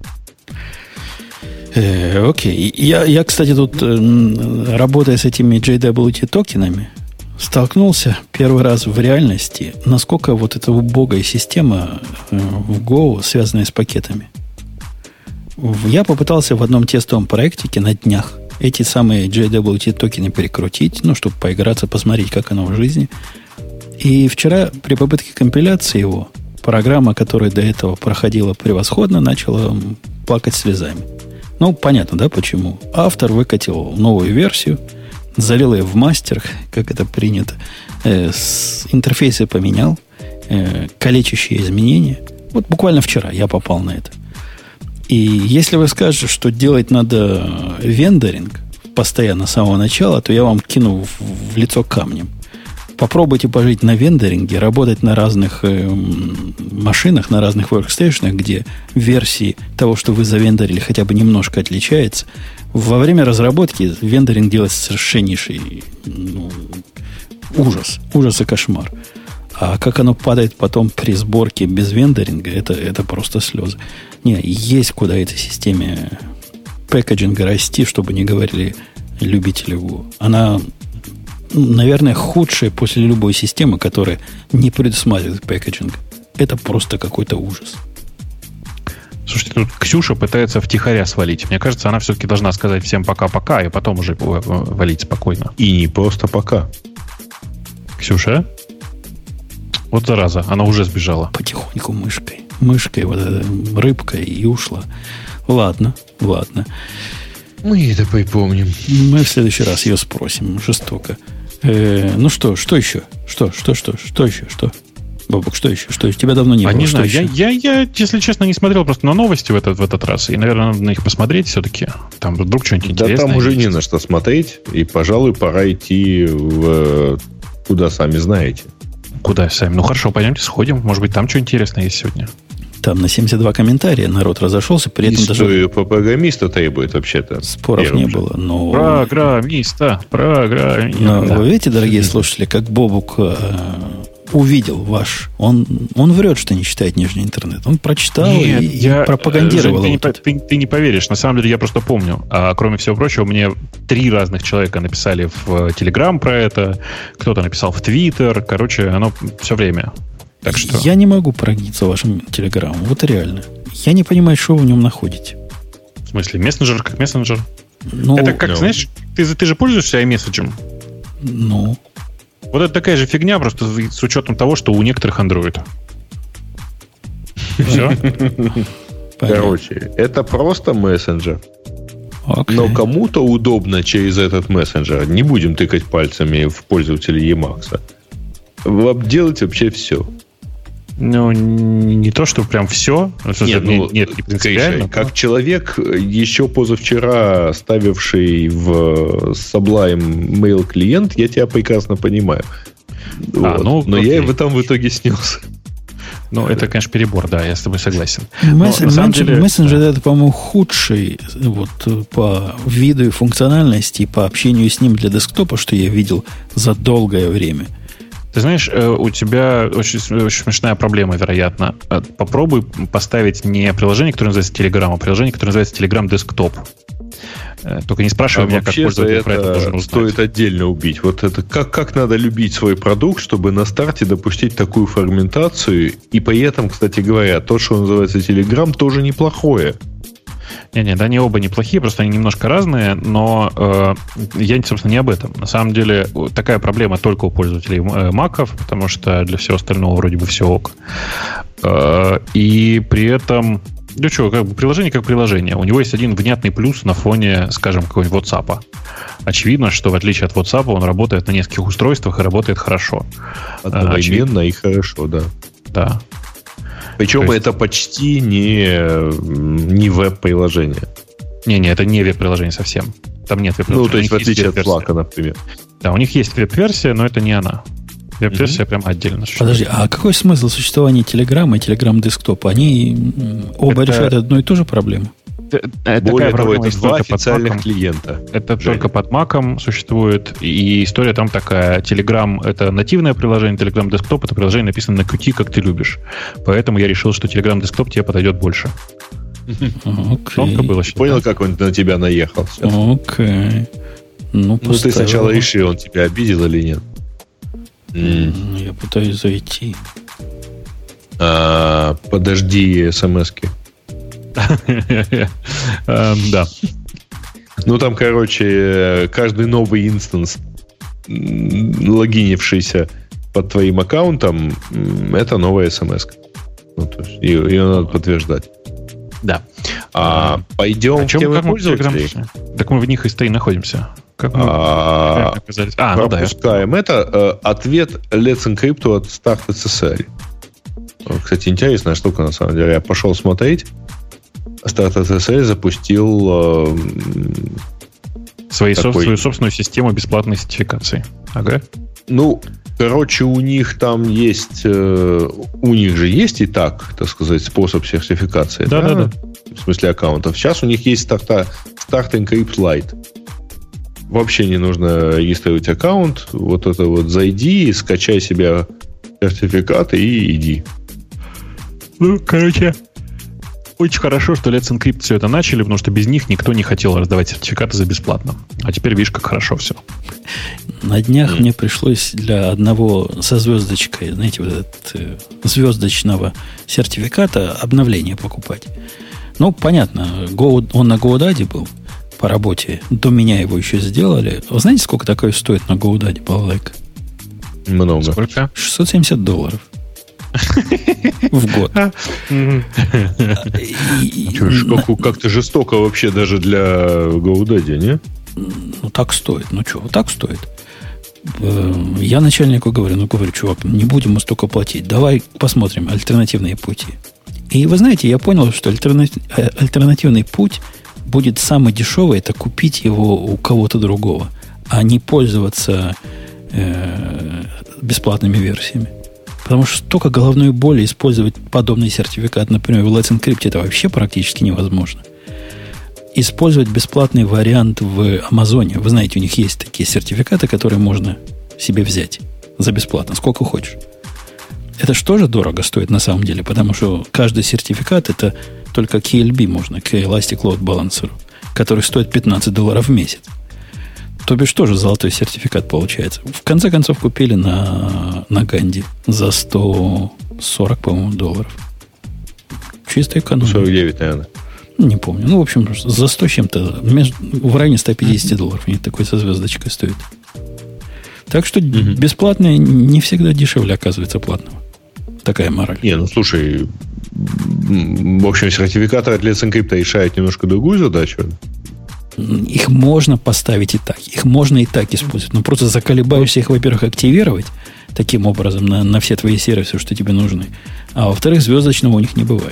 Э, окей. Я, я, кстати, тут, э, работая с этими джей дабл ю ти токенами, столкнулся первый раз в реальности, насколько вот эта убогая система э, в Go, связанная с пакетами. Я попытался в одном тестовом проектике на днях эти самые джей дабл ю ти токены перекрутить, ну, чтобы поиграться, посмотреть, как оно в жизни. И вчера при попытке компиляции его, программа, которая до этого проходила превосходно, начала плакать слезами. Ну, понятно, да, почему. Автор выкатил новую версию, залил ее в мастер, как это принято, э, с интерфейсы поменял, э, калечащие изменения. Вот буквально вчера я попал на это. И если вы скажете, что делать надо вендоринг постоянно с самого начала, то я вам кину в, в лицо камнем. Попробуйте пожить на вендоринге, работать на разных э, машинах, на разных workstation'ах, где версии того, что вы завендорили, хотя бы немножко отличается. Во время разработки вендоринг делать совершеннейший ну, ужас, ужас и кошмар. А как оно падает потом при сборке без вендоринга, это, это просто слезы. Не, есть куда этой системе пэкэджинга расти, чтобы не говорили любители Go. Она наверное, худшее после любой системы, которая не предусматривает пэкэджинг. Это просто какой-то ужас.
Слушайте, тут Ксюша пытается втихаря свалить. Мне кажется, она все-таки должна сказать всем пока-пока, и потом уже валить спокойно.
И не просто пока.
Ксюша? Вот зараза, она уже сбежала.
Потихоньку мышкой. Мышкой, вот этой рыбкой и ушла. Ладно, ладно.
Мы это припомним.
Мы в следующий раз ее спросим жестоко. Э, ну что, что еще? Что, что, что, что еще? Что? Бабок, что еще? Что еще? Тебя давно не
а
было.
Не
что
знаю,
еще?
Я, я, я, если честно, не смотрел просто на новости в этот, в этот раз. И, наверное, надо на них посмотреть все-таки. Там вдруг что-нибудь
да
интересное.
Да там уже
есть.
не на что смотреть. И, пожалуй, пора идти в... куда сами знаете.
Куда сами? Ну хорошо, пойдемте сходим. Может быть, там что интересное есть сегодня.
Там на семьдесят два комментария народ разошелся, при этом
историю
даже...
по программиста требует вообще-то.
Споров не
же.
было, но...
Программиста, программиста.
Но вы видите, дорогие слушатели, как Бобук э, увидел ваш... Он, он врет, что не читает нижний интернет. Он прочитал
Нет,
и,
я,
и пропагандировал.
Жень,
вот
ты,
это.
ты, ты не поверишь. На самом деле я просто помню. А кроме всего прочего, мне три разных человека написали в Телеграм про это. Кто-то написал в Твиттер. Короче, оно все время. Так что...
Я не могу прогниться вашим телеграммом. Вот реально. Я не понимаю, что вы в нем находите.
В смысле, мессенджер как мессенджер?
Ну,
это как,
ну.
знаешь, ты, ты же пользуешься iMessage.
Ну.
Вот это такая же фигня, просто с учетом того, что у некоторых Android. Все.
Короче, это просто мессенджер.
Окей.
Но кому-то удобно через этот мессенджер. Не будем тыкать пальцами в пользователя Emacs. Делать вообще все.
Ну, не то, что прям все.
Нет, ну,
нет, не принципиально.
Как человек, еще позавчера ставивший в Sublime Mail клиент, я тебя прекрасно понимаю.
А,
вот.
ну,
Но
окей.
я его там в итоге снес.
Ну, это, конечно, перебор, да, я с тобой согласен.
Месс-
Но, на самом
менеджер,
деле,
мессенджер это, по-моему, худший вот, по виду и функциональности, и по общению с ним для десктопа, что я видел за долгое время.
Ты знаешь, у тебя очень, очень смешная проблема, вероятно. Попробуй поставить не приложение, которое называется Telegram, а приложение, которое называется Telegram Desktop. Только не спрашивай
а
меня, как пользователь про это должен узнать.
Стоит отдельно убить. Вот это как, как надо любить свой продукт, чтобы на старте допустить такую фрагментацию. И при этом, кстати говоря, то, что называется Telegram, тоже неплохое.
Не-не, да, они оба неплохие, просто они немножко разные, но э, я, собственно, не об этом. На самом деле, такая проблема только у пользователей э, Mac'ов, потому что для всего остального вроде бы все ок. Э, и при этом, ну что, как бы приложение как приложение. У него есть один внятный плюс на фоне, скажем, какого-нибудь WhatsApp. Очевидно, что в отличие от WhatsApp он работает на нескольких устройствах и работает хорошо.
Одновременно и хорошо, да.
Да.
Причем
есть...
это почти не, не веб-приложение.
Не-не, это не веб-приложение совсем. Там нет веб-приложения.
Ну, то есть, в отличие от Slack, например.
Да, у них есть веб-версия, но это не она. Веб-версия mm-hmm. прямо отдельно существует.
Подожди, а какой смысл существования Telegram и Telegram Desktop? Они оба это... решают одну и ту же проблему?
Это
Более того, это
есть
два
только
официальных
под
клиента.
Это
Женя.
только под Mac'ом существует. И история там такая. Telegram — это нативное приложение, Telegram Desktop — это приложение, написанное на Qt, как ты любишь. Поэтому я решил, что Telegram Desktop тебе подойдет больше.
Окей.
Было,
Понял, как он на тебя наехал?
Окей. Ну,
ну ты сначала реши, он тебя обидел или нет.
Mm. Я пытаюсь зайти.
А, подожди смс-ки.
Да.
Ну, там, короче, каждый новый инстанс, логинившийся под твоим аккаунтом, это новая смс. Ну, то есть, ее, ее надо подтверждать.
Да.
А пойдем в темы пользователей.
Так мы в них и стоим находимся. Как мы
а,
оказались? А, ну да.
Пропускаем. Это э, ответ Let's Encrypt от StartSSL. Кстати, интересная штука, на самом деле. Я пошел смотреть. StartSSL запустил э,
Свои такой... свою собственную систему бесплатной сертификации. Ага.
Ну, короче, у них там есть... Э, у них же есть и так, так сказать, способ сертификации.
Да, да, да.
В смысле аккаунтов. Сейчас у них есть Start, Start Encrypt Lite. Вообще не нужно регистрировать аккаунт. Вот это вот зайди, скачай себе сертификат и иди.
Ну, короче... Очень хорошо, что Let's Encrypt все это начали, потому что без них никто не хотел раздавать сертификаты за бесплатно. А теперь видишь, как хорошо все.
На днях mm. мне пришлось для одного со звездочкой, знаете, вот этот э, звездочного сертификата обновление покупать. Ну, понятно, Go, он на GoDaddy был по работе. До меня его еще сделали. Вы знаете, сколько такое стоит на GoDaddy, Балалайка?
Много.
Сколько?
шестьсот семьдесят долларов. В год.
Как-то жестоко вообще даже для GoDaddy, не?
Ну, так стоит. Ну, что, так стоит. Я начальнику говорю, ну, говорю, чувак, не будем мы столько платить. Давай посмотрим альтернативные пути. И вы знаете, я понял, что альтернатив, альтернативный путь будет самый дешевый, это купить его у кого-то другого, а не пользоваться э, бесплатными версиями. Потому что столько головной боли использовать подобный сертификат, например, в Let's Encrypt, это вообще практически невозможно. Использовать бесплатный вариант в Амазоне. Вы знаете, у них есть такие сертификаты, которые можно себе взять за бесплатно, сколько хочешь. Это же тоже дорого стоит на самом деле, потому что каждый сертификат это только кей эл би можно, к Elastic Load Balancer, который стоит пятнадцать долларов в месяц. То бишь тоже золотой сертификат получается. В конце концов купили на, на Ганди за сто сорок, по-моему, долларов. Чисто экономия.
сорок девять, наверное.
Не помню. Ну, в общем, за сто с чем-то, в районе сто пятьдесят долларов. У них такой со звездочкой стоит. Так что mm-hmm. бесплатное не всегда дешевле оказывается платного. Такая мораль.
Не, ну слушай, в общем, сертификаты для Let's Encrypt решают немножко другую задачу.
Их можно поставить и так. Их можно и так использовать. Но просто заколебаешься их, во-первых, активировать таким образом на, на все твои сервисы, что тебе нужны. А во-вторых, звездочного у них не бывает.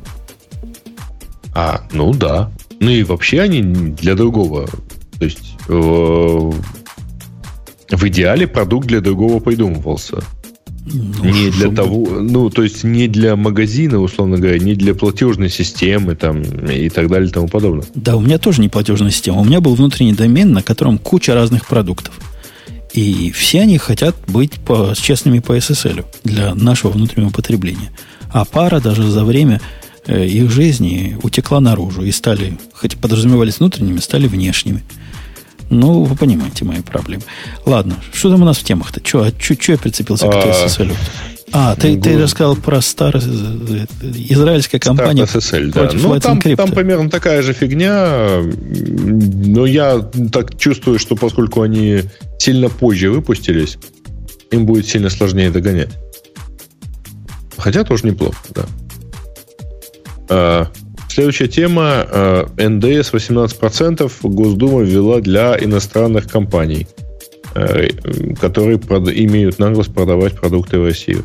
А, ну да. Ну и вообще они для другого. То есть э, в идеале продукт для другого придумывался. Ну, не для бы... того, ну, то есть не для магазина, условно говоря, не для платежной системы там, и так далее и тому подобное.
Да, у меня тоже не платежная система. У меня был внутренний домен, на котором куча разных продуктов. И все они хотят быть по, честными по эс эс эл для нашего внутреннего потребления. А пара даже за время э, их жизни утекла наружу и стали, хоть подразумевались внутренними, стали внешними. Ну, вы понимаете мои проблемы. Ладно, что там у нас в темах-то? Че а, я прицепился к эс эс эл? А, ты, ты рассказал про стар... израильская компания
Start эс эс эл,
против
да. Ну,
Let's
там,
Encrypt.
Там примерно такая же фигня. Но я так чувствую, что поскольку они сильно позже выпустились, им будет сильно сложнее догонять. Хотя тоже неплохо, да. А, следующая тема. эн дэ эс восемнадцать процентов Госдума ввела для иностранных компаний, которые имеют наглость продавать продукты в Россию.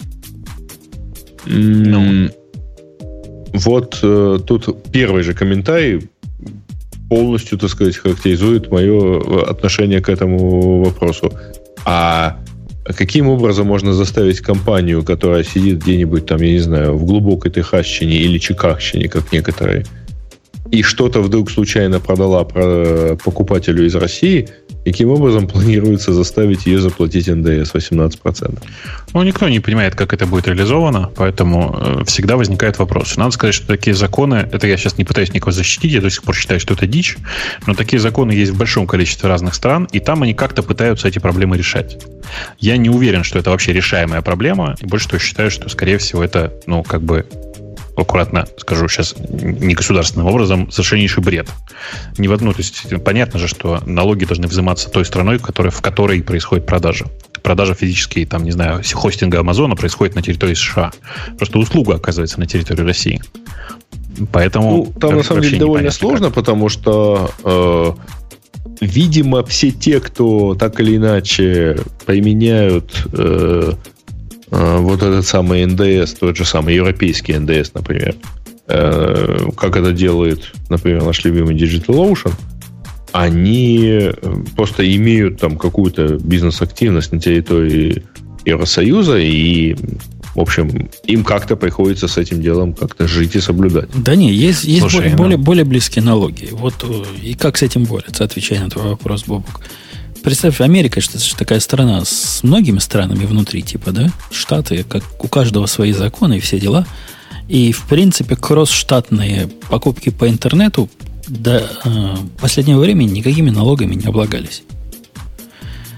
Ну. Вот э, тут первый же комментарий полностью, так сказать, характеризует мое отношение к этому вопросу. А каким образом можно заставить компанию, которая сидит где-нибудь там, я не знаю, в глубокой Техасщине или Чикагщине, как некоторые, и что-то вдруг случайно продала покупателю из России, каким образом планируется заставить ее заплатить эн дэ эс восемнадцать процентов?
Ну, никто не понимает, как это будет реализовано, поэтому э, всегда возникает вопрос. Надо сказать, что такие законы, это я сейчас не пытаюсь никого защитить, я до сих пор считаю, что это дичь, но такие законы есть в большом количестве разных стран, и там они как-то пытаются эти проблемы решать. Я не уверен, что это вообще решаемая проблема, и больше того, считаю, что, скорее всего, это, ну, как бы, аккуратно скажу сейчас, не государственным образом, совершеннейший бред. Не в одну, то есть понятно же, что налоги должны взиматься той страной, в которой, в которой происходит продажа. Продажа физически, там, не знаю, хостинга Амазона происходит на территории США. Просто услуга оказывается на территории России. Поэтому...
Ну, там на самом деле довольно сложно, как. потому что, э, видимо, все те, кто так или иначе применяют... Э, вот этот самый эн дэ эс, тот же самый европейский эн дэ эс, например, как это делает, например, наш любимый DigitalOcean, они просто имеют там какую-то бизнес-активность на территории Евросоюза, и, в общем, им как-то приходится с этим делом как-то жить и соблюдать.
Да не, есть, есть Слушай, более, ну... более, более близкие налоги. Вот и как с этим борются, отвечая на твой вопрос, Бобук. Представь, Америка, что это же такая страна с многими странами внутри, типа, да? Штаты, как у каждого свои законы и все дела. И, в принципе, кросс-штатные покупки по интернету до э, последнего времени никакими налогами не облагались.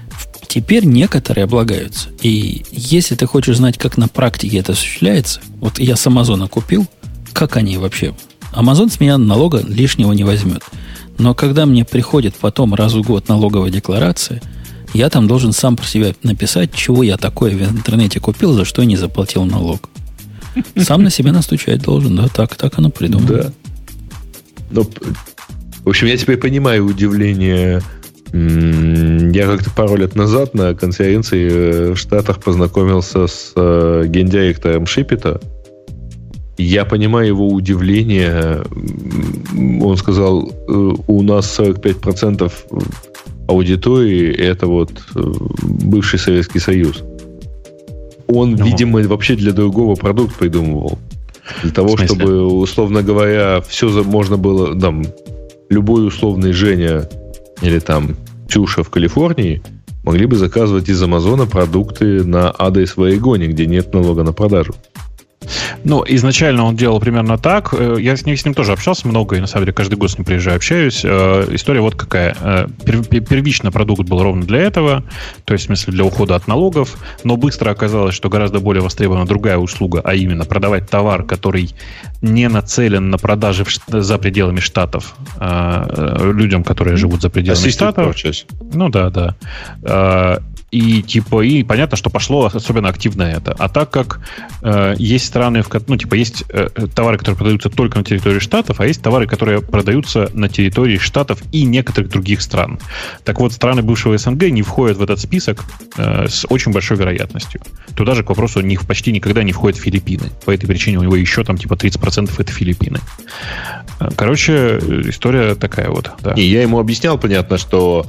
Теперь некоторые облагаются. И если ты хочешь знать, как на практике это осуществляется, вот я с Амазона купил, как они вообще... Амазон с меня налога лишнего не возьмет. Но когда мне приходит потом раз в год налоговая декларация, я там должен сам про себя написать, чего я такое в интернете купил, за что я не заплатил налог. Сам на себя настучать должен, да, так, так оно придумано.
Да. Но, в общем, я теперь понимаю удивление. Я как-то пару лет назад на конференции в Штатах познакомился с гендиректором Шиппета. Я понимаю его удивление. Он сказал, у нас сорок пять процентов аудитории это вот бывший Советский Союз. Он, ну, видимо, вообще для другого продукта придумывал. Для того, чтобы, условно говоря, все можно было, там, любой условный Женя или там Ксюша в Калифорнии могли бы заказывать из Амазона продукты на адрес в Орегоне, где нет налога на продажу.
Ну, изначально он делал примерно так. Я с ним, с ним тоже общался много, и на самом деле каждый год с ним приезжаю, общаюсь. История вот какая. Первично продукт был ровно для этого, то есть, в смысле, для ухода от налогов, но быстро оказалось, что гораздо более востребована другая услуга, а именно продавать товар, который не нацелен на продажи за пределами штатов людям, которые живут за пределами штатов. Ну да, да. И типа, и понятно, что пошло особенно активно это. А так как э, есть страны, в, ну, типа, есть э, товары, которые продаются только на территории штатов, а есть товары, которые продаются на территории штатов и некоторых других стран. Так вот, страны бывшего СНГ не входят в этот список э, с очень большой вероятностью. Туда же, к вопросу, не, почти никогда не входят Филиппины. По этой причине у него еще там типа тридцать процентов это Филиппины. Короче, история такая вот. Да.
И я ему объяснял, понятно, что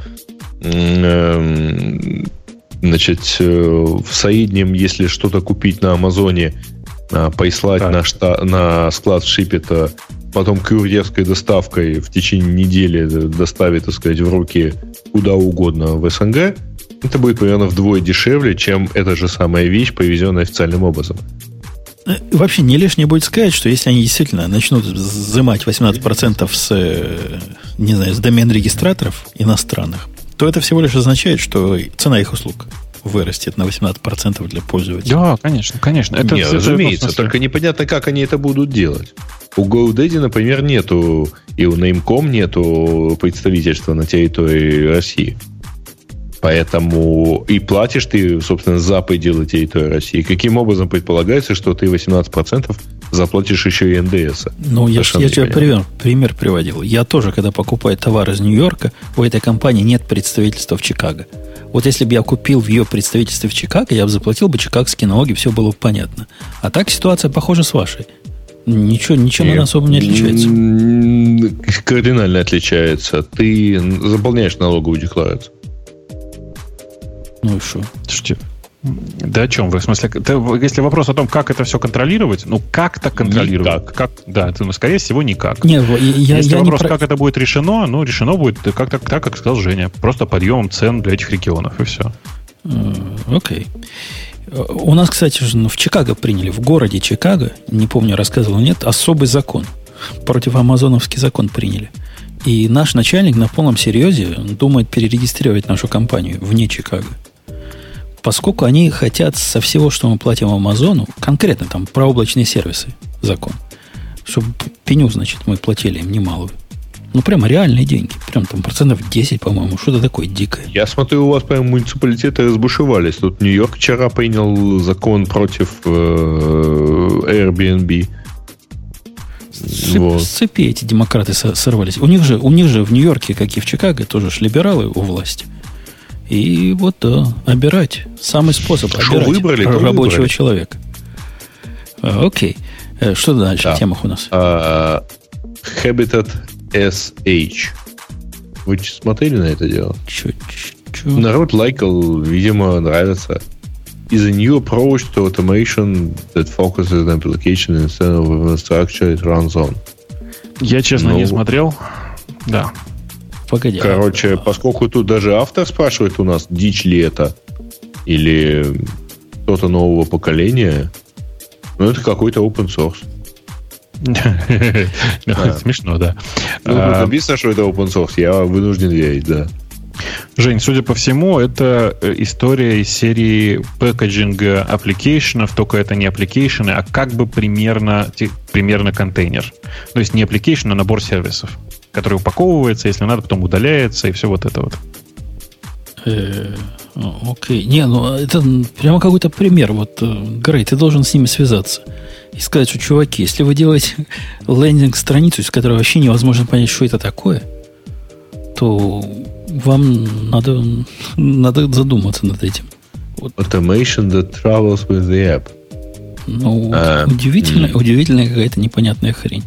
э, значит, в среднем, если что-то купить на Амазоне, прислать на, шта- на склад Шиппета, потом курьерской доставкой в течение недели доставить, так сказать, в руки куда угодно в СНГ, это будет примерно вдвое дешевле, чем эта же самая вещь, привезенная официальным образом.
Вообще не лишнее будет сказать, что если они действительно начнут взимать восемнадцать процентов с, не знаю, с домен-регистраторов иностранных, то это всего лишь означает, что цена их услуг вырастет на восемнадцать процентов для пользователей.
Да, конечно, конечно.
Это, Нет, это, разумеется, это только непонятно, как они это будут делать. У GoDaddy, например, нету, и у Name точка ком нету представительства на территории России. Поэтому и платишь ты, собственно, за пределы территории России. Каким образом предполагается, что ты восемнадцать процентов заплатишь еще и эн дэ эс?
Ну, я, я тебе пример, пример приводил. Я тоже, когда покупаю товар из Нью-Йорка, у этой компании нет представительства в Чикаго. Вот если бы я купил в ее представительстве в Чикаго, я бы заплатил бы чикагские налоги, все было бы понятно. А так ситуация похожа с вашей. Ничего, ничем Нет. она особо не отличается.
Кардинально отличается. Ты заполняешь налоговую декларацию.
Ну и что?
Слушайте, да о чем вы? В смысле, это, если вопрос о том, как это все контролировать, ну как-то контролировать?
Никак.
Как? Да, это, ну, скорее всего, никак.
Не, я,
если
я
вопрос,
не про...
как это будет решено, ну, решено будет как-то, так, как сказал Женя, просто подъемом цен для этих регионов, и все.
Окей. Okay. У нас, кстати, в Чикаго приняли, в городе Чикаго, не помню, рассказывал, нет, особый закон. Против амазоновский закон приняли. И наш начальник на полном серьезе думает перерегистрировать нашу компанию вне Чикаго. Поскольку они хотят со всего, что мы платим Амазону, конкретно там про облачные сервисы закон, чтобы пеню, значит, мы платили им немалую. Ну, прямо реальные деньги. Прям там процентов десять, по-моему. Что-то такое дикое.
Я смотрю, у вас прям муниципалитеты разбушевались. Тут Нью-Йорк вчера принял закон против э, Airbnb.
С, вот. С цепи эти демократы сорвались. У них же, у них же в Нью-Йорке, как и в Чикаго, тоже ж либералы у власти. И вот, да, обирать. Самый способ
Что
обирать
выбрали,
рабочего
выбрали.
человека. А, окей. Что дальше
да.
в темах у нас?
А, Habitat эс эйч. Вы смотрели на это дело?
Чё, чё?
Народ лайкал, видимо, нравится. Is a new approach to automation that focuses on application instead of infrastructure it runs on.
Я, честно,
ну,
не смотрел. Да.
Погоди.
Короче, а... поскольку тут даже автор спрашивает у нас, дичь ли это, или что-то нового поколения, ну, это какой-то open source.
Смешно, да.
Ну, написано, что это open source, я вынужден верить, да.
Жень, судя по всему, это история из серии пэкэджинга аппликейшенов, только это не аппликейшены, а как бы примерно, примерно контейнер. То есть не аппликейшен, а набор сервисов, который упаковывается, если надо, потом удаляется, и все вот это вот.
Окей. Не, ну это прямо какой-то пример. Вот, Грей, ты должен с ними связаться и сказать, что, чуваки, если вы делаете лендинг-страницу, из которой вообще невозможно понять, что это такое, то вам надо, надо задуматься над этим. Вот.
Automation that travels with the app.
Ну, а, удивительная, м- удивительная какая-то непонятная хрень.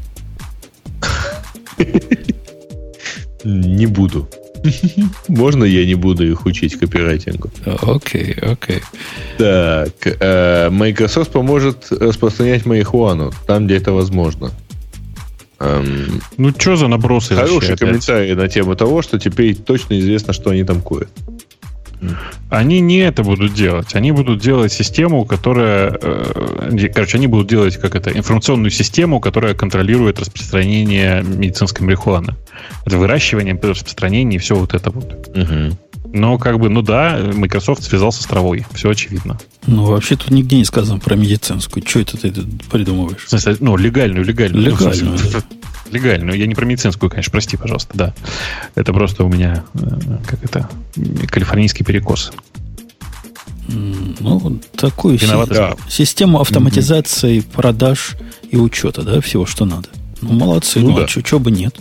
Не буду. Можно я не буду их учить копирайтингу?
Окей, okay, окей.
Okay. Так, Microsoft поможет распространять марихуану там, где это возможно. Um,
ну, что за набросы?
Хороший комментарий на тему того, что теперь точно известно, что они там курят.
Они не это будут делать. Они будут делать систему, которая... Э, короче, они будут делать, как это, информационную систему, которая контролирует распространение медицинской марихуаны. Это выращивание, распространение и все вот это вот. Угу. Но как бы, ну да, Microsoft связался с травой. Все очевидно.
Ну, вообще тут нигде не сказано про медицинскую. Что это ты придумываешь?
В смысле, ну, легальную, легальную.
Легальную,
ну, да. Легальную. Я не про медицинскую, конечно, прости, пожалуйста, да. Это просто у меня, как это, калифорнийский перекос.
Ну, такую си-
да.
систему автоматизации mm-hmm. продаж и учета, да, всего, что надо. Ну, молодцы, ну, ну да. Чего бы нет.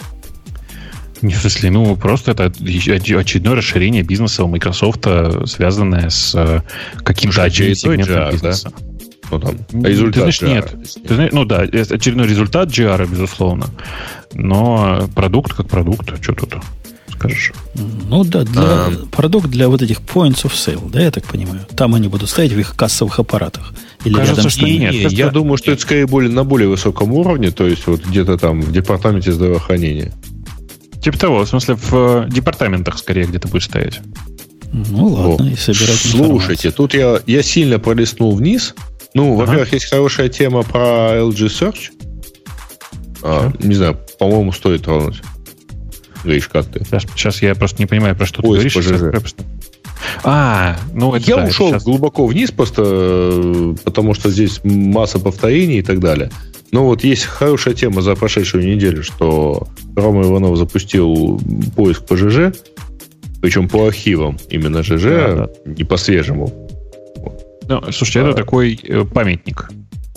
Не, в смысле, ну, просто это очередное расширение бизнеса у Microsoft, связанное с каким-то одним сегментом бизнеса. Да?
Ну, там, результат
ты знаешь, нет. Ты знаешь, ну да, очередной результат джи ар, безусловно. Но продукт как продукт, что тут скажешь?
Ну да, для, а... продукт для вот этих points of sale, да, я так понимаю. Там они будут стоять в их кассовых аппаратах. Или
кажется,
рядом
что нет.
нет. Я думаю, что это скорее более, на более высоком уровне, то есть вот где-то там в департаменте здравоохранения.
Типа того, в смысле в департаментах скорее где-то будет стоять.
Ну ладно,
О.
и собирать
Слушайте, тут я, я сильно пролистнул вниз. Ну, ага. Во-первых, есть хорошая тема про эл джи Search. А, не знаю, по-моему, стоит тронуть. Гриш, как ты?
Сейчас, сейчас я просто не понимаю, про что
Поиск
ты говоришь. Сейчас... А, ну это
Я
да,
ушел
это сейчас...
глубоко вниз, просто потому что здесь масса повторений и так далее. Но вот есть хорошая тема за прошедшую неделю, что Рома Иванов запустил поиск по ЖЖ, причем по архивам именно ЖЖ, да, да. Не по свежему.
Ну, слушайте, а... это такой э, памятник.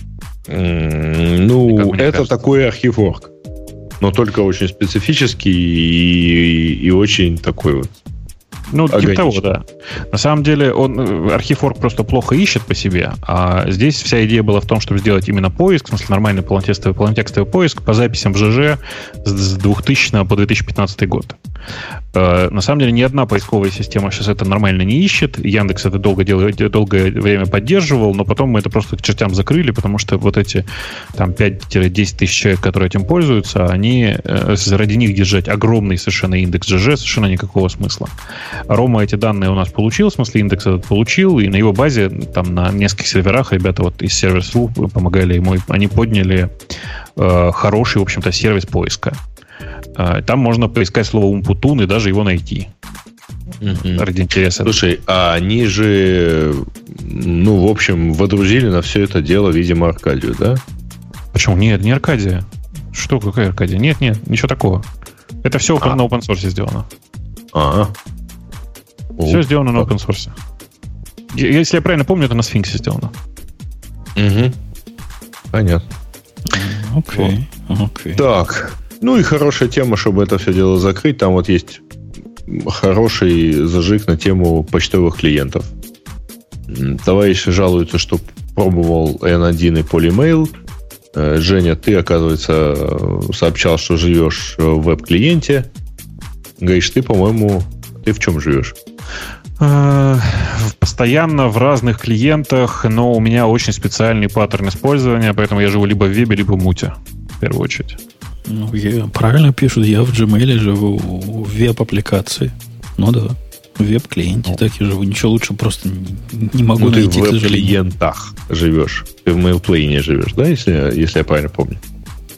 Mm, ну, это кажется. Такой архив.орг. Но только очень специфический и, и очень такой вот.
Ну, типа того, да. На самом деле, он архив.орг просто плохо ищет по себе, а здесь вся идея была в том, чтобы сделать именно поиск, в смысле нормальный полнотекстовый, полнотекстовый поиск по записям в ЖЖ с двухтысячного по две тысячи пятнадцатый год. На самом деле, ни одна поисковая система сейчас это нормально не ищет. Яндекс это долго делает, долгое время поддерживал, но потом мы это просто к чертям закрыли, потому что вот эти там пять-десять тысяч человек, которые этим пользуются, они ради них держать огромный совершенно индекс ЖЖ совершенно никакого смысла. Рома эти данные у нас получил, в смысле индекс этот получил, и на его базе, там на нескольких серверах ребята вот из Servers.ru помогали ему, они подняли э, хороший, в общем-то, сервис поиска. Э, там можно поискать слово «умпутун» и даже его найти. Mm-hmm. Ради интереса.
Слушай, а они же, ну, в общем, водрузили на все это дело, видимо, Аркадию, да?
Почему? Нет, не Аркадия. Что, какая Аркадия? Нет, нет, ничего такого. Это все а. на open source сделано.
А-а.
Все О, сделано на open source. Если я правильно помню, это на Сфинксе сделано.
Угу. Понятно.
Окей. Okay. Okay.
Так. Ну и хорошая тема, чтобы это все дело закрыть. Там вот есть хороший зажиг на тему почтовых клиентов. Товарищ жалуется, что пробовал эн один и Polymail. Женя, ты, оказывается, сообщал, что живешь в веб-клиенте. Говоришь, ты, по-моему, ты в чем живешь?
Постоянно в разных клиентах, но у меня очень специальный паттерн использования, поэтому я живу либо в вебе, либо в муте, в первую очередь.
Ну, я, правильно пишут, я в Gmail живу в веб-аппликации. Ну да, в веб-клиенте ну. так и живу. Ничего лучше просто не, не могу
ну,
найти,
ты в веб-клиентах живешь. Ты в MailPlane живешь, да, если, если я правильно помню?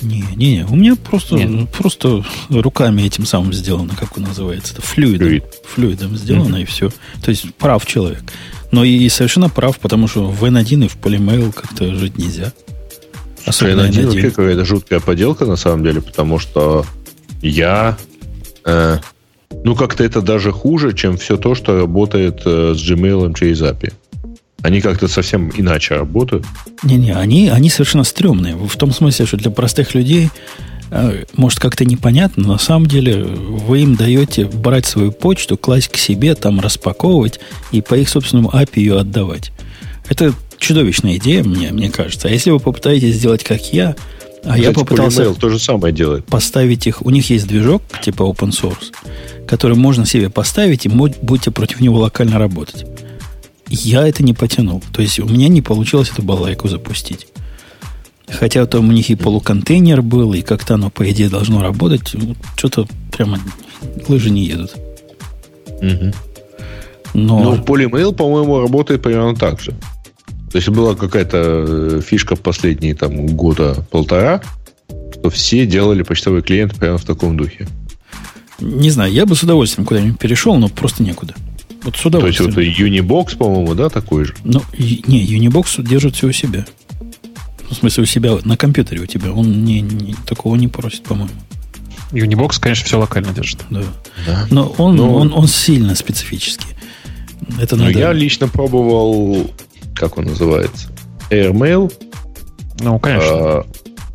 Не, не, не. У меня просто,
Нет.
просто руками этим самым сделано, как он называется. Это флюидом.
Флюид.
Флюидом сделано,
Mm-hmm.
и все. То есть прав человек. Но и совершенно прав, потому что в эн один и в Polymail как-то жить нельзя.
эн один вообще какая-то жуткая поделка на самом деле, потому что я... Э, ну, как-то это даже хуже, чем все то, что работает э, с Gmail через эй пи ай. Они как-то совсем иначе работают.
Не-не, они, они совершенно стрёмные. В том смысле, что для простых людей э, может как-то непонятно, но на самом деле вы им даете брать свою почту, класть к себе, там распаковывать и по их собственному эй пи ай ее отдавать. Это чудовищная идея, мне, мне кажется. А если вы попытаетесь сделать, как я, а
Кстати,
я попытался
Polymail то же самое делает.
поставить их... У них есть движок типа open source, который можно себе поставить, и будете против него локально работать. Я это не потянул. То есть у меня не получилось эту балайку запустить. Хотя там у них и полуконтейнер был, и как-то оно, по идее, должно работать. Вот что-то прямо лыжи не едут.
Угу.
Но...
Но Polymail, по-моему, работает примерно так же. То есть была какая-то фишка в последние там, года полтора, что все делали почтовые клиенты прямо в таком духе.
Не знаю, я бы с удовольствием куда-нибудь перешел, но просто некуда. Вот с
То есть
удовольствием.
вот Unibox, по-моему, да, такой же?
Ну, и- не, Unibox держит все у себя. В смысле, у себя на компьютере у тебя. Он не, не- такого не просит, по-моему.
Unibox, конечно, все локально держит.
Да.
Да.
Но он,
Ну,
он, он сильно специфический. Это
Но
надо...
я лично пробовал, как он называется, AirMail.
Ну, конечно.
А,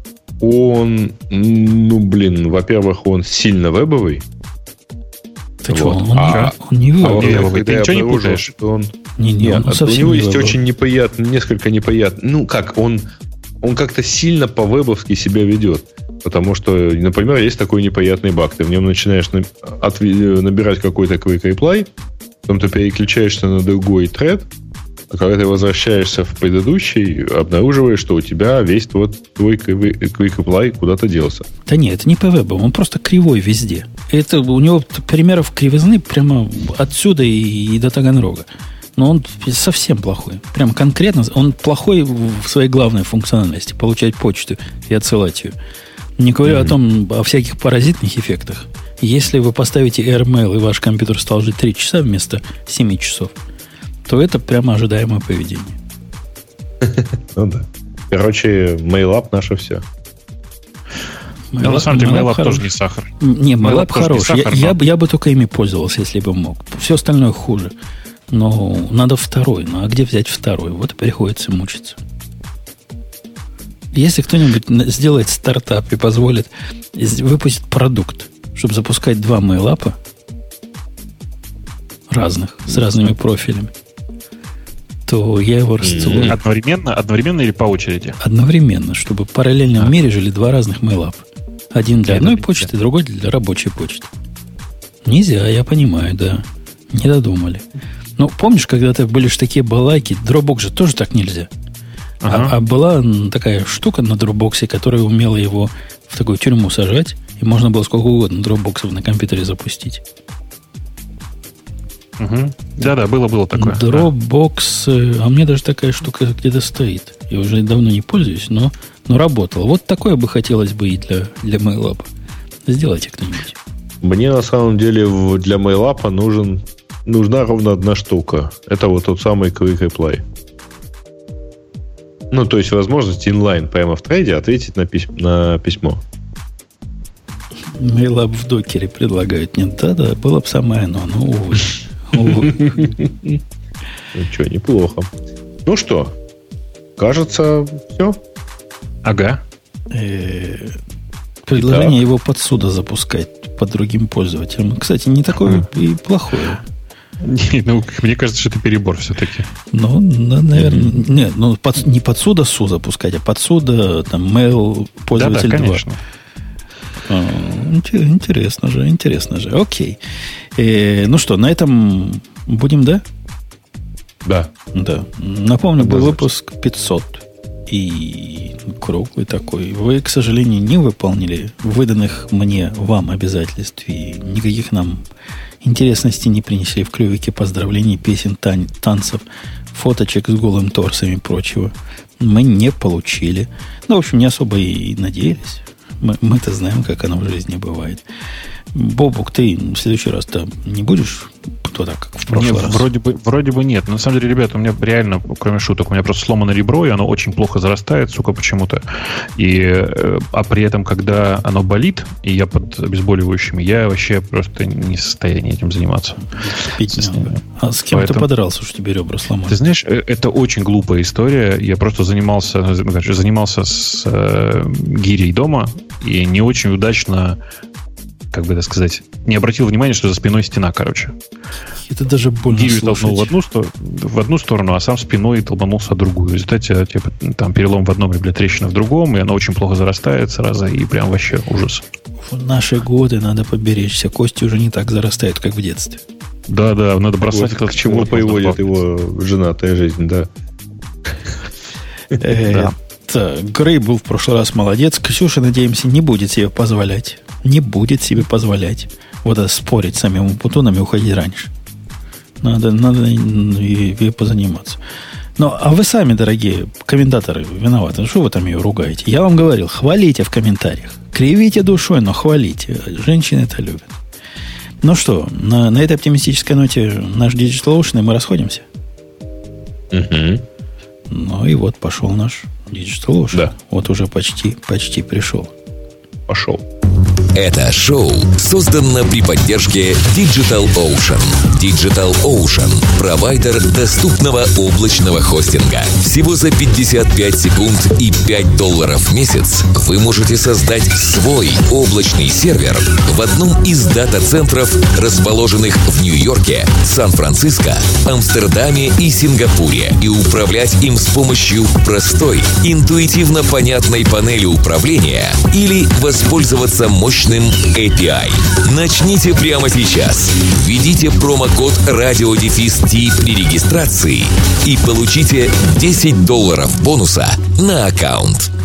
он, ну, блин, во-первых, он сильно вебовый.
Ты
вот.
что, он,
А-
он не
А
выбрал.
вот-
во-вторых,
вебовый,
когда
ты
я
ничего не
обнаружил,
путаешь?
что он...
Не, не,
Нет,
он
у
совсем
него
не
есть
выбрал.
очень неприятно, несколько неприятно. Ну, как, он, он как-то сильно по-вебовски себя ведет. Потому что, например, есть такой неприятный баг. Ты в нем начинаешь на- от- набирать какой-то quick reply, потом ты переключаешься на другой тред, а когда ты возвращаешься в предыдущий, обнаруживаешь, что у тебя весь вот твой quick reply куда-то делся.
Да нет, это не по вебу, он просто кривой везде. Это у него примеров кривизны прямо отсюда и, и до Таганрога. Но он совсем плохой. Прям конкретно он плохой в своей главной функциональности. Получать почту и отсылать ее. Не говорю mm-hmm. о том, о всяких паразитных эффектах. Если вы поставите AirMail, и ваш компьютер стал жить три часа вместо семи часов, то это прямо ожидаемое поведение.
Ну да. Короче, MailUp наше все.
Ну, на самом деле, MailUp тоже не сахар.
Не, MailUp
MailUp тоже не
хорош.
сахар,
я, я,
но-
бы- я бы только ими пользовался, если бы мог. Все остальное хуже. Но надо второй. Ну, а где взять второй? Вот и приходится мучиться. Если кто-нибудь на- сделает стартап и позволит из- выпустить продукт, чтобы запускать два MailUp разных, с разными профилями, то я его расцелую
Одновременно, одновременно или по очереди?
одновременно, чтобы в параллельном мире жили два разных MailUp. Один для
Да,
одной
да,
почты, другой для рабочей почты. Нельзя, я понимаю, да. Не додумали. Ну, помнишь, когда-то были же такие балайки, Dropbox же тоже так нельзя.
Ага.
А, а была м, такая штука на Dropbox, которая умела его в такую тюрьму сажать, и можно было сколько угодно дропбоксов на компьютере запустить.
Мгм. Да-да, было-было такое. Да.
Dropbox, э, а у меня даже такая штука где-то стоит. Я уже давно не пользуюсь, но, но работала. Вот такое бы хотелось бы и для, для MailUp. Сделайте кто-нибудь.
Мне на самом деле в- для MailUp нужен, нужна ровно одна штука. Это вот тот самый Quick Reply. Ну, то есть возможность инлайн прямо в трейде ответить на, пись- на письмо.
MailUp в докере предлагают. Нет, да-да, было бы самое оно, но, увы. Увы.
Ну что, неплохо. Ну что, кажется, все.
Ага.
Э, Предложение его под суда запускать по другим пользователям. Кстати, не такое и плохое.
Не, ну, мне кажется, что это перебор все-таки.
Ну, на- наверное, нет, ну, под- не под суда су запускать, а под суда там mail
Да-да,
пользователь два.
конечно.
А, инте- Интересно же, интересно же. Окей. Э, ну что, на этом будем, да?
Да.
Да. Напомню, был
Да,
выпуск пятьсот. И круглый такой. Вы, к сожалению, не выполнили выданных мне, вам обязательств. И никаких нам интересностей не принесли в клювике поздравлений, песен, тан- танцев, фоточек с голым торсом и прочего. Мы не получили. Ну, в общем, не особо и надеялись. Мы, мы-то знаем, как оно в жизни бывает. Бобук, ты в следующий раз-то не будешь туда, как в прошлый
Нет,
раз?
Вроде бы, вроде бы нет. Но на самом деле, ребята, у меня реально, кроме шуток, у меня просто сломано ребро, и оно очень плохо зарастает, сука, почему-то. И, а при этом, когда оно болит, и я под обезболивающими, я вообще просто не в состоянии этим заниматься.
А с кем Поэтому... ты подрался, что тебе ребра сломали?
Ты знаешь, это очень глупая история. Я просто занимался, занимался с э, гирей дома, и не очень удачно, как бы это сказать, не обратил внимания, что за спиной стена, короче.
Это даже больно
Гирю толкнул в одну, в одну сторону, а сам спиной толкнулся в другую. В результате типа, там перелом в одном ребре, трещина в другом, и она очень плохо зарастает сразу, и прям вообще ужас.
В наши годы надо поберечься. Кости уже не так зарастают, как в детстве.
Да, да, надо бросать
вот
это.
К чему приводит его женатая жизнь, да.
Грей был в прошлый раз молодец. Ксюша, надеемся, не будет себе позволять. Не будет себе позволять. Вот это спорить с самим Путуном и уходить раньше. Надо, надо и, и позаниматься. Ну, а вы сами, дорогие комментаторы, виноваты. Что вы там ее ругаете? Я вам говорил, хвалите в комментариях. Кривите душой, но хвалите. Женщины это любят. Ну что, на, на этой оптимистической ноте наш Digital Ocean, и мы расходимся.
Угу.
Ну и вот пошел наш Digital Ocean.
Да.
Вот уже почти, почти пришел.
Пошел.
Это шоу создано при поддержке Digital Ocean. Digital Ocean – провайдер доступного облачного хостинга. Всего за пятьдесят пять секунд и пять долларов в месяц вы можете создать свой облачный сервер в одном из дата-центров, расположенных в Нью-Йорке, Сан-Франциско, Амстердаме и Сингапуре, и управлять им с помощью простой, интуитивно понятной панели управления или воспользоваться мощным эй пи ай. Начните прямо сейчас. Введите промокод радиодефис-ти при регистрации и получите десять долларов бонуса на аккаунт.